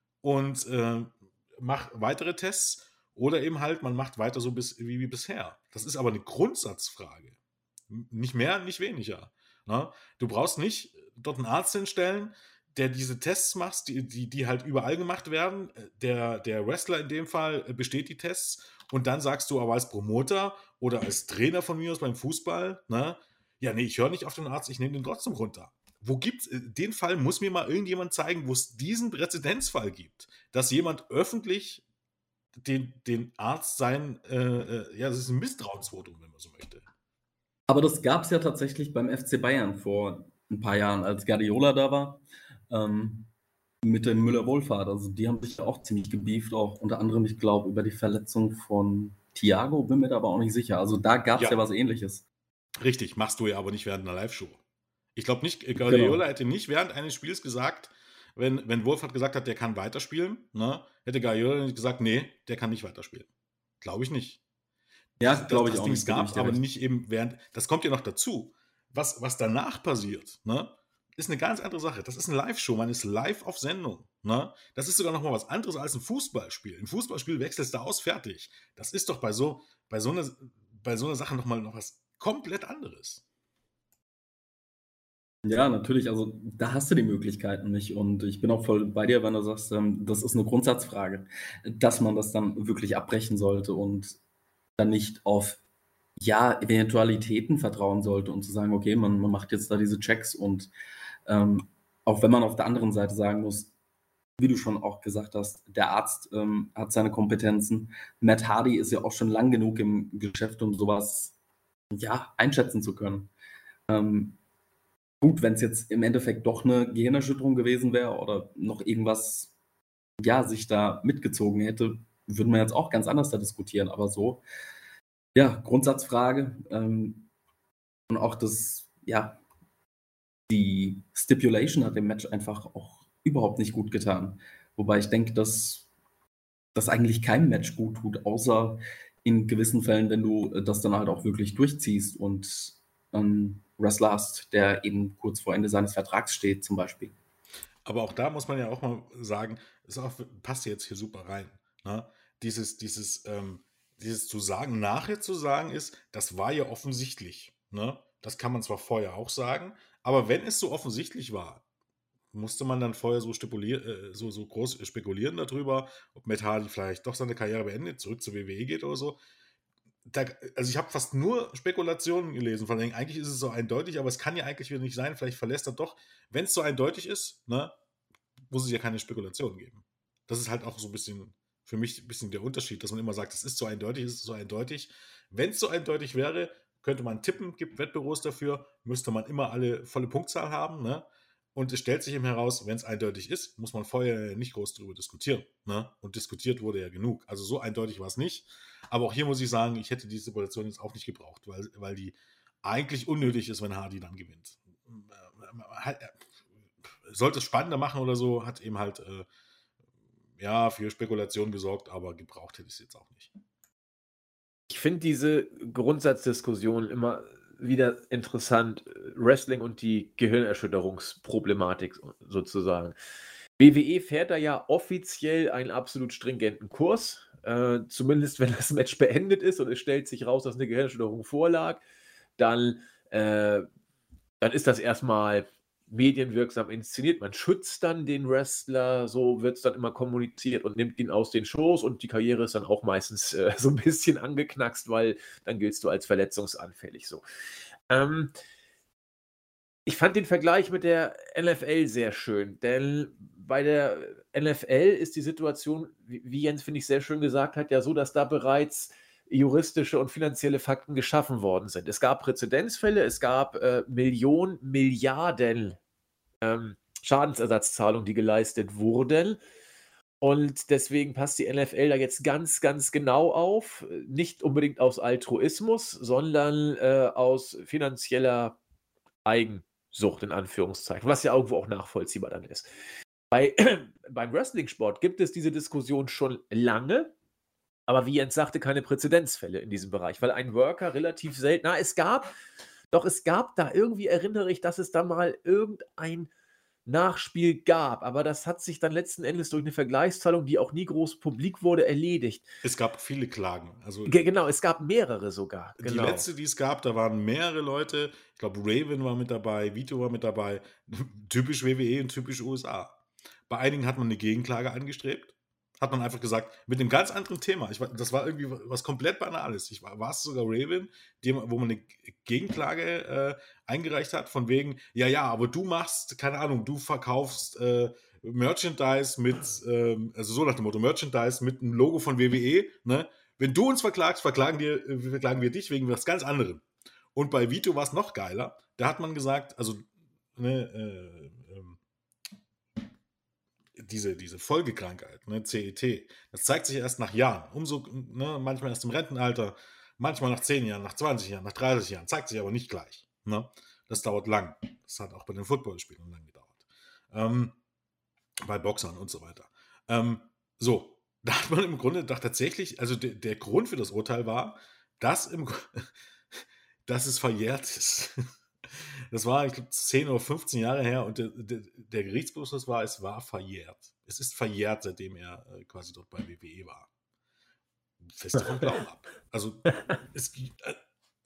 und äh, mache weitere Tests, oder eben halt, man macht weiter so bis, wie, wie bisher. Das ist aber eine Grundsatzfrage. Nicht mehr, nicht weniger. Na? Du brauchst nicht dort einen Arzt hinstellen, der diese Tests macht, die, die, die halt überall gemacht werden. Der, der Wrestler in dem Fall besteht die Tests, und dann sagst du aber als Promoter oder als Trainer von mir aus beim Fußball, ne, ja, nee, ich höre nicht auf den Arzt, ich nehme den trotzdem runter. Wo gibt's, den Fall muss mir mal irgendjemand zeigen, wo es diesen Präzedenzfall gibt, dass jemand öffentlich den, den Arzt sein, äh, ja, das ist ein Misstrauensvotum, wenn man so möchte. Aber das gab es ja tatsächlich beim F C Bayern vor ein paar Jahren, als Guardiola da war, ähm, mit dem Müller-Wohlfahrt. Also die haben sich ja auch ziemlich gebieft, auch unter anderem, ich glaube, über die Verletzung von Thiago, bin mir da aber auch nicht sicher. Also da gab es ja. ja was Ähnliches. Richtig, machst du ja aber nicht während einer Live-Show. Ich glaube nicht, Guardiola genau. hätte nicht während eines Spiels gesagt, wenn, wenn Wohlfahrt gesagt hat, der kann weiterspielen, ne, hätte Guardiola nicht gesagt, nee, der kann nicht weiterspielen. Glaube ich nicht. Ja, das, glaube ich das auch Ding nicht. gab, aber recht. Nicht eben während, das kommt ja noch dazu. Was, was danach passiert, ne, ist eine ganz andere Sache. Das ist eine Live-Show, man ist live auf Sendung. Ne? Das ist sogar noch mal was anderes als ein Fußballspiel. Ein Fußballspiel wechselst du aus, fertig. Das ist doch bei so, bei so, einer, bei so einer Sache noch mal noch was komplett anderes. Ja, natürlich, also da hast du die Möglichkeiten nicht, und ich bin auch voll bei dir, wenn du sagst, ähm, das ist eine Grundsatzfrage, dass man das dann wirklich abbrechen sollte und dann nicht auf ja, Eventualitäten vertrauen sollte und zu sagen, okay, man, man macht jetzt da diese Checks, und ähm, auch wenn man auf der anderen Seite sagen muss, wie du schon auch gesagt hast, der Arzt ähm, hat seine Kompetenzen. Matt Hardy ist ja auch schon lang genug im Geschäft, um sowas ja, einschätzen zu können. Ähm, gut, wenn es jetzt im Endeffekt doch eine Gehirnerschütterung gewesen wäre oder noch irgendwas ja, sich da mitgezogen hätte, würde man jetzt auch ganz anders da diskutieren. Aber so, ja, Grundsatzfrage. Ähm, und auch das, ja, die Stipulation hat dem Match einfach auch überhaupt nicht gut getan. Wobei ich denke, dass das eigentlich keinem Match gut tut, außer in gewissen Fällen, wenn du das dann halt auch wirklich durchziehst und einen Wrestler hast, der eben kurz vor Ende seines Vertrags steht, zum Beispiel. Aber auch da muss man ja auch mal sagen, es passt jetzt hier super rein. Ne? Dieses, dieses, ähm, dieses zu sagen, nachher zu sagen ist, das war ja offensichtlich. Ne? Das kann man zwar vorher auch sagen, aber wenn es so offensichtlich war, musste man dann vorher so, stipulier, äh, so, so groß spekulieren darüber, ob Matt Hardy vielleicht doch seine Karriere beendet, zurück zur W W E geht oder so. Da, also ich habe fast nur Spekulationen gelesen, von denen eigentlich ist es so eindeutig, aber es kann ja eigentlich wieder nicht sein, vielleicht verlässt er doch. Wenn es so eindeutig ist, ne, muss es ja keine Spekulationen geben. Das ist halt auch so ein bisschen, für mich ein bisschen der Unterschied, dass man immer sagt, es ist so eindeutig, es ist so eindeutig. Wenn es so eindeutig wäre, könnte man tippen, gibt Wettbüros dafür, müsste man immer alle volle Punktzahl haben, ne? Und es stellt sich eben heraus, wenn es eindeutig ist, muss man vorher nicht groß darüber diskutieren. Ne? Und diskutiert wurde ja genug. Also so eindeutig war es nicht. Aber auch hier muss ich sagen, ich hätte die Stipulation jetzt auch nicht gebraucht, weil, weil die eigentlich unnötig ist, wenn Hardy dann gewinnt. Sollte es spannender machen oder so, hat eben halt äh, ja, für Spekulation gesorgt, aber gebraucht hätte ich es jetzt auch nicht. Ich finde diese Grundsatzdiskussion immer wieder interessant, Wrestling und die Gehirnerschütterungsproblematik sozusagen. W W E fährt da ja offiziell einen absolut stringenten Kurs, äh, zumindest wenn das Match beendet ist und es stellt sich raus, dass eine Gehirnerschütterung vorlag, dann, äh dann ist das erstmal medienwirksam inszeniert. Man schützt dann den Wrestler, so wird es dann immer kommuniziert und nimmt ihn aus den Shows und die Karriere ist dann auch meistens, äh, so ein bisschen angeknackst, weil dann giltst du als verletzungsanfällig so. Ähm Ich fand den Vergleich mit der N F L sehr schön, denn bei der N F L ist die Situation, wie wie Jens, finde ich, sehr schön gesagt hat, ja so, dass da bereits juristische und finanzielle Fakten geschaffen worden sind. Es gab Präzedenzfälle, es gab, äh, Millionen, Milliarden, ähm, Schadensersatzzahlungen, die geleistet wurden. Und deswegen passt die N F L da jetzt ganz, ganz genau auf. äh, Nicht unbedingt aus Altruismus, sondern, äh, aus finanzieller Eigensucht in Anführungszeichen, was ja irgendwo auch nachvollziehbar dann ist. Bei beim Wrestling-Sport gibt es diese Diskussion schon lange, aber wie Jens sagte, keine Präzedenzfälle in diesem Bereich, weil ein Worker relativ selten na, es gab doch, es gab da irgendwie erinnere ich, dass es da mal irgendein Nachspiel gab, aber das hat sich dann letzten Endes durch eine Vergleichszahlung, die auch nie groß publik wurde, erledigt. Es gab viele Klagen. Also Ge genau, es gab mehrere sogar, die genau. letzte, die es gab, da waren mehrere Leute. Ich glaube, Raven war mit dabei, Vito war mit dabei. Typisch W W E und typisch U S A. Bei einigen hat man eine Gegenklage angestrebt. Hat man einfach gesagt, mit einem ganz anderen Thema. Ich, war- das war irgendwie was komplett Banales. Ich war, war es sogar Raven, die, wo man eine Gegenklage äh, eingereicht hat, von wegen, ja, ja, aber du machst, keine Ahnung, du verkaufst äh, Merchandise mit, ähm, also so nach dem Motto, Merchandise mit einem Logo von W W E, ne? Wenn du uns verklagst, verklagen, dir, äh, verklagen wir dich wegen was ganz anderem. Und bei Vito war es noch geiler. Da hat man gesagt, also ne, äh, ähm, diese, diese Folgekrankheit, ne, C E T, das zeigt sich erst nach Jahren. Umso, ne, manchmal erst im Rentenalter, manchmal nach zehn Jahren, nach zwanzig Jahren, nach dreißig Jahren, zeigt sich aber nicht gleich. Ne? Das dauert lang. Das hat auch bei den Footballspielen lang gedauert. Ähm, bei Boxern und so weiter. Ähm, so, da hat man im Grunde doch tatsächlich, also der, der Grund für das Urteil war, dass, im, dass es verjährt ist. Das war, ich glaube, zehn oder fünfzehn Jahre her und der, der, der Gerichtsbeschluss war, es war verjährt. Es ist verjährt, seitdem er äh, quasi dort bei W W E war. Fest davon Glauben ab. Also, es, gibt- äh,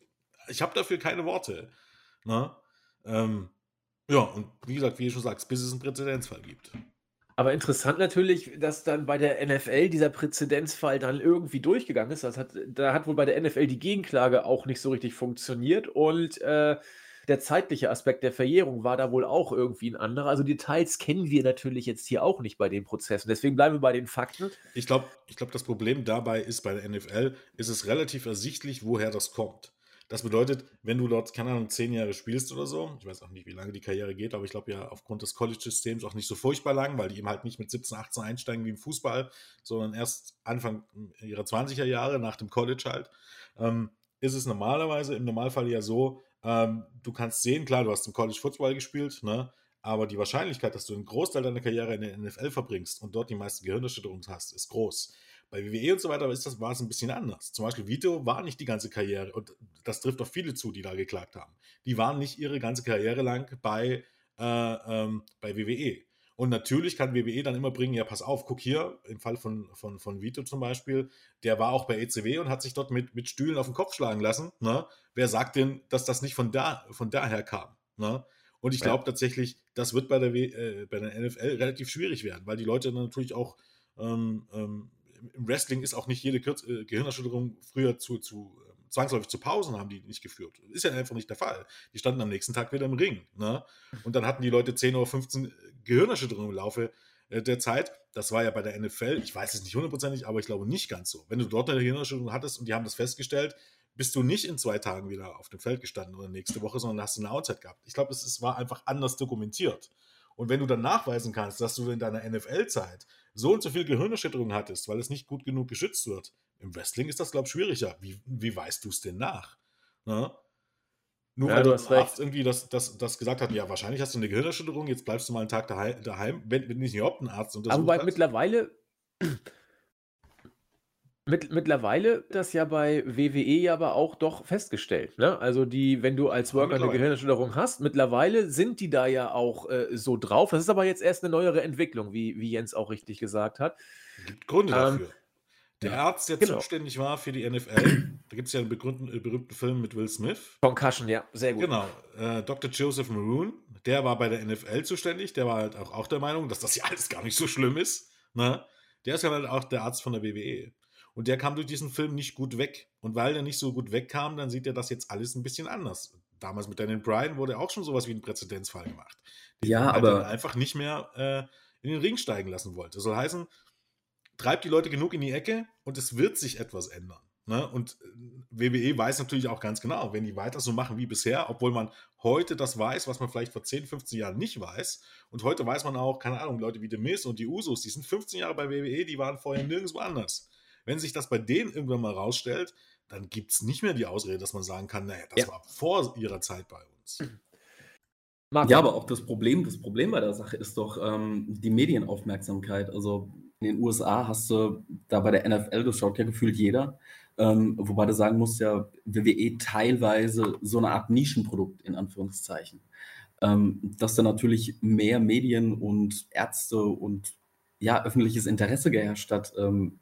ich habe dafür keine Worte. Ne? Ähm, ja, und wie gesagt, wie du schon sagst, bis es einen Präzedenzfall gibt. Aber interessant natürlich, dass dann bei der N F L dieser Präzedenzfall dann irgendwie durchgegangen ist. Das hat da hat wohl bei der N F L die Gegenklage auch nicht so richtig funktioniert und, äh, der zeitliche Aspekt der Verjährung war da wohl auch irgendwie 'n anderer. Also, Details kennen wir natürlich jetzt hier auch nicht bei den Prozessen. Deswegen bleiben wir bei den Fakten. Ich glaube, ich glaub, das Problem dabei ist, bei der N F L ist es relativ ersichtlich, woher das kommt. Das bedeutet, wenn du dort, keine Ahnung, zehn Jahre spielst oder so, ich weiß auch nicht, wie lange die Karriere geht, aber ich glaube ja aufgrund des College-Systems auch nicht so furchtbar lang, weil die eben halt nicht mit siebzehn, achtzehn einsteigen wie im Fußball, sondern erst Anfang ihrer zwanziger Jahre nach dem College halt, ähm, ist es normalerweise im Normalfall ja so, ähm, du kannst sehen, klar, du hast im College Football gespielt, ne? Aber die Wahrscheinlichkeit, dass du einen Großteil deiner Karriere in der N F L verbringst und dort die meisten Gehirnerschütterungen hast, ist groß. Bei W W E und so weiter ist das, war es ein bisschen anders. Zum Beispiel Vito war nicht die ganze Karriere, und das trifft auf viele zu, die da geklagt haben. Die waren nicht ihre ganze Karriere lang bei, äh, ähm, bei W W E. Und natürlich kann W W E dann immer bringen, ja, pass auf, guck hier, im Fall von, von, von Vito zum Beispiel, der war auch bei E C W und hat sich dort mit, mit Stühlen auf den Kopf schlagen lassen. Ne? Wer sagt denn, dass das nicht von, da, von daher kam? Ne? Und ich Ja. glaube tatsächlich, das wird bei der, w äh, bei der N F L relativ schwierig werden, weil die Leute dann natürlich auch, ähm, ähm, im Wrestling ist auch nicht jede Kürz äh, Gehirnerschütterung früher zu, zu äh, zwangsläufig zu Pausen haben die nicht geführt. Ist ja einfach nicht der Fall. Die standen am nächsten Tag wieder im Ring. Ne? Und dann hatten die Leute zehn oder fünfzehn Gehirnerschütterungen im Laufe äh, der Zeit. Das war ja bei der N F L, ich weiß es nicht hundertprozentig, aber ich glaube nicht ganz so. Wenn du dort eine Gehirnerschütterung hattest und die haben das festgestellt, bist du nicht in zwei Tagen wieder auf dem Feld gestanden oder nächste Woche, sondern hast du eine Outside gehabt. Ich glaube, es, es war einfach anders dokumentiert. Und wenn du dann nachweisen kannst, dass du in deiner N F L-Zeit so und so viel Gehirnerschütterung hattest, weil es nicht gut genug geschützt wird, im Wrestling ist das, glaube ich, schwieriger. Wie, wie weißt du es denn nach? Ne? Nur Ja, weil du der hast recht. Arzt irgendwie das, das, das gesagt hat, ja, wahrscheinlich hast du eine Gehirnerschütterung, jetzt bleibst du mal einen Tag daheim, daheim wenn, wenn nicht überhaupt ein Arzt Aber untersucht wobei hat. mittlerweile Mitt mittlerweile das ja bei W W E ja aber auch doch festgestellt, ne? Also, die wenn du als Ja, Worker 'ne mittlerweile. Gehirnerschütterung hast, mittlerweile sind die da ja auch, äh, so drauf. Das ist aber jetzt erst 'ne neuere Entwicklung, wie wie Jens auch richtig gesagt hat. Gibt Gründe Ähm, dafür. Der Ja. Arzt, der genau. zuständig war für die N F L, da gibt's ja 'n begründeten äh, berühmten Film mit Will Smith. Concussion, ja, sehr gut. Genau, äh, Doktor Joseph Maroon, der war bei der N F L zuständig. Der war halt auch auch der Meinung, dass das ja alles gar nicht so schlimm ist, ne? Der ist ja halt auch der Arzt von der W W E. Und der kam durch diesen Film nicht gut weg. Und weil der nicht so gut wegkam, dann sieht er das jetzt alles 'n bisschen anders. Damals mit Daniel Bryan wurde auch schon so was wie 'n Präzedenzfall gemacht, den Ja, man halt dann aber einfach nicht mehr, äh, in den Ring steigen lassen wollte. Soll heißen, treibt die Leute genug in die Ecke und es wird sich etwas ändern, ne? Und, äh, W W E weiß natürlich auch ganz genau, wenn die weiter so machen wie bisher, obwohl man heute das weiß, was man vielleicht vor zehn, fünfzehn Jahren nicht weiß. Und heute weiß man auch, keine Ahnung, Leute wie The Miz und die Usos, die sind fünfzehn Jahre bei W W E, die waren vorher nirgendswo anders. Wenn sich das bei denen irgendwann mal rausstellt, dann gibt's nicht mehr die Ausrede, dass man sagen kann: „Na ja, das Ja. war vor ihrer Zeit bei uns.“ Marco. Ja, aber auch das Problem das Problem bei der Sache ist doch, ähm, die Medienaufmerksamkeit. Also, in den U S A hast du da bei der N F L, das schaut ja gefühlt jeder, ähm, wobei du sagen musst, ja, W W E teilweise so 'ne Art Nischenprodukt in Anführungszeichen. Ähm, dass da natürlich mehr Medien und Ärzte und, ja, öffentliches Interesse geherrscht hat, ähm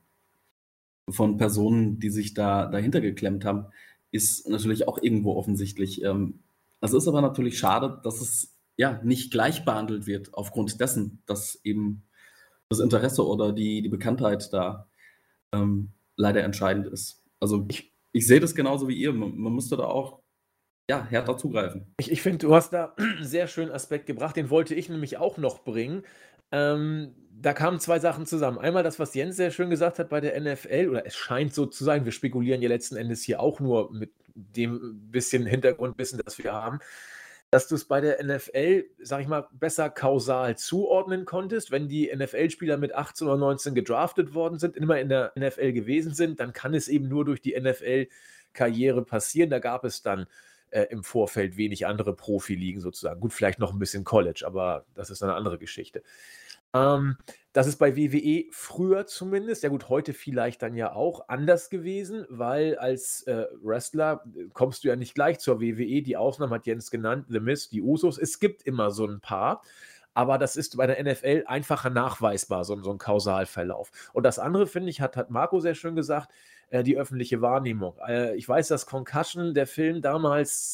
von Personen, die sich da dahinter geklemmt haben, ist natürlich auch irgendwo offensichtlich. Ähm, es ist aber natürlich schade, dass es, ja, nicht gleich behandelt wird aufgrund dessen, dass eben das Interesse oder die die Bekanntheit da, ähm, leider entscheidend ist. Also, Ich ich sehe das genauso wie ihr. Man man müsste da auch, ja, härter zugreifen. Ich ich finde, du hast da 'n sehr schönen Aspekt gebracht, den wollte ich nämlich auch noch bringen. Ähm, da kamen zwei Sachen zusammen. Einmal das, was Jens sehr schön gesagt hat bei der N F L, oder es scheint so zu sein, wir spekulieren ja letzten Endes hier auch nur mit dem bisschen Hintergrundwissen, das wir haben, dass du's bei der N F L, sage ich mal, besser kausal zuordnen konntest. Wenn die N F L-Spieler mit achtzehn oder neunzehn gedraftet worden sind, immer in der N F L gewesen sind, dann kann es eben nur durch die N F L-Karriere passieren. Da gab es dann, äh, im Vorfeld wenig andere Profiligen sozusagen. Gut, vielleicht noch 'n bisschen College, aber das ist dann 'ne andere Geschichte. Ähm, das ist bei W W E früher zumindest, ja gut, heute vielleicht dann ja auch anders gewesen, weil als, äh, Wrestler, äh, kommst du ja nicht gleich zur W W E. Die Ausnahme hat Jens genannt, The Miz, die Usos. Es gibt immer so 'n paar, aber das ist bei der N F L einfacher nachweisbar, so 'n so 'n Kausalverlauf. Und das andere, finde ich, hat hat Marco sehr schön gesagt, äh, die öffentliche Wahrnehmung. Äh, ich weiß, dass Concussion, der Film damals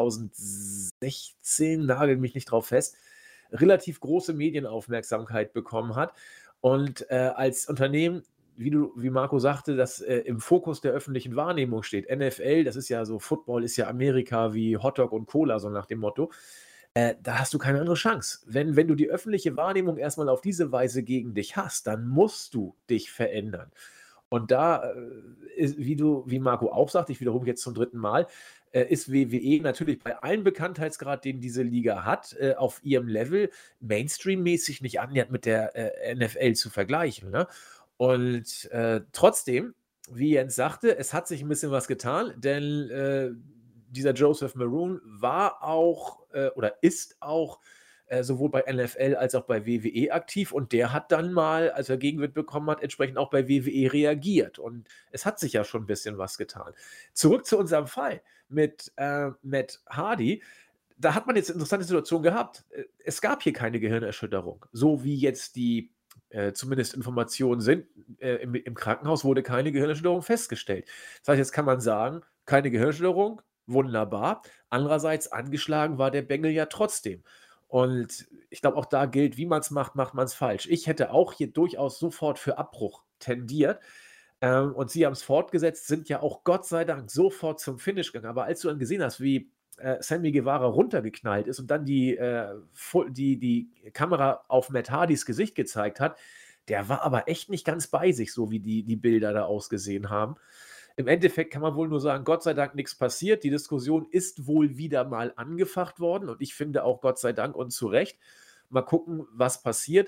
zweitausendsechzehn, nagel mich nicht drauf fest, relativ große Medienaufmerksamkeit bekommen hat. Und, äh, als Unternehmen, wie du wie Marco sagte, das, äh, im Fokus der öffentlichen Wahrnehmung steht. N F L, das ist ja so Football ist ja Amerika wie Hotdog und Cola, so nach dem Motto. Äh, da hast du keine andere Chance. Wenn wenn du die öffentliche Wahrnehmung erst mal auf diese Weise gegen dich hast, dann musst du dich verändern. Und da, äh, ist wie du wie Marco auch sagt, ich wiederhole mich jetzt zum dritten Mal, äh, ist W W E natürlich bei allem Bekanntheitsgrad, den diese Liga hat, äh, auf ihrem Level mainstreammäßig nicht annähernd mit der, äh, N F L zu vergleichen, ne? Und, äh, trotzdem, wie Jens sagte, es hat sich 'n bisschen was getan, denn, äh, dieser Joseph Maroon war auch, äh, oder ist auch, äh, sowohl bei N F L als auch bei W W E aktiv und der hat dann mal, als er Gegenwind bekommen hat, entsprechend auch bei W W E reagiert. Und es hat sich ja schon 'n bisschen was getan. Zurück zu unserem Fall mit, äh, Matt Hardy. Da hat man jetzt 'ne interessante Situation gehabt. Äh, es gab hier keine Gehirnerschütterung, so wie jetzt die, äh, zumindest Informationen sind. Äh, im im Krankenhaus wurde keine Gehirnerschütterung festgestellt. Das heißt, jetzt kann man sagen, keine Gehirnerschütterung, wunderbar. Andererseits angeschlagen war der Bengel ja trotzdem. Und ich glaube, auch da gilt, wie man's macht, macht man's falsch. Ich hätte auch hier durchaus sofort für Abbruch tendiert. Ähm, und sie haben's fortgesetzt, sind ja auch Gott sei Dank sofort zum Finish gegangen. Aber als du dann gesehen hast, wie, äh, Sammy Guevara runtergeknallt ist und dann die, äh, fu die die Kamera auf Matt Hardys Gesicht gezeigt hat, der war aber echt nicht ganz bei sich, so wie die die Bilder da ausgesehen haben. Im Endeffekt kann man wohl nur sagen, Gott sei Dank nix passiert. Die Diskussion ist wohl wieder mal angefacht worden und ich finde auch Gott sei Dank und zu Recht. Mal gucken, was passiert.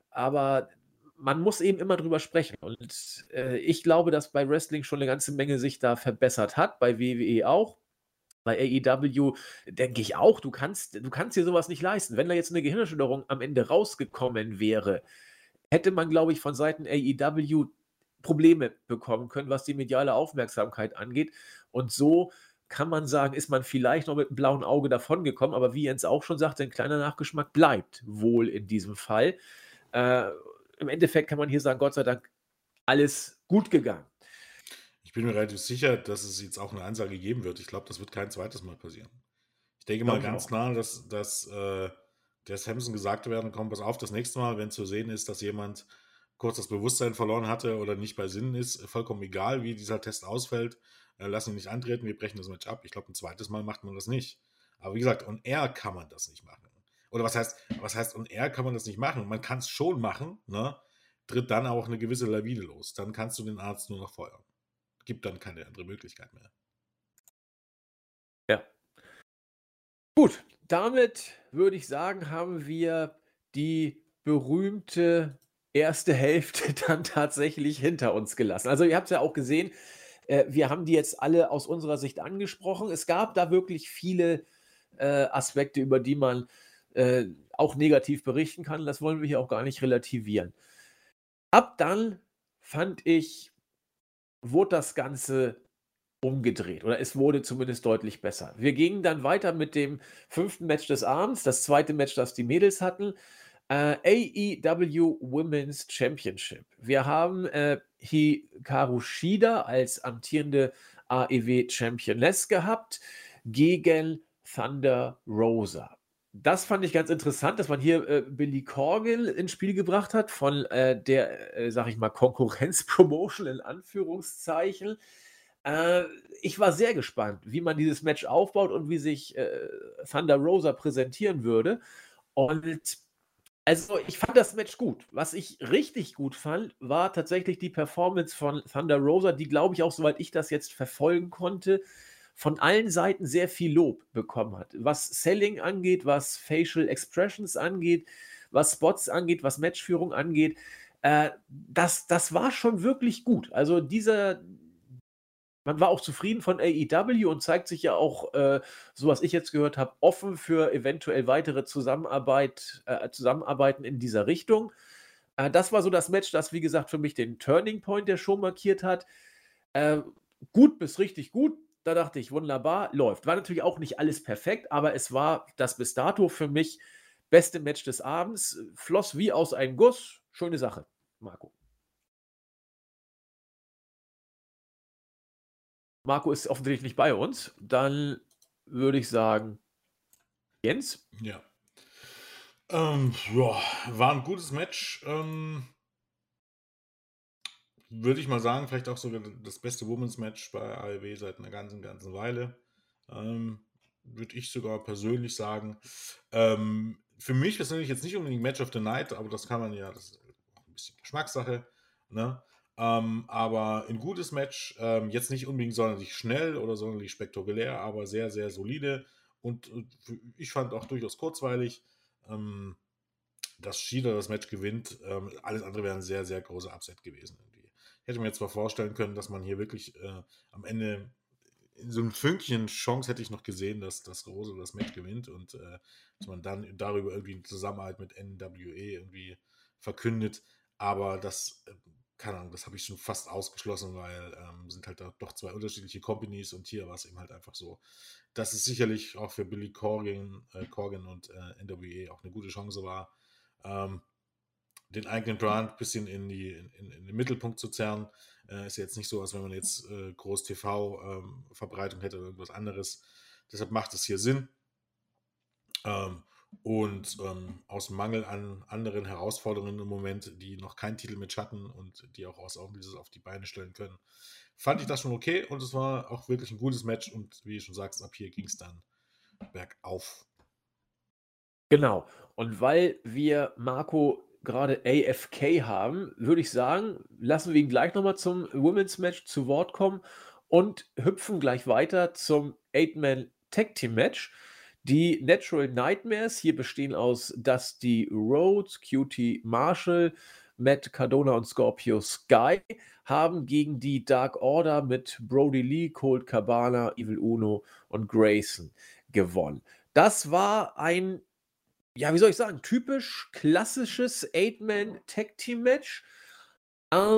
Aber man muss eben immer drüber sprechen. Und, äh, ich glaube, dass bei Wrestling schon 'ne ganze Menge sich da verbessert hat, bei W W E auch. Bei A E W denke ich auch, du kannst du kannst dir so was nicht leisten. Wenn da jetzt 'ne Gehirnerschütterung am Ende rausgekommen wäre, hätte man, glaube ich, von Seiten A E W Probleme bekommen können, was die mediale Aufmerksamkeit angeht. Und so kann man sagen, ist man vielleicht noch mit 'm blauen Auge davongekommen, aber wie Jens auch schon sagte, 'n kleiner Nachgeschmack bleibt wohl in diesem Fall. Äh, im Endeffekt kann man hier sagen, Gott sei Dank alles gut gegangen. Ich bin mir relativ sicher, dass es jetzt auch 'ne Ansage geben wird. Ich glaube, das wird kein zweites Mal passieren. Ich denke mal Glaube ich ganz auch. nah, dass dass, äh, der Samson gesagt werden: „Komm, pass auf, das nächste Mal, wenn zu sehen ist, dass jemand kurz das Bewusstsein verloren hatte oder nicht bei Sinnen ist, vollkommen egal, wie dieser Test ausfällt, äh, lass ihn nicht antreten, wir brechen das Match ab." Ich glaube, 'n zweites Mal macht man das nicht. Aber wie gesagt, on air kann man das nicht machen. Oder was heißt was heißt on air kann man das nicht machen? Man kann's schon machen, ne? Tritt dann auch 'ne gewisse Lawine los. Dann kannst du den Arzt nur noch feuern. Gibt dann keine andere Möglichkeit mehr. Ja. Gut, damit würde ich sagen, haben wir die berühmte erste Hälfte dann tatsächlich hinter uns gelassen. Also, ihr habt's ja auch gesehen, äh, wir haben die jetzt alle aus unserer Sicht angesprochen. Es gab da wirklich viele, äh, Aspekte, über die man, äh, auch negativ berichten kann. Das wollen wir hier auch gar nicht relativieren. Ab dann, fand ich, wurde das Ganze umgedreht oder es wurde zumindest deutlich besser. Wir gingen dann weiter mit dem fünften Match des Abends, das zweite Match, das die Mädels hatten, äh, A-E-W Women's Championship. Wir haben, äh, Hikaru Shida als amtierende A E W Championess gehabt gegen Thunder Rosa. Das fand ich ganz interessant, dass man hier, äh, Billy Corgan ins Spiel gebracht hat von, äh, der, äh, sage ich mal, Konkurrenz-Promotion in Anführungszeichen. Äh, ich war sehr gespannt, wie man dieses Match aufbaut und wie sich, äh, Thunder Rosa präsentieren würde. Und also, ich fand das Match gut. Was ich richtig gut fand, war tatsächlich die Performance von Thunder Rosa, die, glaube ich, auch, soweit ich das jetzt verfolgen konnte, von allen Seiten sehr viel Lob bekommen hat. Was Selling angeht, was Facial Expressions angeht, was Spots angeht, was Matchführung angeht. Äh, das das war schon wirklich gut. Also, dieser man war auch zufrieden von A-E-W und zeigt sich ja auch, äh, so was ich jetzt gehört habe, offen für eventuell weitere Zusammenarbeit äh, Zusammenarbeiten in dieser Richtung. Äh, das war so das Match, das, wie gesagt, für mich den Turning Point der Show markiert hat. Äh, gut bis richtig gut. Da dachte ich: „Wunderbar, läuft." War natürlich auch nicht alles perfekt, aber es war das bis dato für mich beste Match des Abends. Floss wie aus einem Guss. Schöne Sache, Marco. Marco ist offensichtlich nicht bei uns. Dann würde ich sagen Jens? Ja. Ähm, ja, war 'n gutes Match. Ähm würde ich mal sagen, vielleicht auch sogar d das beste Women's Match bei A E W seit 'ner ganzen, ganzen Weile. Ähm, würde ich sogar persönlich sagen. Ähm, für mich persönlich jetzt nicht unbedingt Match of the Night, aber das kann man ja das ist auch 'n bisschen Geschmackssache, ne? Ähm, aber 'n gutes Match, ähm, jetzt nicht unbedingt sonderlich schnell oder sonderlich spektakulär, aber sehr, sehr solide und und f ich fand auch durchaus kurzweilig. Ähm, dass Shida das Match gewinnt, ähm, alles andere wäre 'n sehr, sehr großer Upset gewesen irgendwie. Ich hätte mir jetzt zwar vorstellen können, dass man hier wirklich, äh, am Ende so 'n Fünkchen Chance hätte ich noch gesehen, dass dass Rosa das Match gewinnt und, äh, dass man dann darüber irgendwie 'ne Zusammenarbeit mit N W A irgendwie verkündet. Aber das, äh, keine Ahnung, das habe ich schon fast ausgeschlossen, weil, ähm, sind halt da doch zwei unterschiedliche Companies und hier war's eben halt einfach so, dass es sicherlich auch für Billy Corgan äh, Corgan und, äh, N W A auch 'ne gute Chance war, ähm, den eigenen Brand bisschen in die in in in den Mittelpunkt zu zerren. Äh, ist ja jetzt nicht so, als wenn man jetzt, äh, groß T V, ähm, Verbreitung hätte oder irgendwas anderes. Deshalb macht es hier Sinn. Ähm, und, ähm, aus Mangel an anderen Herausforderungen im Moment, die noch keinen Titelmatch hatten und die auch aus auch dieses auf die Beine stellen können, fand ich das schon okay und es war auch wirklich 'n gutes Match und wie du schon sagst, ab hier ging's dann bergauf. Genau. Und weil wir Marco grade A F K haben, würde ich sagen, lassen wir ihn gleich noch mal zum Women's Match zu Wort kommen und hüpfen gleich weiter zum Eight-Man Tag Team Match. Die Natural Nightmares, hier bestehen aus Dusty Rhodes, Q T Marshall, Matt Cardona und Scorpio Sky, haben gegen die Dark Order mit Brodie Lee, Colt Cabana, Evil Uno und Grayson gewonnen. Das war ein, ja, wie soll ich sagen, typisch klassisches Eight-Man Tag Team Match. Ähm,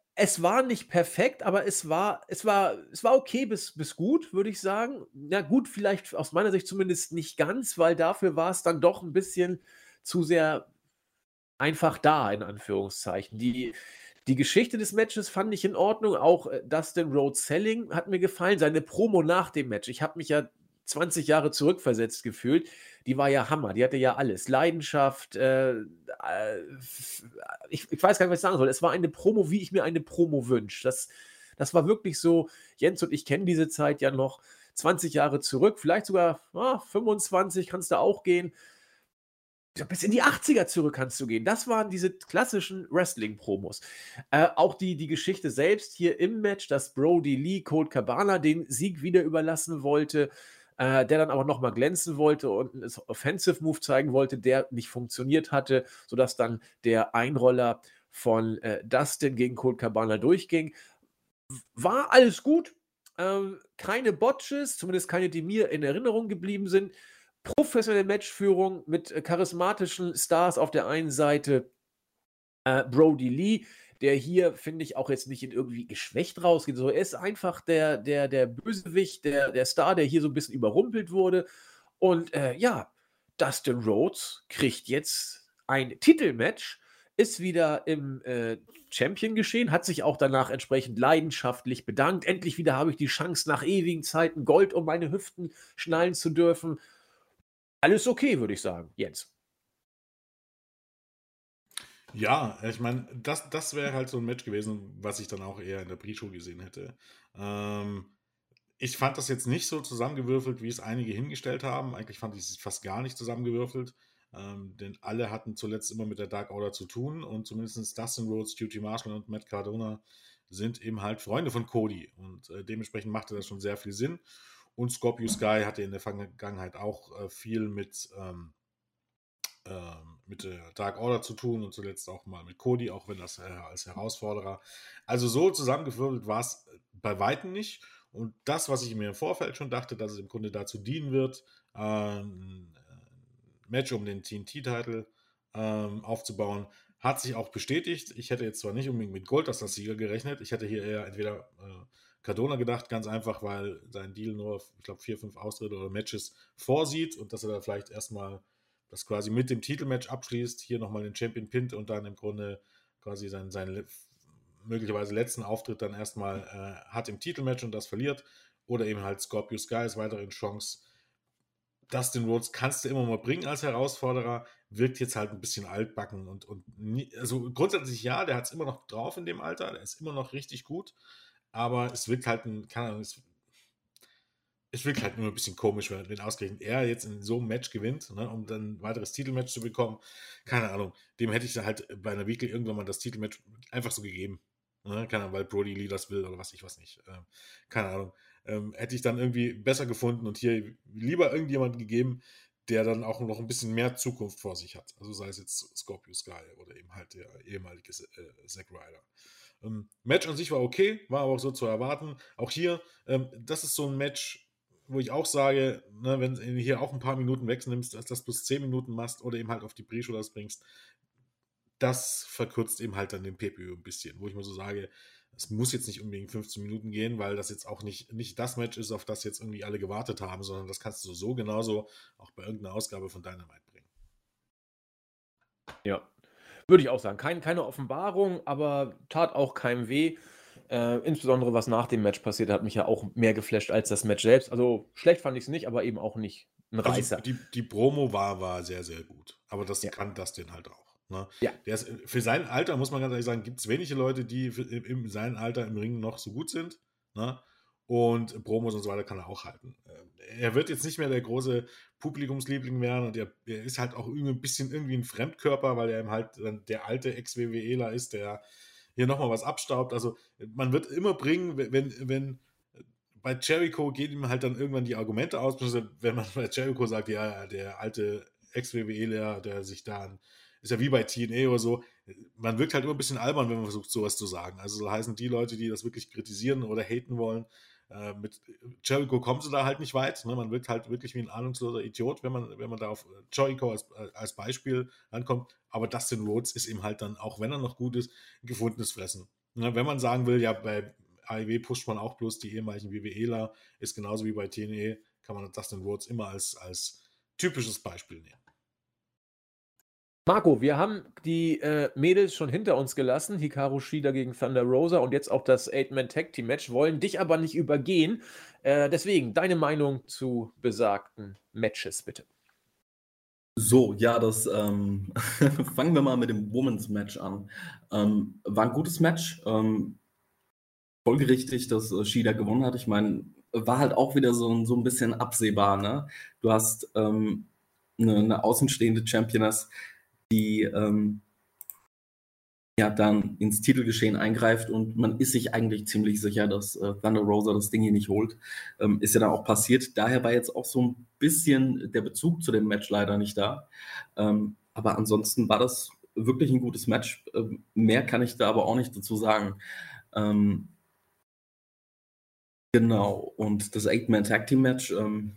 Es war nicht perfekt, aber es war es war es war okay bis bis gut, würde ich sagen. Ja, gut, vielleicht aus meiner Sicht zumindest nicht ganz, weil dafür war es dann doch 'n bisschen zu sehr einfach da, in Anführungszeichen. Die die Geschichte des Matches fand ich in Ordnung, auch, äh, Dustin Rhodes Selling hat mir gefallen, seine Promo nach dem Match. Ich habe mich ja zwanzig Jahre zurückversetzt gefühlt. Die war ja Hammer. Die hatte ja alles. Leidenschaft, äh, äh, f ich ich weiß gar nicht, was ich sagen soll. Es war eine Promo, wie ich mir eine Promo wünsche. Das das war wirklich so. Jens und ich kennen diese Zeit ja noch zwanzig Jahre zurück, vielleicht sogar, ah, fünfundzwanzig kannst du auch gehen. Ja, bis in die achtziger zurück kannst du gehen. Das waren diese klassischen Wrestling-Promos. Äh, auch die die Geschichte selbst hier im Match, dass Brodie Lee Colt Cabana den Sieg wieder überlassen wollte, äh, der dann aber noch mal glänzen wollte und 'n Offensive Move zeigen wollte, der nicht funktioniert hatte, sodass dann der Einroller von, äh, Dustin gegen Colt Cabana durchging. W war alles gut, ähm, keine Botches, zumindest keine, die mir in Erinnerung geblieben sind. Professionelle Matchführung mit, äh, charismatischen Stars auf der einen Seite, äh, Brodie Lee, der hier, finde ich, auch jetzt nicht in irgendwie geschwächt rausgeht. So, er ist einfach der der der Bösewicht, der der Star, der hier so 'n bisschen überrumpelt wurde. Und, äh, ja, Dustin Rhodes kriegt jetzt ein Titelmatch, ist wieder im, äh, Champion-Geschehen, hat sich auch danach entsprechend leidenschaftlich bedankt. „Endlich wieder habe ich die Chance, nach ewigen Zeiten Gold um meine Hüften schnallen zu dürfen.“ Alles okay, würde ich sagen, Jens. Ja, ich meine, das das wäre halt so 'n Match gewesen, was ich dann auch eher in der Pre-Show gesehen hätte. Ähm, ich fand das jetzt nicht so zusammengewürfelt, wie es einige hingestellt haben. Eigentlich fand ich es fast gar nicht zusammengewürfelt, ähm, denn alle hatten zuletzt immer mit der Dark Order zu tun und zumindest Dustin Rhodes, Q T Marshall und Matt Cardona sind eben halt Freunde von Cody und, äh, dementsprechend machte das schon sehr viel Sinn. Und Scorpio Sky hatte in der Vergangenheit auch, äh, viel mit, ähm ähm, mit der Dark Order zu tun und zuletzt auch mal mit Cody, auch wenn das äh, als Herausforderer. Also so zusammengewürfelt war es bei Weitem nicht. Und das, was ich mir im Vorfeld schon dachte, dass es im Grunde dazu dienen wird, ähm, ein Match um den T N T-Titel ähm, aufzubauen, hat sich auch bestätigt. Ich hätte jetzt zwar nicht unbedingt mit Gold als Sieger gerechnet, ich hätte hier eher entweder äh, Cardona gedacht, ganz einfach, weil sein Deal nur, ich glaube, vier, fünf Austritte oder Matches vorsieht und dass er da vielleicht erstmal das quasi mit dem Titelmatch abschließt, hier nochmal den Champion pinnt und dann im Grunde quasi seinen, seinen möglicherweise letzten Auftritt dann erstmal äh, hat im Titelmatch und das verliert. Oder eben halt Scorpio Sky als weitere Chance. Dustin Rhodes kannst du immer mal bringen als Herausforderer, wirkt jetzt halt ein bisschen altbacken und, und nie, also grundsätzlich ja, der hat es immer noch drauf in dem Alter, der ist immer noch richtig gut, aber es wirkt halt ein, keine Ahnung, es es wirkt halt nur ein bisschen komisch, wenn, wenn ausgerechnet er jetzt in so einem Match gewinnt, ne, um dann ein weiteres Titelmatch zu bekommen. Keine Ahnung. Dem hätte ich dann halt bei einer Weekly irgendwann mal das Titelmatch einfach so gegeben. Ne? Keine Ahnung, weil Brody Lee das will oder was ich was nicht. Ähm, keine Ahnung. Ähm, hätte ich dann irgendwie besser gefunden und hier lieber irgendjemanden gegeben, der dann auch noch ein bisschen mehr Zukunft vor sich hat. Also sei es jetzt Scorpio Sky oder eben halt der ehemalige äh, Zack Ryder. Ähm, Match an sich war okay, war aber auch so zu erwarten. Auch hier, ähm, das ist so ein Match, wo ich auch sage, ne, wenn du hier auch ein paar Minuten wegnimmst, dass das plus zehn Minuten machst oder eben halt auf die Pre-Show das bringst, das verkürzt eben halt dann den Pay-Per-View ein bisschen, wo ich mir so sage, es muss jetzt nicht unbedingt fünfzehn Minuten gehen, weil das jetzt auch nicht, nicht das Match ist, auf das jetzt irgendwie alle gewartet haben, sondern das kannst du so genauso auch bei irgendeiner Ausgabe von Dynamite bringen. Ja, würde ich auch sagen. Kein keine Offenbarung, aber tat auch keinem weh. Äh, insbesondere was nach dem Match passiert, hat mich ja auch mehr geflasht als das Match selbst. Also schlecht fand ich es nicht, aber eben auch nicht ein Also Reißer. die, die Promo war, war sehr, sehr gut. Aber das Ja. kann Dustin halt auch. Ne? Ja. Der ist, für sein Alter, muss man ganz ehrlich sagen, gibt es wenige Leute, die für, im, in seinem Alter im Ring noch so gut sind. Ne? Und Promos und so weiter kann er auch halten. Er wird jetzt nicht mehr der große Publikumsliebling werden und er, er ist halt auch irgendwie ein bisschen irgendwie ein Fremdkörper, weil er eben halt der alte Ex-WWEler ist, der hier nochmal was abstaubt. Also man wird immer bringen, wenn, wenn bei Jericho gehen ihm halt dann irgendwann die Argumente aus, wenn man bei Jericho sagt, ja, der alte Ex-WWEler, der sich da, ist ja wie bei T N A oder so, man wirkt halt immer ein bisschen albern, wenn man versucht, sowas zu sagen. Also so heißen die Leute, die das wirklich kritisieren oder haten wollen, äh, mit Jericho kommen sie da halt nicht weit. Ne? Man wirkt halt wirklich wie ein ahnungsloser Idiot, wenn man, wenn man da auf Jericho als, als Beispiel ankommt. Aber Dustin Rhodes ist ihm halt dann, auch wenn er noch gut ist, ein gefundenes Fressen. Ne, wenn man sagen will, ja, bei A E W pusht man auch bloß die ehemaligen WWEler, ist genauso wie bei T N E, kann man Dustin Rhodes immer als, als typisches Beispiel nehmen. Marco, wir haben die äh, Mädels schon hinter uns gelassen, Hikaru Shida gegen Thunder Rosa und jetzt auch das Eight-Man-Tag-Team-Match, wollen dich aber nicht übergehen. Äh, deswegen, deine Meinung zu besagten Matches, bitte. So, ja, das ähm, fangen wir mal mit dem Women's Match an. Ähm, war ein gutes Match. Ähm, folgerichtig, dass äh, Shida gewonnen hat. Ich meine, war halt auch wieder so, ein- so ein bisschen absehbar, ne? Du hast ähm, eine, eine außenstehende Championess, die ähm, ja dann ins Titelgeschehen eingreift und man ist sich eigentlich ziemlich sicher, dass äh, Thunder Rosa das Ding hier nicht holt. Ähm, ist ja dann auch passiert. Daher war jetzt auch so ein bisschen der Bezug zu dem Match leider nicht da. Ähm, aber ansonsten war das wirklich ein gutes Match. Ähm, mehr kann ich da aber auch nicht dazu sagen. Ähm, genau, und das Eight-Man-Tag-Team-Match, ähm,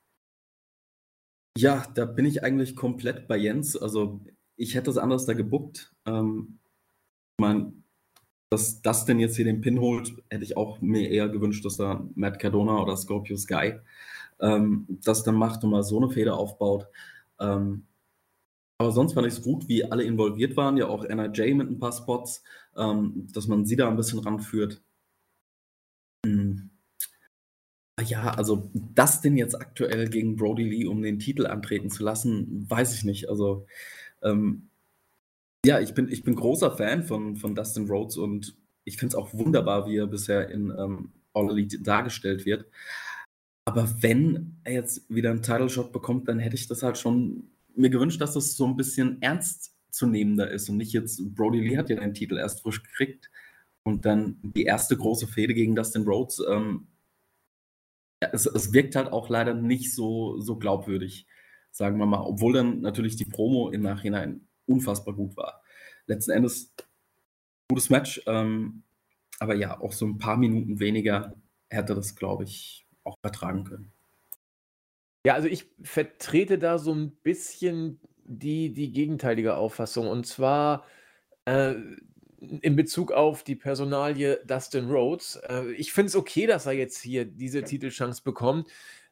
ja, da bin ich eigentlich komplett bei Jens. Also ich hätte es anders da gebuckt. Ähm, ich meine, dass Dustin jetzt hier den Pin holt, hätte ich auch mir eher gewünscht, dass da Matt Cardona oder Scorpio Sky ähm, das dann macht und mal so eine Feder aufbaut. Ähm, aber sonst fand ich es gut, wie alle involviert waren, ja auch N R J mit ein paar Spots, ähm, dass man sie da ein bisschen ranführt. Hm. Ja, also Dustin jetzt aktuell gegen Brody Lee, um den Titel antreten zu lassen, weiß ich nicht. Also ähm, ja, ich bin, ich bin großer Fan von, von Dustin Rhodes und ich finde es auch wunderbar, wie er bisher in ähm, All Elite dargestellt wird. Aber wenn er jetzt wieder einen Title Shot bekommt, dann hätte ich das halt schon mir gewünscht, dass das so ein bisschen ernstzunehmender ist und nicht jetzt, Brody Lee hat ja den Titel erst frisch gekriegt und dann die erste große Fehde gegen Dustin Rhodes. Ähm, ja, es, es wirkt halt auch leider nicht so, so glaubwürdig, sagen wir mal, obwohl dann natürlich die Promo im Nachhinein unfassbar gut war. Letzten Endes gutes Match, ähm, aber ja, auch so ein paar Minuten weniger hätte das, glaube ich, auch vertragen können. Ja, also ich vertrete da so ein bisschen die die gegenteilige Auffassung und zwar, äh, in Bezug auf die Personalie Dustin Rhodes. Äh, ich finde es okay, dass er jetzt hier diese Titelchance bekommt,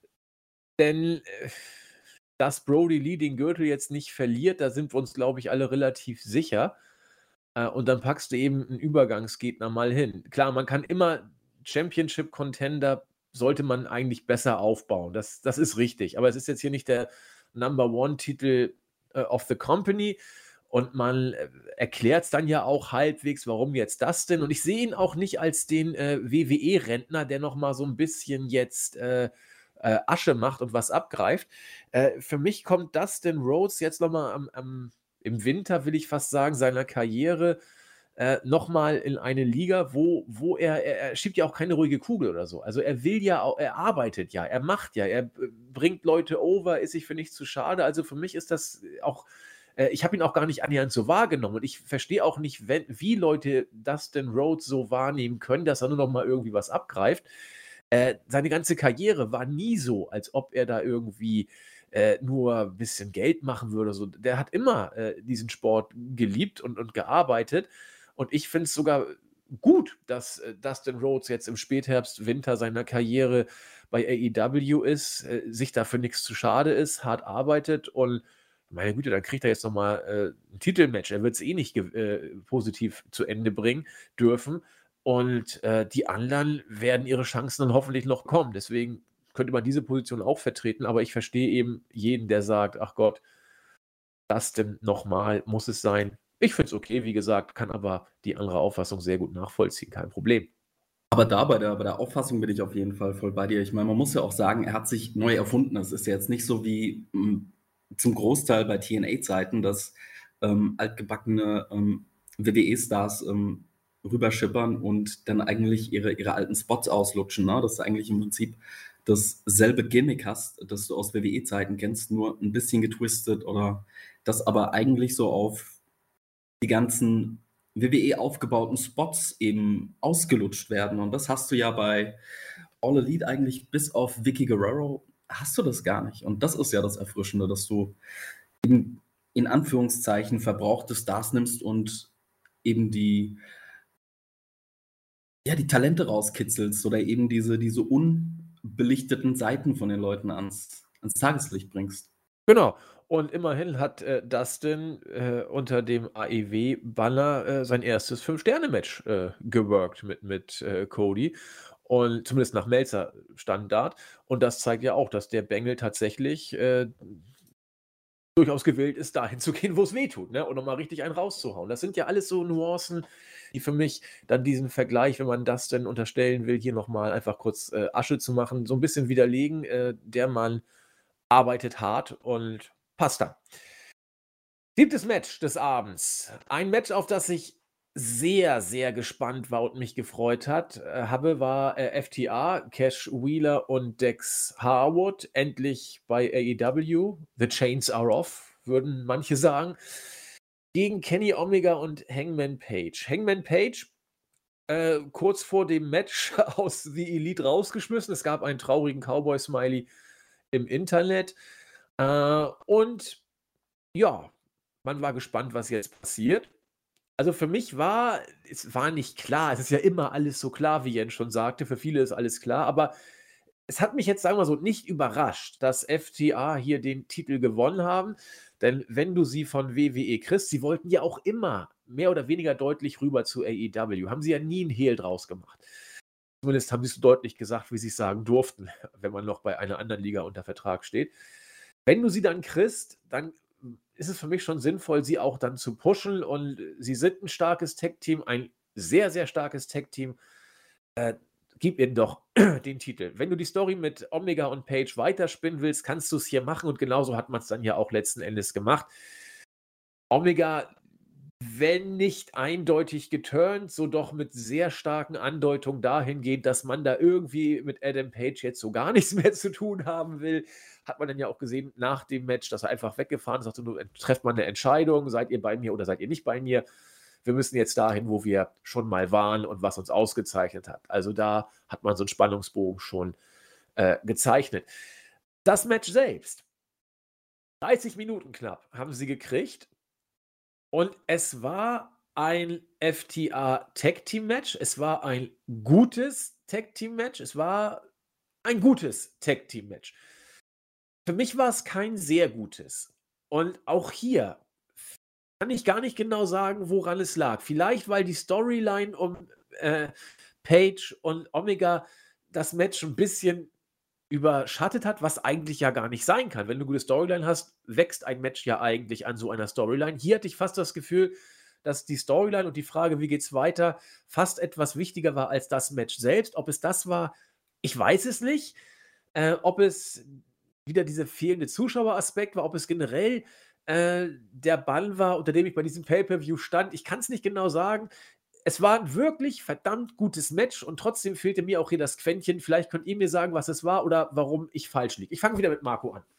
denn, äh, dass Brody Lee den Gürtel jetzt nicht verliert, da sind wir uns, glaube ich, alle relativ sicher. Äh, und dann packst du eben 'n Übergangsgegner mal hin. Klar, man kann immer Championship-Contender sollte man eigentlich besser aufbauen. Das das ist richtig. Aber es ist jetzt hier nicht der Number One-Titel, äh, of the company und man, äh, erklärt's dann ja auch halbwegs, warum jetzt das denn? Und ich sehe ihn auch nicht als den, äh, W W E-Rentner, der noch mal so 'n bisschen jetzt, äh, äh, Asche macht und was abgreift. Äh, für mich kommt Dustin Rhodes jetzt noch mal am am im Winter, will ich fast sagen, seiner Karriere, äh, noch mal in eine Liga, wo wo er er er schiebt ja auch keine ruhige Kugel oder so. Also, er will ja au er arbeitet ja, er macht ja, er b bringt Leute over, ist sich für nichts zu schade. Also, für mich ist das auch äh, ich habe ihn auch gar nicht annähernd so wahrgenommen und ich verstehe auch nicht, wenn wie Leute Dustin Rhodes so wahrnehmen können, dass er nur noch mal irgendwie was abgreift. Äh, seine ganze Karriere war nie so, als ob er da irgendwie, äh, nur 'n bisschen Geld machen würde, so. Der hat immer, äh, diesen Sport geliebt und und gearbeitet. Und ich finde es sogar gut, dass, äh, Dustin Rhodes jetzt im Spätherbst, Winter seiner Karriere bei A E W ist, äh, sich dafür nix zu schade ist, hart arbeitet und meine Güte, dann kriegt er jetzt noch mal, äh, 'n Titelmatch. Er wird's eh nicht gew äh, positiv zu Ende bringen dürfen. Und, äh, die anderen werden ihre Chancen dann hoffentlich noch kommen. Deswegen könnte man diese Position auch vertreten, aber ich verstehe eben jeden, der sagt: „Ach Gott, das denn noch mal? Muss es sein?“ Ich finde es okay, wie gesagt, kann aber die andere Auffassung sehr gut nachvollziehen, kein Problem. Aber da bei der bei der Auffassung bin ich auf jeden Fall voll bei dir. Ich meine, man muss ja auch sagen, er hat sich neu erfunden. Es ist ja jetzt nicht so wie, hm, zum Großteil bei T N A-Zeiten, dass, ähm, altgebackene, ähm, W W E-Stars, ähm, rüberschippern und dann eigentlich ihre ihre alten Spots auslutschen, ne? Dass du eigentlich im Prinzip dasselbe Gimmick hast, das du aus W W E-Zeiten kennst, nur 'n bisschen getwistet oder das aber eigentlich so auf die ganzen W W E aufgebauten Spots eben ausgelutscht werden. Und das hast du ja bei All Elite eigentlich bis auf Vickie Guerrero hast du das gar nicht. Und das ist ja das Erfrischende, dass du eben in Anführungszeichen verbrauchte Stars nimmst und eben die ja, die Talente rauskitzelst oder eben diese diese unbelichteten Seiten von den Leuten ans ans Tageslicht bringst. Genau. Und immerhin hat, äh, Dustin, äh, unter dem A E W-Banner, äh, sein erstes Fünf-Sterne-Match, äh, geworkt mit mit, äh, Cody und zumindest nach Meltzer-Standard. Und das zeigt ja auch, dass der Bengel tatsächlich, äh, durchaus gewillt ist, dahin zu gehen, wo es weh tut, ne, und noch mal richtig einen rauszuhauen. Das sind ja alles so Nuancen, die für mich dann diesen Vergleich, wenn man Dustin unterstellen will, hier noch mal einfach kurz, äh, Asche zu machen, so 'n bisschen widerlegen. Äh, der Mann arbeitet hart und passt dann. Siebtes Match des Abends. Ein Match, auf das ich sehr, sehr gespannt war und mich gefreut hat äh, habe, war, äh, F T R, Cash Wheeler und Dex Harwood, endlich bei A E W. The chains are off, würden manche sagen, gegen Kenny Omega und Hangman Page. Hangman Page, äh, kurz vor dem Match aus The Elite rausgeschmissen. Es gab einen traurigen Cowboy-Smiley im Internet. Äh, und ja, man war gespannt, was jetzt passiert. Also, für mich war es war nicht klar. Es ist ja immer alles so klar, wie Jens schon sagte. Für viele ist alles klar, aber es hat mich jetzt, sagen wir so, nicht überrascht, dass F T R hier den Titel gewonnen haben, denn wenn du sie von W W E kriegst, sie wollten ja auch immer mehr oder weniger deutlich rüber zu A E W, haben sie ja nie 'n Hehl draus gemacht. Zumindest haben sie's so deutlich gesagt, wie sie's sagen durften, wenn man noch bei einer anderen Liga unter Vertrag steht. Wenn du sie dann kriegst, dann ist es für mich schon sinnvoll, sie auch dann zu pushen und sie sind 'n starkes Tag-Team, ein sehr, sehr starkes Tag-Team. Äh, gib ihnen doch den Titel. Wenn du die Story mit Omega und Page weiterspinnen willst, kannst du's hier machen und genauso hat man's dann ja auch letzten Endes gemacht. Omega, wenn nicht eindeutig geturnt, so doch mit sehr starken Andeutungen dahingehend, dass man da irgendwie mit Adam Page jetzt so gar nichts mehr zu tun haben will. Hat man dann ja auch gesehen nach dem Match, dass er einfach weggefahren ist, sagte nur: „Trefft mal 'ne Entscheidung. Seid ihr bei mir oder seid ihr nicht bei mir? Wir müssen jetzt dahin, wo wir schon mal waren und was uns ausgezeichnet hat." Also, da hat man so 'n Spannungsbogen schon, äh, gezeichnet. Das Match selbst dreißig Minuten knapp haben sie gekriegt. Und es war ein F T R Tag Team Match. Es war ein gutes Tag Team Match. Es war ein gutes Tag Team Match. Für mich war's kein sehr gutes. Und auch hier kann ich gar nicht genau sagen, woran es lag. Vielleicht, weil die Storyline um, äh, Page und Omega das Match 'n bisschen überschattet hat, was eigentlich ja gar nicht sein kann. Wenn du 'ne gute Storyline hast, wächst ein Match ja eigentlich an so einer Storyline. Hier hatte ich fast das Gefühl, dass die Storyline und die Frage: „Wie geht's weiter?", fast etwas wichtiger war als das Match selbst. Ob es das war, ich weiß es nicht. Äh, ob es wieder dieser fehlende Zuschaueraspekt war, ob es generell, äh, der Bann war, unter dem ich bei diesem Pay-per-View stand. Ich kann's nicht genau sagen. Es war 'n wirklich verdammt gutes Match und trotzdem fehlte mir auch hier das Quäntchen. Vielleicht könnt ihr mir sagen, was es war oder warum ich falsch liege. Ich fange wieder mit Marco an.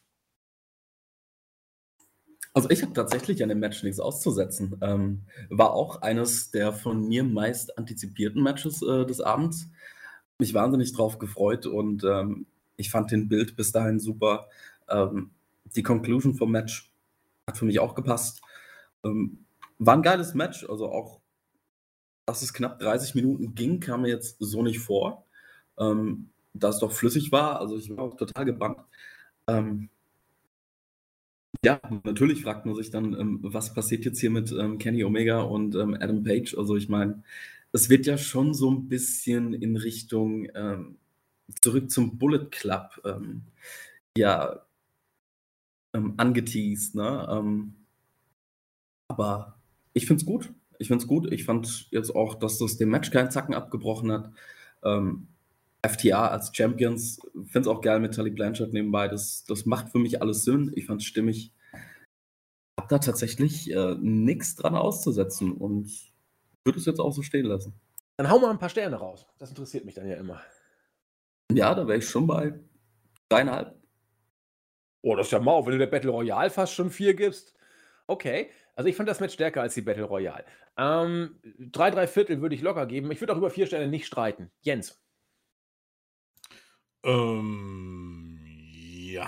Also, ich habe tatsächlich an dem Match nichts auszusetzen. Ähm, war auch eines der von mir meist antizipierten Matches, äh, des Abends. Mich wahnsinnig drauf gefreut und, ähm, ich fand den Build bis dahin super. Ähm, die Conclusion vom Match hat für mich auch gepasst. Ähm, war 'n geiles Match, also auch dass es knapp dreißig Minuten ging, kam mir jetzt so nicht vor. Ähm, da es doch flüssig war, also ich war auch total gebannt. Ähm ja, natürlich fragt man sich dann, ähm, was passiert jetzt hier mit, ähm, Kenny Omega und, ähm, Adam Page? Also, ich meine, es wird ja schon so 'n bisschen in Richtung, ähm, zurück zum Bullet Club, ähm, ja ähm, angeteast, ne? Ähm aber ich finde es gut. Ich finde es gut. Ich fand jetzt auch, dass das dem Match keinen Zacken abgebrochen hat. Ähm, F T R als Champions, finde es auch geil mit Tully Blanchard nebenbei. Das das macht für mich alles Sinn. Ich fand's stimmig. Habe da tatsächlich, äh, nix dran auszusetzen und würde es jetzt auch so stehen lassen. Dann hau mal 'n paar Sterne raus. Das interessiert mich dann ja immer. Ja, da wäre ich schon bei drei Komma fünf. Oh, das ist ja mau, wenn du der Battle Royale fast schon vier gibst. Okay, also ich fand das Match stärker als die Battle Royale. Ähm, drei drei Viertel würde ich locker geben. Ich würde auch über vier Sterne nicht streiten. Jens? Ähm, ja.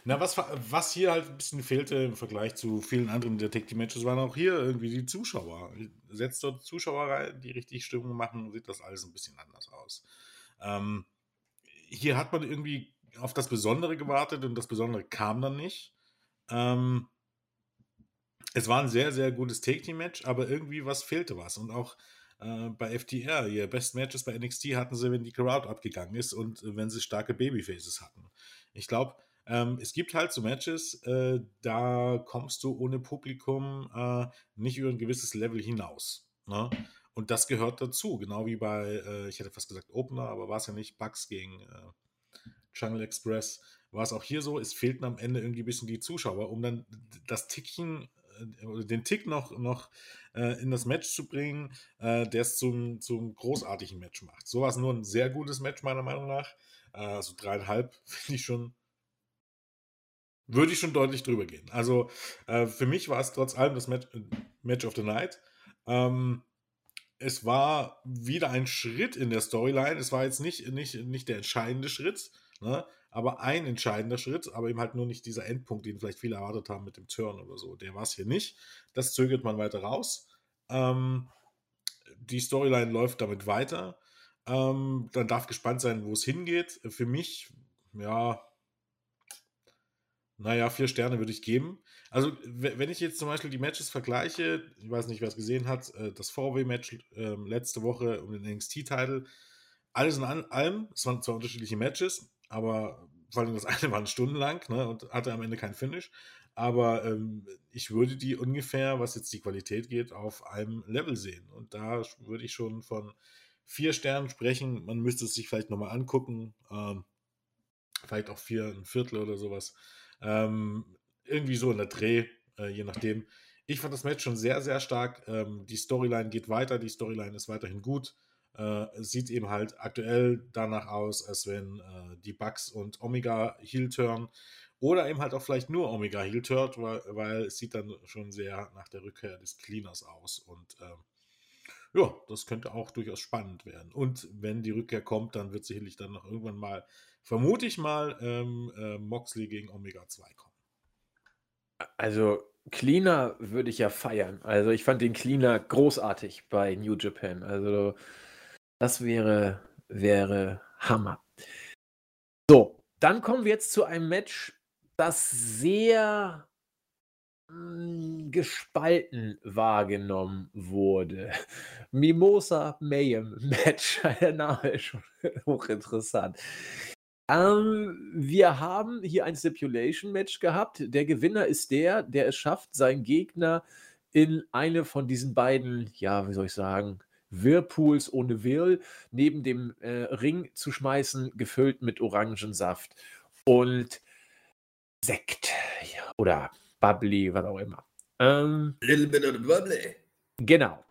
Na, was, was hier halt ein bisschen fehlte im Vergleich zu vielen anderen der Tag Team Matches, waren auch hier irgendwie die Zuschauer. Setzt dort Zuschauer rein, die richtig Stimmung machen, sieht das alles ein bisschen anders aus. Ähm, hier hat man irgendwie auf das Besondere gewartet und das Besondere kam dann nicht. Ähm, es war ein sehr, sehr gutes Tag Team Match, aber irgendwie was fehlte was. Und auch äh, bei F T R, ihr Best Matches bei N X T hatten sie, wenn die Crowd abgegangen ist und äh, wenn sie starke Babyfaces hatten. Ich glaube, ähm, es gibt halt so Matches, äh, da kommst du ohne Publikum äh, nicht über ein gewisses Level hinaus. Ne? Und das gehört dazu, genau wie bei, äh, ich hätte fast gesagt Opener, aber war es ja nicht, Bucks gegen äh, Jungle Express, war es auch hier so, es fehlten am Ende irgendwie ein bisschen die Zuschauer, um dann das Tickchen, äh, oder den Tick noch, noch äh, in das Match zu bringen, äh, der es zum, zum großartigen Match macht. So war es nur ein sehr gutes Match, meiner Meinung nach. Äh, also dreieinhalb finde ich schon, würde ich schon deutlich drüber gehen. Also äh, für mich war es trotz allem das Match, Match of the Night. Ähm, es war wieder ein Schritt in der Storyline. Es war jetzt nicht, nicht, nicht der entscheidende Schritt, ne? Aber ein entscheidender Schritt, aber eben halt nur nicht dieser Endpunkt, den vielleicht viele erwartet haben mit dem Turn oder so. Der war es hier nicht. Das zögert man weiter raus. Ähm, die Storyline läuft damit weiter. Ähm, dann darf gespannt sein, wo es hingeht. Für mich, ja, naja, vier Sterne würde ich geben. Also, we- wenn ich jetzt zum Beispiel die Matches vergleiche, ich weiß nicht, wer es gesehen hat, äh, das Four-Way-Match ähm, letzte Woche um den N X T-Title, alles in an- allem, es waren zwar unterschiedliche Matches, aber vor allem das eine war stundenlang, ne, und hatte am Ende kein Finish. Aber ähm, ich würde die ungefähr, was jetzt die Qualität geht, auf einem Level sehen. Und da würde ich schon von vier Sternen sprechen. Man müsste es sich vielleicht nochmal angucken. Ähm, vielleicht auch vier, ein Viertel oder sowas. Ähm, irgendwie so in der Dreh, äh, je nachdem. Ich fand das Match schon sehr, sehr stark. Ähm, die Storyline geht weiter, die Storyline ist weiterhin gut. Äh, es sieht eben halt aktuell danach aus, als wenn äh, die Bucks und Omega Heel turn oder eben halt auch vielleicht nur Omega Heel turnt, weil, weil es sieht dann schon sehr nach der Rückkehr des Cleaners aus und ähm, ja, das könnte auch durchaus spannend werden. Und wenn die Rückkehr kommt, dann wird sicherlich dann noch irgendwann mal, vermute ich mal, ähm, äh, Moxley gegen Omega zwei kommen. Also, Cleaner würde ich ja feiern. Also, ich fand den Cleaner großartig bei New Japan. Also, das wäre, wäre Hammer. So, dann kommen wir jetzt zu einem Match, das sehr mm, gespalten wahrgenommen wurde. Mimosa Mayhem Match. Der Name ist schon hochinteressant. Ähm, wir haben hier ein Stipulation-Match gehabt. Der Gewinner ist der, der es schafft, seinen Gegner in eine von diesen beiden, ja, wie soll ich sagen, Whirlpools ohne Whirl neben dem äh, Ring zu schmeißen, gefüllt mit Orangensaft und Sekt ja, oder Bubbly, was auch immer. Ähm, Little bit of the bubbly. genau.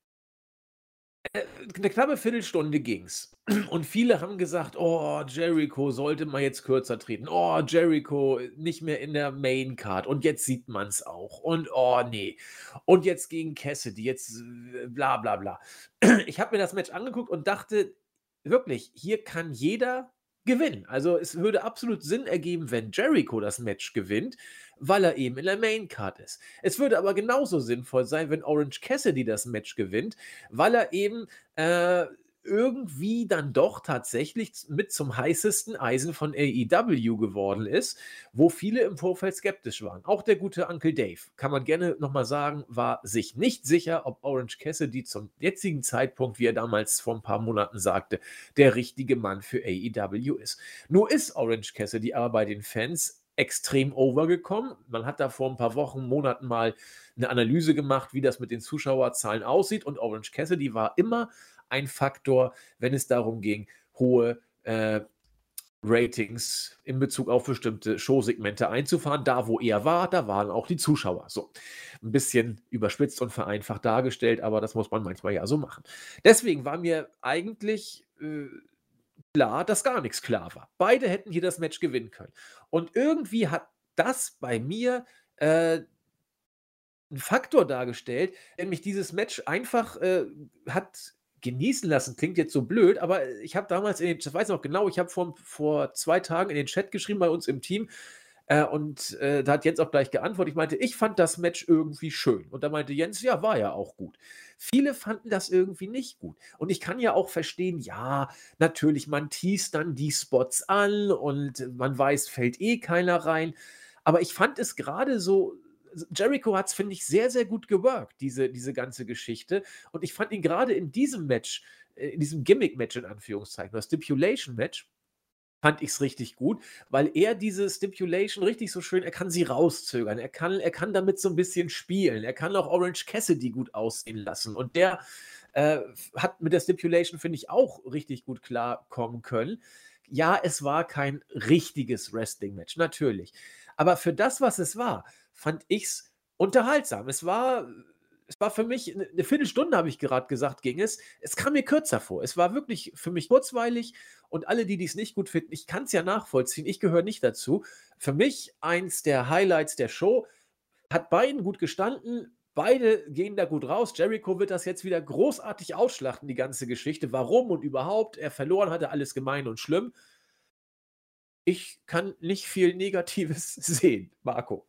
Äh, eine knappe Viertelstunde ging's. Und viele haben gesagt, oh, Jericho sollte mal jetzt kürzer treten. Oh, Jericho nicht mehr in der Main Card. Und jetzt sieht man's auch. Und oh, nee. Und jetzt gegen Cassidy. Jetzt äh, bla bla bla. Ich habe mir das Match angeguckt und dachte, wirklich, hier kann jeder gewinnen. Also es würde absolut Sinn ergeben, wenn Jericho das Match gewinnt, weil er eben in der Main Card ist. Es würde aber genauso sinnvoll sein, wenn Orange Cassidy das Match gewinnt, weil er eben äh, irgendwie dann doch tatsächlich mit zum heißesten Eisen von A E W geworden ist, wo viele im Vorfeld skeptisch waren. Auch der gute Uncle Dave, kann man gerne nochmal sagen, war sich nicht sicher, ob Orange Cassidy zum jetzigen Zeitpunkt, wie er damals vor ein paar Monaten sagte, der richtige Mann für A E W ist. Nur ist Orange Cassidy aber bei den Fans extrem overgekommen. Man hat da vor ein paar Wochen, Monaten mal eine Analyse gemacht, wie das mit den Zuschauerzahlen aussieht und Orange Cassidy war immer ein Faktor, wenn es darum ging, hohe äh, Ratings in Bezug auf bestimmte Showsegmente einzufahren. Da, wo er war, da waren auch die Zuschauer. So, ein bisschen überspitzt und vereinfacht dargestellt, aber das muss man manchmal ja so machen. Deswegen war mir eigentlich äh, klar, dass gar nichts klar war. Beide hätten hier das Match gewinnen können. Und irgendwie hat das bei mir äh, einen Faktor dargestellt, der mich dieses Match einfach äh, hat genießen lassen. Klingt jetzt so blöd, aber ich habe damals, in den, ich weiß noch genau, ich habe vor, vor zwei Tagen in den Chat geschrieben bei uns im Team, Äh, und äh, da hat Jens auch gleich geantwortet. Ich meinte, ich fand das Match irgendwie schön. Und da meinte Jens, ja, war ja auch gut. Viele fanden das irgendwie nicht gut. Und ich kann ja auch verstehen, ja, natürlich, man teast dann die Spots an und man weiß, fällt eh keiner rein. Aber ich fand es gerade so, Jericho hat es, finde ich, sehr, sehr gut geworkt, diese, diese ganze Geschichte. Und ich fand ihn gerade in diesem Match, äh, in diesem Gimmick-Match in Anführungszeichen, oder Stipulation-Match, fand ich es richtig gut, weil er diese Stipulation richtig so schön, er kann sie rauszögern, er kann, er kann damit so ein bisschen spielen, er kann auch Orange Cassidy gut aussehen lassen und der äh, hat mit der Stipulation, finde ich, auch richtig gut klarkommen können. Ja, es war kein richtiges Wrestling-Match, natürlich. Aber für das, was es war, fand ich es unterhaltsam. Es war, es war für mich, eine ne Viertelstunde, habe ich gerade gesagt, ging es. Es kam mir kürzer vor. Es war wirklich für mich kurzweilig und alle, die es nicht gut finden, ich kann es ja nachvollziehen, ich gehöre nicht dazu. Für mich eins der Highlights der Show, hat beiden gut gestanden. Beide gehen da gut raus. Jericho wird das jetzt wieder großartig ausschlachten, die ganze Geschichte. Warum und überhaupt. Er verloren hatte, alles gemein und schlimm. Ich kann nicht viel Negatives sehen, Marco.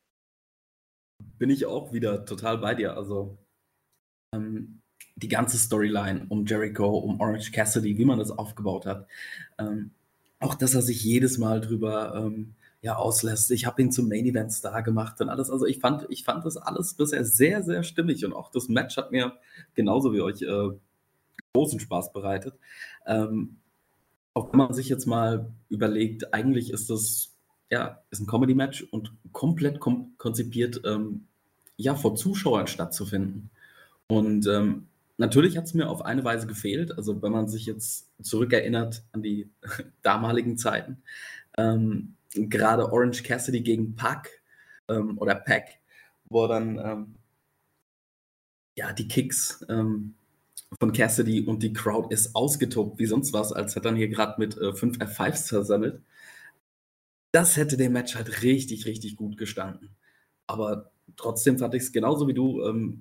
Bin ich auch wieder total bei dir. Also ähm, die ganze Storyline um Jericho, um Orange Cassidy, wie man das aufgebaut hat. Ähm, auch, dass er sich jedes Mal drüber ähm, ja, auslässt. Ich habe ihn zum Main Event Star gemacht und alles. Also ich fand, ich fand das alles bisher sehr, sehr stimmig und auch das Match hat mir genauso wie euch äh, großen Spaß bereitet. Ähm, auch wenn man sich jetzt mal überlegt, eigentlich ist das ja ist ein Comedy-Match und komplett kom konzipiert, ähm, ja, vor Zuschauern stattzufinden. Und ähm, natürlich hat es mir auf eine Weise gefehlt. Also wenn man sich jetzt zurückerinnert an die damaligen Zeiten, ähm, gerade Orange Cassidy gegen Pac ähm, oder Pac, wo dann ähm, ja die Kicks ähm, von Cassidy und die Crowd ist ausgetobt wie sonst was, als hätte er hier gerade mit äh, fünf F fünfs versammelt. Das hätte dem Match halt richtig, richtig gut gestanden. Aber trotzdem fand ich es genauso wie du. Ähm,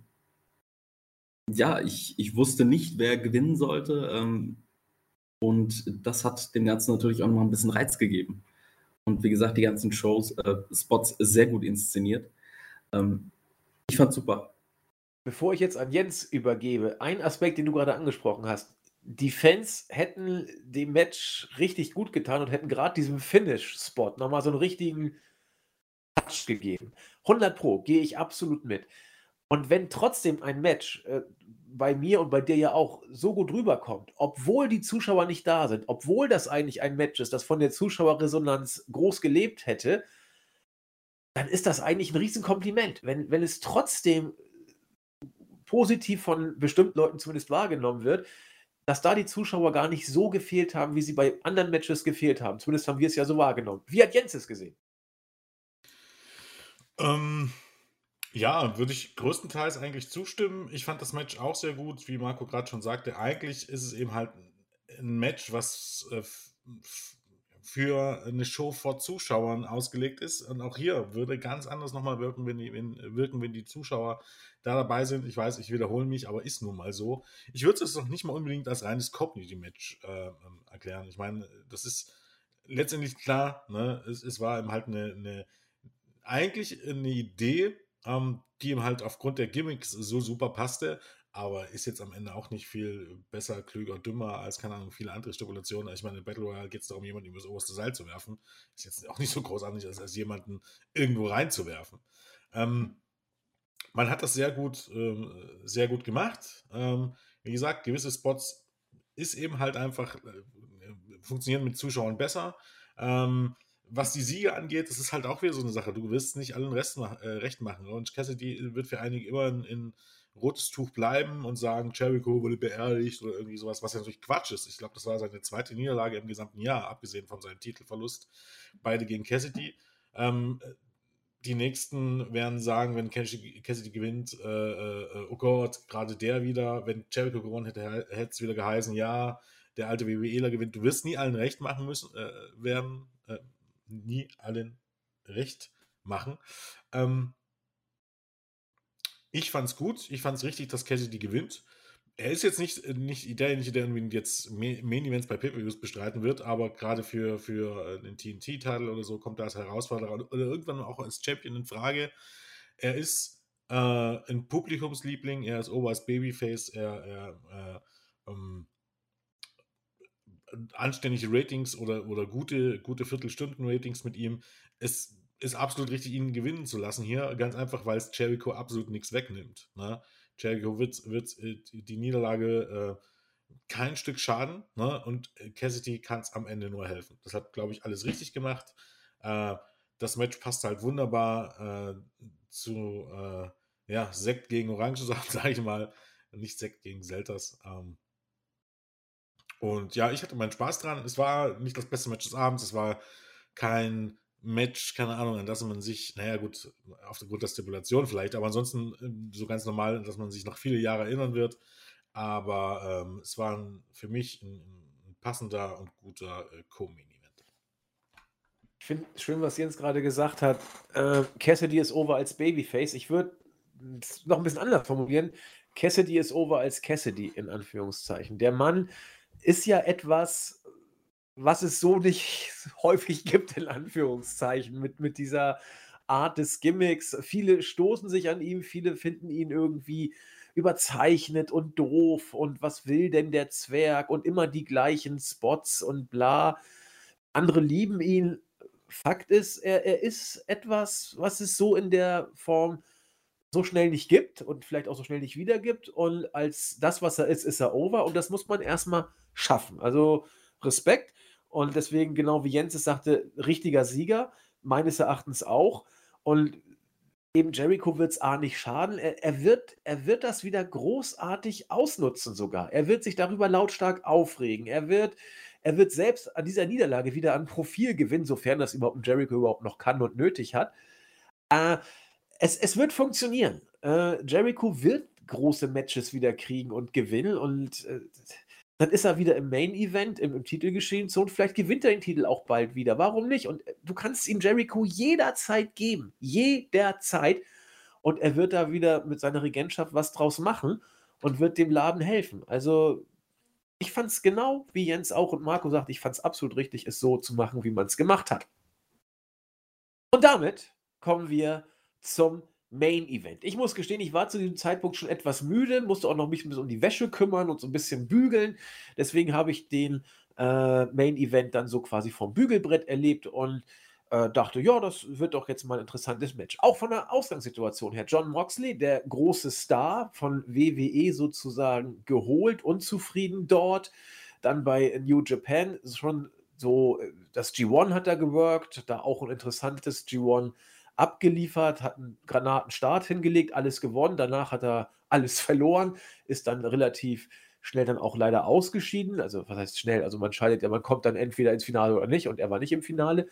ja, ich, ich wusste nicht, wer gewinnen sollte. Ähm, und das hat dem Ganzen natürlich auch noch mal ein bisschen Reiz gegeben. Und wie gesagt, die ganzen Shows, äh, Spots sehr gut inszeniert. Ähm, ich fand's super. Bevor ich jetzt an Jens übergebe, ein Aspekt, den du gerade angesprochen hast. Die Fans hätten dem Match richtig gut getan und hätten gerade diesem Finish-Spot nochmal so einen richtigen Touch gegeben. hundert Pro, gehe ich absolut mit. Und wenn trotzdem ein Match äh, bei mir und bei dir ja auch so gut rüberkommt, obwohl die Zuschauer nicht da sind, obwohl das eigentlich ein Match ist, das von der Zuschauerresonanz groß gelebt hätte, dann ist das eigentlich ein Riesenkompliment. Wenn, wenn es trotzdem positiv von bestimmten Leuten zumindest wahrgenommen wird, dass da die Zuschauer gar nicht so gefehlt haben, wie sie bei anderen Matches gefehlt haben. Zumindest haben wir es ja so wahrgenommen. Wie hat Jens es gesehen? Ähm, ja, würde ich größtenteils eigentlich zustimmen. Ich fand das Match auch sehr gut, wie Marco gerade schon sagte. Eigentlich ist es eben halt ein Match, was äh, f- f- für eine Show vor Zuschauern ausgelegt ist. Und auch hier würde ganz anders nochmal wirken, wenn die, wenn, wirken, wenn die Zuschauer da dabei sind. Ich weiß, ich wiederhole mich, aber ist nun mal so. Ich würde es noch nicht mal unbedingt als reines Comedy-Match äh, ähm, erklären. Ich meine, das ist letztendlich klar, ne? es, es war eben halt eine, eine eigentlich eine Idee, ähm, die ihm halt aufgrund der Gimmicks so super passte, aber ist jetzt am Ende auch nicht viel besser, klüger, dümmer als, keine Ahnung, viele andere Stipulationen. Ich meine, in Battle Royale geht es darum, jemanden über das oberste Seil zu werfen. Ist jetzt auch nicht so großartig, als, als jemanden irgendwo reinzuwerfen. Ähm, man hat das sehr gut, ähm, sehr gut gemacht. Ähm, wie gesagt, gewisse Spots ist eben halt einfach, äh, funktionieren mit Zuschauern besser. Ähm, was die Siege angeht, das ist halt auch wieder so eine Sache. Du wirst nicht allen Rest ma äh, recht machen. Und Cassidy wird für einige immer in, in rotes Tuch bleiben und sagen, Jericho wurde beerdigt oder irgendwie sowas, was ja natürlich Quatsch ist. Ich glaube, das war seine zweite Niederlage im gesamten Jahr, abgesehen von seinem Titelverlust. Beide gegen Cassidy. Ähm, die nächsten werden sagen, wenn Cassidy, Cassidy gewinnt, äh, äh, oh Gott, gerade der wieder. Wenn Jericho gewonnen hätte, hätte es wieder geheißen, ja, der alte WWEler gewinnt. Du wirst nie allen recht machen müssen, äh, werden, äh, nie allen recht machen. Ähm, ich fand's gut, ich fand's richtig, dass Cassidy gewinnt. er ist jetzt nicht, nicht derjenige, der irgendwie jetzt Ma- Main-Events bei Pay-Per-Views bestreiten wird, aber gerade für, für äh, den T N T-Titel oder so kommt er als Herausforderer oder irgendwann auch als Champion in Frage. Er ist äh, ein Publikumsliebling, er ist over als Babyface, er, er äh, ähm, anständige Ratings oder, oder gute, gute Viertelstunden-Ratings mit ihm. Es ist absolut richtig, ihn gewinnen zu lassen hier, ganz einfach, weil es Jericho absolut nichts wegnimmt. Ne? Jericho wird, wird äh, die Niederlage äh, kein Stück schaden, ne? Und Cassidy kann es am Ende nur helfen. Das hat, glaube ich, alles richtig gemacht. Äh, das Match passt halt wunderbar äh, zu äh, ja, Sekt gegen Orangensaft, sage ich mal. Nicht Sekt gegen Selters. Ähm, und ja, ich hatte meinen Spaß dran. Es war nicht das beste Match des Abends. Es war kein Match, keine Ahnung, an das man sich, naja, gut, aufgrund der Stipulation vielleicht, aber ansonsten ähm, so ganz normal, dass man sich noch viele Jahre erinnern wird. Aber ähm, es war ein, für mich ein, ein passender und guter äh, Co-Main-Event. Ich finde schön, was Jens gerade gesagt hat. Äh, Cassidy ist over als Babyface. Ich würde es noch ein bisschen anders formulieren. Cassidy ist over als Cassidy, in Anführungszeichen. Der Mann ist ja etwas, was es so nicht häufig gibt, in Anführungszeichen, mit, mit dieser Art des Gimmicks. Viele stoßen sich an ihm, viele finden ihn irgendwie überzeichnet und doof und was will denn der Zwerg und immer die gleichen Spots und bla. Andere lieben ihn. Fakt ist, er, er ist etwas, was es so in der Form so schnell nicht gibt und vielleicht auch so schnell nicht wieder gibt. Und als das, was er ist, ist er over. Und das muss man erstmal schaffen. Also Respekt. Und deswegen, genau wie Jens es sagte, richtiger Sieger, meines Erachtens auch. Und eben Jericho wird es A nicht schaden. Er, er, wird, er wird das wieder großartig ausnutzen sogar. Er wird sich darüber lautstark aufregen. Er wird, er wird selbst an dieser Niederlage wieder an Profil gewinnen, sofern das überhaupt ein Jericho überhaupt noch kann und nötig hat. Äh, es, es wird funktionieren. Äh, Jericho wird große Matches wieder kriegen und gewinnen und äh, dann ist er wieder im Main-Event, im, im Titelgeschehen und vielleicht gewinnt er den Titel auch bald wieder. Warum nicht? Und äh, du kannst ihm Jericho jederzeit geben. Jederzeit. Und er wird da wieder mit seiner Regentschaft was draus machen und wird dem Laden helfen. Also, ich fand es genau, wie Jens auch und Marco sagt, ich fand es absolut richtig, es so zu machen, wie man es gemacht hat. Und damit kommen wir zum Main Event. Ich muss gestehen, ich war zu diesem Zeitpunkt schon etwas müde, musste auch noch mich ein bisschen um die Wäsche kümmern und so ein bisschen bügeln. Deswegen habe ich den äh, Main Event dann so quasi vom Bügelbrett erlebt und äh, dachte, ja, das wird doch jetzt mal ein interessantes Match. Auch von der Ausgangssituation her. Jon Moxley, der große Star von W W E sozusagen geholt, unzufrieden dort. Dann bei New Japan schon so, das G eins hat er geworkt, da auch ein interessantes G eins abgeliefert, hat einen Granatenstart hingelegt, alles gewonnen, danach hat er alles verloren, ist dann relativ schnell dann auch leider ausgeschieden, also was heißt schnell, also man scheidet ja, man kommt dann entweder ins Finale oder nicht und er war nicht im Finale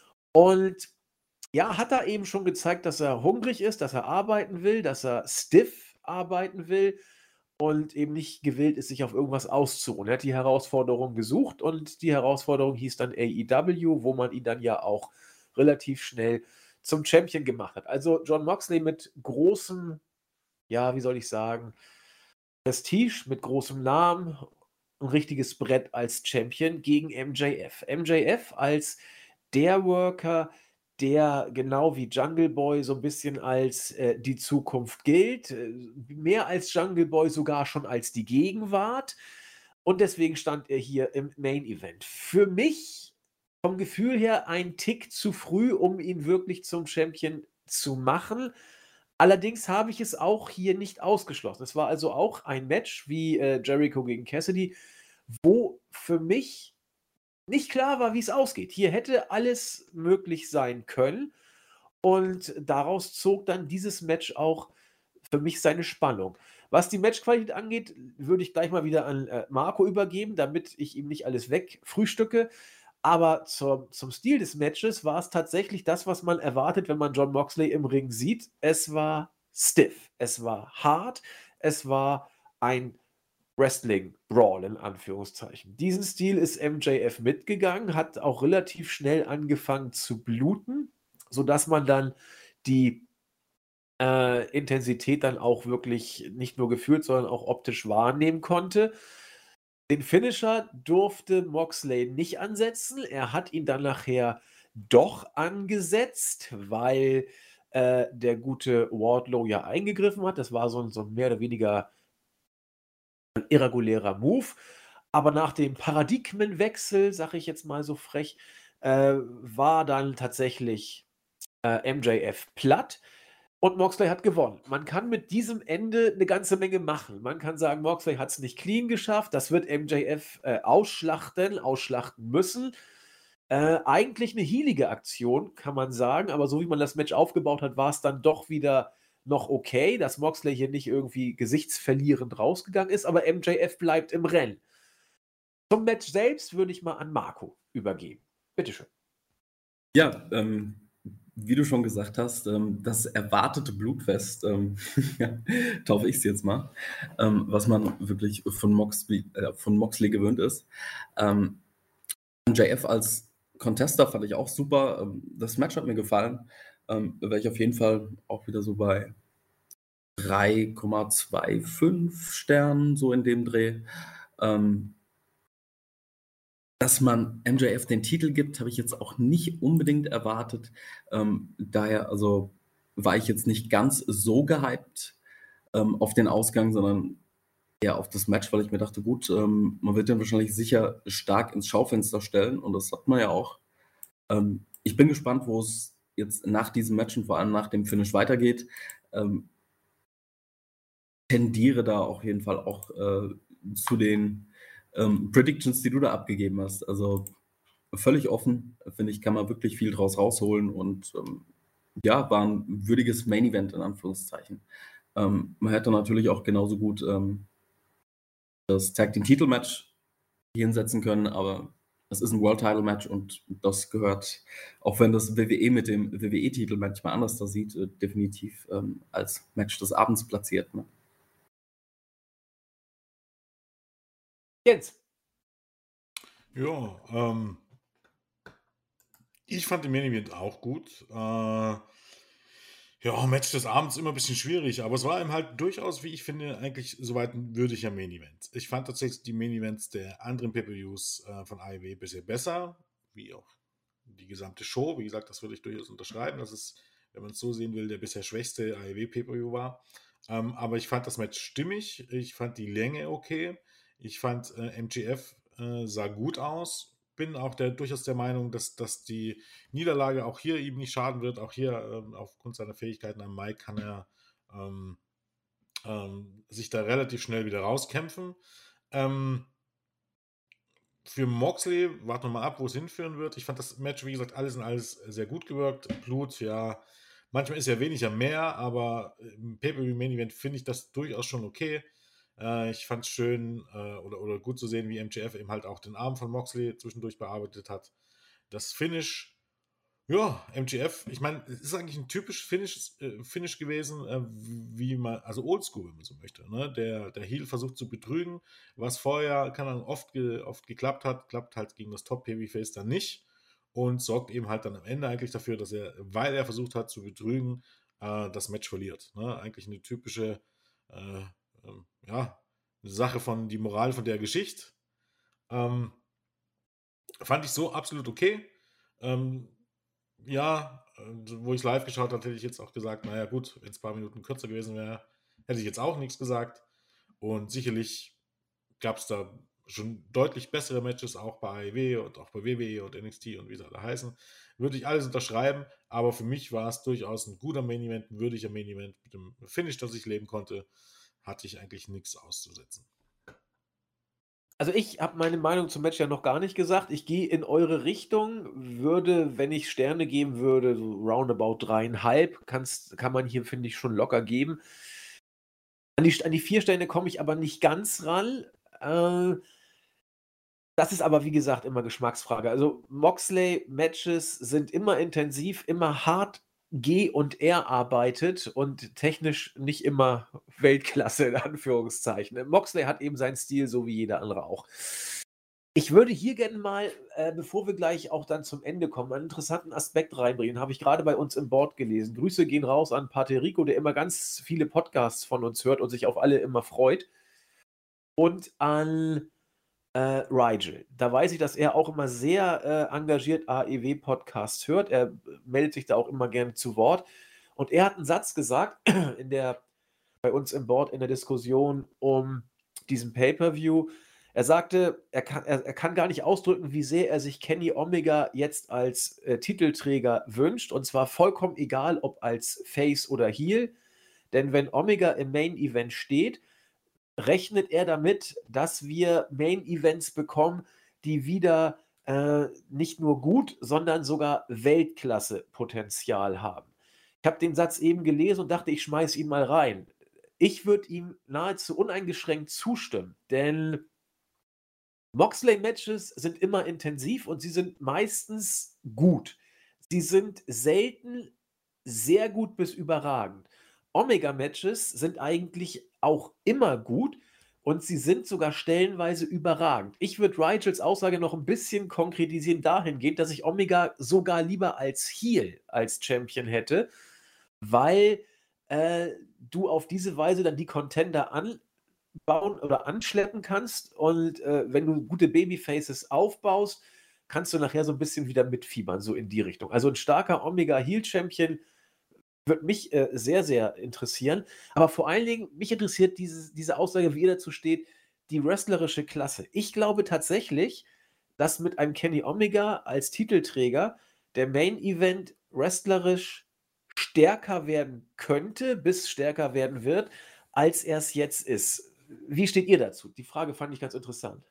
und ja, hat er eben schon gezeigt, dass er hungrig ist, dass er arbeiten will, dass er stiff arbeiten will und eben nicht gewillt ist, sich auf irgendwas auszuruhen. Er hat die Herausforderung gesucht und die Herausforderung hieß dann A E W, wo man ihn dann ja auch relativ schnell zum Champion gemacht hat. Also Jon Moxley mit großem, ja, wie soll ich sagen, Prestige, mit großem Namen, ein richtiges Brett als Champion gegen M J F. M J F als der Worker, der genau wie Jungle Boy so ein bisschen als äh, die Zukunft gilt, äh, mehr als Jungle Boy sogar schon als die Gegenwart. Und deswegen stand er hier im Main Event. Für mich vom Gefühl her ein Tick zu früh, um ihn wirklich zum Champion zu machen. Allerdings habe ich es auch hier nicht ausgeschlossen. Es war also auch ein Match wie äh, Jericho gegen Cassidy, wo für mich nicht klar war, wie es ausgeht. Hier hätte alles möglich sein können und daraus zog dann dieses Match auch für mich seine Spannung. Was die Matchqualität angeht, würde ich gleich mal wieder an äh, Marco übergeben, damit ich ihm nicht alles wegfrühstücke. Aber zur, zum Stil des Matches war es tatsächlich das, was man erwartet, wenn man Jon Moxley im Ring sieht. Es war stiff, es war hart, es war ein Wrestling-Brawl in Anführungszeichen. Diesen Stil ist M J F mitgegangen, hat auch relativ schnell angefangen zu bluten, sodass man dann die äh, Intensität dann auch wirklich nicht nur gefühlt, sondern auch optisch wahrnehmen konnte. Den Finisher durfte Moxley nicht ansetzen. Er hat ihn dann nachher doch angesetzt, weil äh, der gute Wardlow ja eingegriffen hat. Das war so ein, so ein mehr oder weniger ein irregulärer Move. Aber nach dem Paradigmenwechsel, sage ich jetzt mal so frech, äh, war dann tatsächlich äh, M J F platt. Und Moxley hat gewonnen. Man kann mit diesem Ende eine ganze Menge machen. Man kann sagen, Moxley hat es nicht clean geschafft. Das wird M J F äh, ausschlachten, ausschlachten müssen. Äh, eigentlich eine heelige Aktion, kann man sagen. Aber so wie man das Match aufgebaut hat, war es dann doch wieder noch okay, dass Moxley hier nicht irgendwie gesichtsverlierend rausgegangen ist. Aber M J F bleibt im Rennen. Zum Match selbst würde ich mal an Marco übergeben. Bitteschön. Ja, ähm, wie du schon gesagt hast, ähm, das erwartete Blutfest, ähm, taufe ich es jetzt mal, ähm, was man wirklich von Moxley, äh, von Moxley gewöhnt ist. Ähm, M J F als Contester fand ich auch super. Ähm, das Match hat mir gefallen. Ähm, wäre ich auf jeden Fall auch wieder so bei drei Komma fünfundzwanzig Sternen, so in dem Dreh. Ähm, Dass man M J F den Titel gibt, habe ich jetzt auch nicht unbedingt erwartet. Ähm, daher also war ich jetzt nicht ganz so gehypt ähm, auf den Ausgang, sondern eher auf das Match, weil ich mir dachte, gut, ähm, man wird den wahrscheinlich sicher stark ins Schaufenster stellen und das hat man ja auch. Ähm, ich bin gespannt, wo es jetzt nach diesem Match und vor allem nach dem Finish weitergeht. Ähm, tendiere da auf jeden Fall auch äh, zu den ähm, Predictions, die du da abgegeben hast. Also völlig offen, finde ich, kann man wirklich viel draus rausholen und ähm, ja, war ein würdiges Main Event in Anführungszeichen. Ähm, man hätte natürlich auch genauso gut ähm, das Tag Team Titel Match hinsetzen können, aber es ist ein World Title Match und das gehört, auch wenn das W W E mit dem W W E-Titel manchmal anders da sieht, äh, definitiv ähm, als Match des Abends platziert. Ne? Jens. Ja, ähm, ich fand den Main Event auch gut. Äh, ja, Match des Abends immer ein bisschen schwierig, aber es war eben halt durchaus, wie ich finde, eigentlich soweit ein würdiger Main Event. Ich fand tatsächlich die Main Events der anderen Pay-Per-Views äh, von A E W bisher besser, wie auch die gesamte Show. Wie gesagt, das würde ich durchaus unterschreiben, dass es, wenn man es so sehen will, der bisher schwächste A E W Pay-Per-View war. Ähm, aber ich fand das Match stimmig, ich fand die Länge okay, ich fand äh, M J F äh, sah gut aus. Bin auch der, durchaus der Meinung, dass, dass die Niederlage auch hier ihm nicht schaden wird. Auch hier ähm, aufgrund seiner Fähigkeiten am Mic kann er ähm, ähm, sich da relativ schnell wieder rauskämpfen. Ähm, für Moxley, warten wir mal ab, wo es hinführen wird. Ich fand das Match, wie gesagt, alles in alles sehr gut gewirkt. Blut, ja, manchmal ist ja weniger mehr, aber im Pay-Per-View-Main-Event finde ich das durchaus schon okay. Äh, ich fand es schön äh, oder, oder gut zu sehen, wie M J F eben halt auch den Arm von Moxley zwischendurch bearbeitet hat. Das Finish, ja, M J F, ich meine, es ist eigentlich ein typisch Finish, äh, Finish gewesen, äh, wie man, also Oldschool, wenn man so möchte. Ne? Der, der Heel versucht zu betrügen, was vorher, keine Ahnung, oft, ge, oft geklappt hat, klappt halt gegen das Top-Babyface dann nicht und sorgt eben halt dann am Ende eigentlich dafür, dass er, weil er versucht hat zu betrügen, äh, das Match verliert. Ne? Eigentlich eine typische, äh, ähm, ja, eine Sache von die Moral von der Geschichte. Ähm, fand ich so absolut okay. Ähm, ja, äh, wo ich es live geschaut habe, hätte ich jetzt auch gesagt, naja gut, wenn es ein paar Minuten kürzer gewesen wäre, hätte ich jetzt auch nichts gesagt. Und sicherlich gab es da schon deutlich bessere Matches, auch bei A E W und auch bei W W E und N X T und wie sie alle heißen. Würde ich alles unterschreiben, aber für mich war es durchaus ein guter Main Event, ein würdiger Main Event mit dem Finish, das ich leben konnte, hatte ich eigentlich nichts auszusetzen. Also ich habe meine Meinung zum Match ja noch gar nicht gesagt. Ich gehe in eure Richtung, würde, wenn ich Sterne geben würde, so roundabout dreieinhalb, kann's, kann man hier, finde ich, schon locker geben. An die, an die vier Sterne komme ich aber nicht ganz ran. Äh, das ist aber, wie gesagt, immer Geschmacksfrage. Also Moxley-Matches sind immer intensiv, immer hart G- und R-arbeitet und technisch nicht immer Weltklasse, in Anführungszeichen. Moxley hat eben seinen Stil, so wie jeder andere auch. Ich würde hier gerne mal, äh, bevor wir gleich auch dann zum Ende kommen, einen interessanten Aspekt reinbringen. Habe ich gerade bei uns im Board gelesen. Grüße gehen raus an Paterico, der immer ganz viele Podcasts von uns hört und sich auf alle immer freut. Und an äh, Rigel. Da weiß ich, dass er auch immer sehr äh, engagiert A E W-Podcasts hört. Er äh, meldet sich da auch immer gerne zu Wort. Und er hat einen Satz gesagt in der, bei uns im Board in der Diskussion um diesen Pay-Per-View. Er sagte, er kann, er, er kann gar nicht ausdrücken, wie sehr er sich Kenny Omega jetzt als äh, Titelträger wünscht. Und zwar vollkommen egal, ob als Face oder Heel. Denn wenn Omega im Main Event steht, rechnet er damit, dass wir Main Events bekommen, die wieder äh, nicht nur gut, sondern sogar Weltklasse-Potenzial haben. Ich habe den Satz eben gelesen und dachte, ich schmeiße ihn mal rein. Ich würde ihm nahezu uneingeschränkt zustimmen, denn Moxley-Matches sind immer intensiv und sie sind meistens gut. Sie sind selten sehr gut bis überragend. Omega-Matches sind eigentlich auch immer gut und sie sind sogar stellenweise überragend. Ich würde Rigels Aussage noch ein bisschen konkretisieren dahingehend, dass ich Omega sogar lieber als Heel als Champion hätte, weil äh, du auf diese Weise dann die Contender anbauen oder anschleppen kannst und äh, wenn du gute Babyfaces aufbaust, kannst du nachher so ein bisschen wieder mitfiebern, so in die Richtung. Also ein starker Omega-Heel-Champion würde mich äh, sehr, sehr interessieren. Aber vor allen Dingen, mich interessiert diese, diese Aussage, wie ihr dazu steht, die wrestlerische Klasse. Ich glaube tatsächlich, dass mit einem Kenny Omega als Titelträger der Main Event wrestlerisch stärker werden könnte, bis stärker werden wird, als er es jetzt ist. Wie steht ihr dazu? Die Frage fand ich ganz interessant.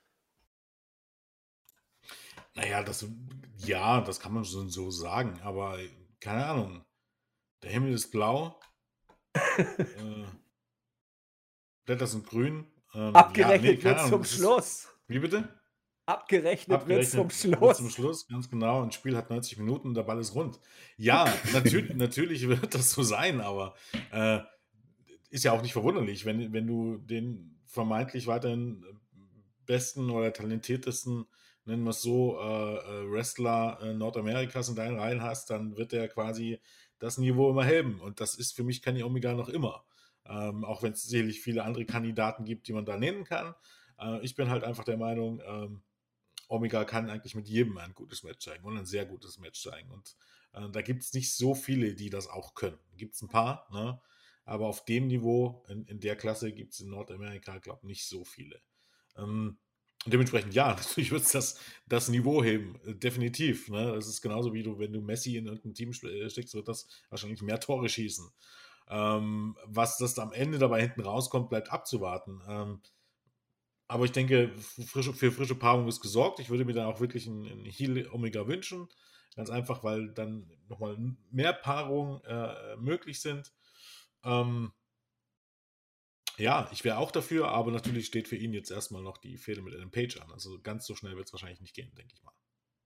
Naja, das, ja, das kann man schon so sagen, aber keine Ahnung. Der Himmel ist blau, äh, Blätter sind grün. Ähm, ja, nee, Abgerechnet keine wird Ahnung. zum Das ist, Schluss. wie bitte? Abgerechnet wird zum Abgerechnet wird zum Schluss. Schluss, ganz genau. Ein Spiel hat neunzig Minuten, der Ball ist rund. Ja, natürlich, natürlich wird das so sein, aber äh, ist ja auch nicht verwunderlich, wenn, wenn du den vermeintlich weiterhin besten oder talentiertesten, nennen wir es so, äh, äh, Wrestler äh, Nordamerikas in deinen Reihen hast, dann wird der quasi das Niveau immer heben. Und das ist für mich Kenny Omega noch immer. Ähm, auch wenn es sicherlich viele andere Kandidaten gibt, die man da nennen kann. Äh, ich bin halt einfach der Meinung, ähm, Omega kann eigentlich mit jedem ein gutes Match zeigen und ein sehr gutes Match zeigen. Und äh, da gibt es nicht so viele, die das auch können. Gibt es ein paar, ne? Aber auf dem Niveau, in, in der Klasse, gibt es in Nordamerika, glaube ich, nicht so viele. Ähm, und dementsprechend, ja, natürlich wird es das, das Niveau heben, äh, definitiv. Ne? Das ist genauso wie du, wenn du Messi in irgendein Team steckst, wird das wahrscheinlich mehr Tore schießen. Ähm, was das am Ende dabei hinten rauskommt, bleibt abzuwarten. Ähm, aber ich denke, frische, für frische Paarung ist gesorgt. Ich würde mir dann auch wirklich einen, einen Heel Omega wünschen. Ganz einfach, weil dann nochmal mehr Paarungen äh, möglich sind. Ähm, ja, ich wäre auch dafür, aber natürlich steht für ihn jetzt erstmal noch die Fehde mit Adam Page an. Also ganz so schnell wird es wahrscheinlich nicht gehen, denke ich mal.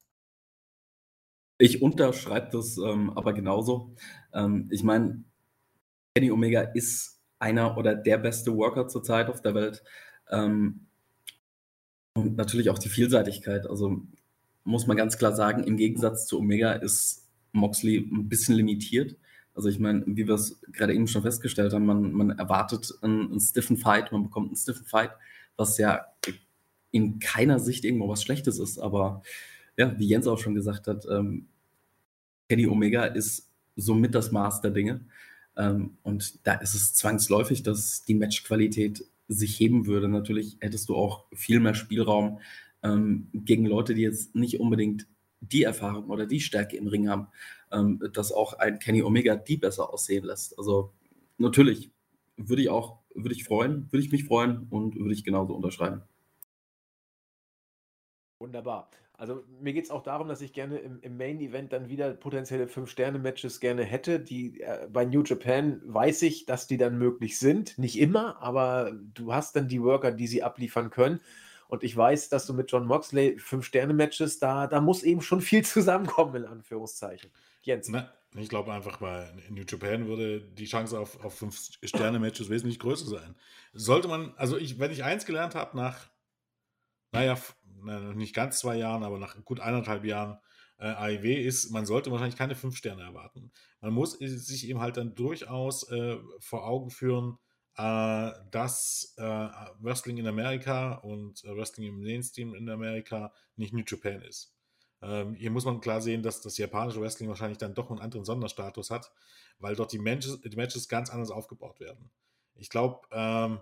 Ich unterschreibe das ähm, aber genauso. Ähm, ich meine, Kenny Omega ist einer oder der beste Worker zurzeit auf der Welt. Ähm, und natürlich auch die Vielseitigkeit. Also muss man ganz klar sagen, im Gegensatz zu Omega ist Moxley ein bisschen limitiert. Also ich meine, wie wir es gerade eben schon festgestellt haben, man, man erwartet einen, einen stiffen Fight, man bekommt einen stiffen Fight, was ja in keiner Sicht irgendwo was Schlechtes ist. Aber ja, wie Jens auch schon gesagt hat, ähm, Kenny Omega ist somit das Maß der Dinge. Ähm, und da ist es zwangsläufig, dass die Matchqualität sich heben würde. Natürlich hättest du auch viel mehr Spielraum ähm, gegen Leute, die jetzt nicht unbedingt die Erfahrung oder die Stärke im Ring haben, ähm, dass auch ein Kenny Omega die besser aussehen lässt. Also natürlich würde ich auch, würde ich freuen, würde ich mich freuen und würde ich genauso unterschreiben. Wunderbar. Also mir geht es auch darum, dass ich gerne im, im Main-Event dann wieder potenzielle fünf-Sterne-Matches gerne hätte. Die, äh, bei New Japan weiß ich, dass die dann möglich sind. Nicht immer, aber du hast dann die Worker, die sie abliefern können. Und ich weiß, dass du mit John Moxley fünf-Sterne-Matches, da, da muss eben schon viel zusammenkommen, in Anführungszeichen. Jens. Na, ich glaube einfach, weil in New Japan würde die Chance auf, auf fünf-Sterne-Matches wesentlich größer sein. Sollte man, also ich, wenn ich eins gelernt habe nach naja, f- na, noch nicht ganz zwei Jahren, aber nach gut eineinhalb Jahren äh, A E W ist, man sollte wahrscheinlich keine fünf Sterne erwarten. Man muss sich eben halt dann durchaus äh, vor Augen führen, äh, dass äh, Wrestling in Amerika und äh, Wrestling im Mainstream in Amerika nicht New Japan ist. Ähm, hier muss man klar sehen, dass das japanische Wrestling wahrscheinlich dann doch einen anderen Sonderstatus hat, weil dort die Matches, die Matches ganz anders aufgebaut werden. Ich glaube, ähm,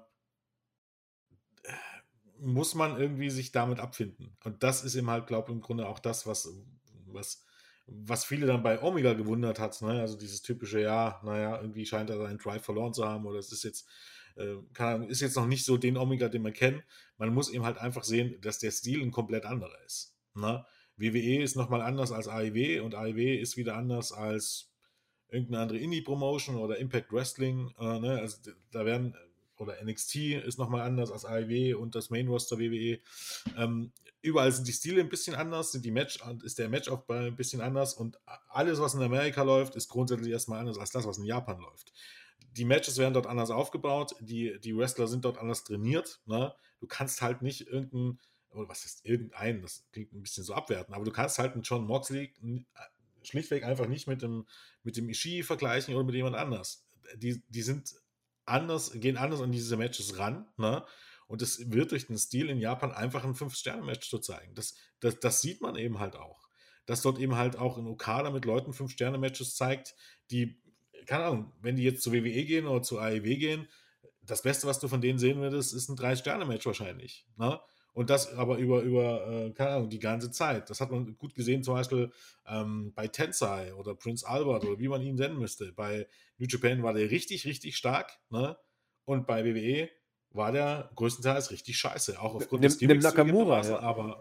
muss man irgendwie sich damit abfinden. Und das ist eben halt, glaube ich, im Grunde auch das, was, was, was viele dann bei Omega gewundert hat. Ne? Also dieses typische, ja, naja, irgendwie scheint er seinen Drive verloren zu haben oder es ist jetzt, äh, keine Ahnung, ist jetzt noch nicht so den Omega, den wir kennen. Man muss eben halt einfach sehen, dass der Stil ein komplett anderer ist. Ne? W W E ist nochmal anders als A E W und A E W ist wieder anders als irgendeine andere Indie-Promotion oder Impact Wrestling. Äh, ne? Also da werden oder N X T ist nochmal anders als A E W und das Main Roster W W E. Ähm, überall sind die Stile ein bisschen anders, sind die Match, ist der Matchaufbau ein bisschen anders und alles, was in Amerika läuft, ist grundsätzlich erstmal anders als das, was in Japan läuft. Die Matches werden dort anders aufgebaut, die, die Wrestler sind dort anders trainiert. Ne? Du kannst halt nicht irgendein, oder was ist irgendein, das klingt ein bisschen so abwertend, aber du kannst halt einen John Moxley schlichtweg einfach nicht mit dem, mit dem Ishii vergleichen oder mit jemand anders. Die, die sind anders, gehen anders an diese Matches ran, ne? Und es wird durch den Stil in Japan einfach ein fünf-Sterne-Match zu zeigen. Das, das, das sieht man eben halt auch. Dass dort eben halt auch in Okada mit Leuten fünf-Sterne-Matches zeigt, die, keine Ahnung, wenn die jetzt zu W W E gehen oder zu A E W gehen, das Beste, was du von denen sehen würdest, ist ein drei-Sterne-Match wahrscheinlich. Ne? Und das aber über, über äh, keine Ahnung, die ganze Zeit. Das hat man gut gesehen, zum Beispiel ähm, bei Tensai oder Prince Albert oder wie man ihn nennen müsste. Bei New Japan war der richtig, richtig stark. Ne? Und bei W W E war der größtenteils richtig scheiße. Auch aufgrund Nimm, des nimm Gimmicks Nakamura, zugegebenermaßen, ja. aber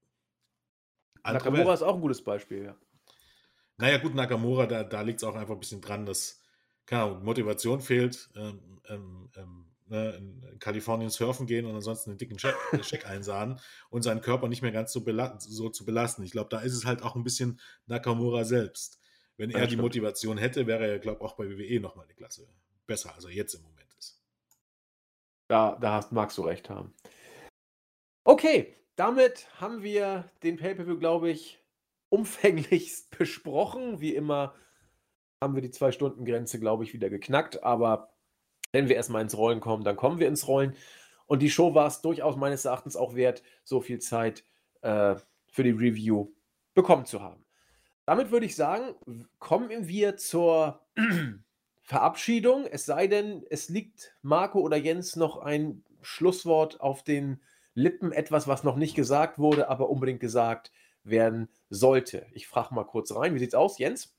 andere Nakamura Welt. ist auch ein gutes Beispiel, ja. Naja, gut, Nakamura, da, da liegt es auch einfach ein bisschen dran, dass keine Ahnung, Motivation fehlt. Ähm, ähm, ähm, ne, in Kalifornien surfen gehen und ansonsten einen dicken Scheck, Scheck einsahen und seinen Körper nicht mehr ganz so, bela- so zu belasten. Ich glaube, da ist es halt auch ein bisschen Nakamura selbst. Wenn er Ja, die stimmt. Motivation hätte, wäre er, glaube ich, auch bei W W E nochmal eine Klasse besser, als er jetzt im Moment ist. Da, da hast, magst du recht haben. Okay, damit haben wir den Pay-Per-View, glaube ich, umfänglichst besprochen. Wie immer haben wir die Zwei-Stunden-Grenze, glaube ich, wieder geknackt. Aber wenn wir erstmal ins Rollen kommen, dann kommen wir ins Rollen. Und die Show war es durchaus meines Erachtens auch wert, so viel Zeit äh, für die Review bekommen zu haben. Damit würde ich sagen, kommen wir zur Verabschiedung. Es sei denn, es liegt Marco oder Jens noch ein Schlusswort auf den Lippen, etwas, was noch nicht gesagt wurde, aber unbedingt gesagt werden sollte. Ich frage mal kurz rein. Wie sieht's aus, Jens?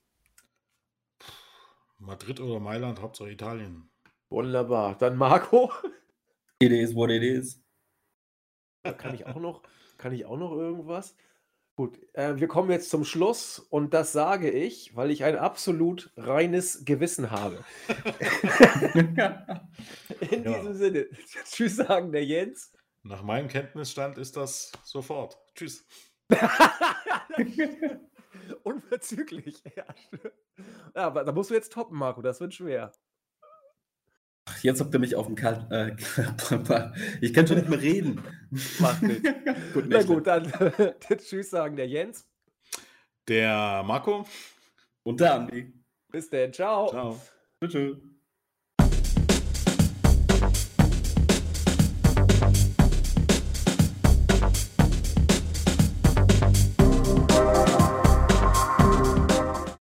Madrid oder Mailand, Hauptsache Italien. Wunderbar. Dann Marco. It is what it is. Kann ich auch noch, kann ich auch noch irgendwas? Gut, äh, wir kommen jetzt zum Schluss und das sage ich, weil ich ein absolut reines Gewissen habe. In Ja. diesem Sinne, tschüss sagen der Jens. Nach meinem Kenntnisstand ist das sofort. Tschüss. Unverzüglich. Ja, ja, aber da musst du jetzt toppen, Marco, das wird schwer. Jetzt habt ihr mich auf dem Kalt. Äh, ich kann schon nicht mehr reden. Macht nichts. Gut, Na nicht gut, dann tschüss sagen der Jens. Der Marco. Und der Andi. Bis dann, ciao. Ciao. Tschüss.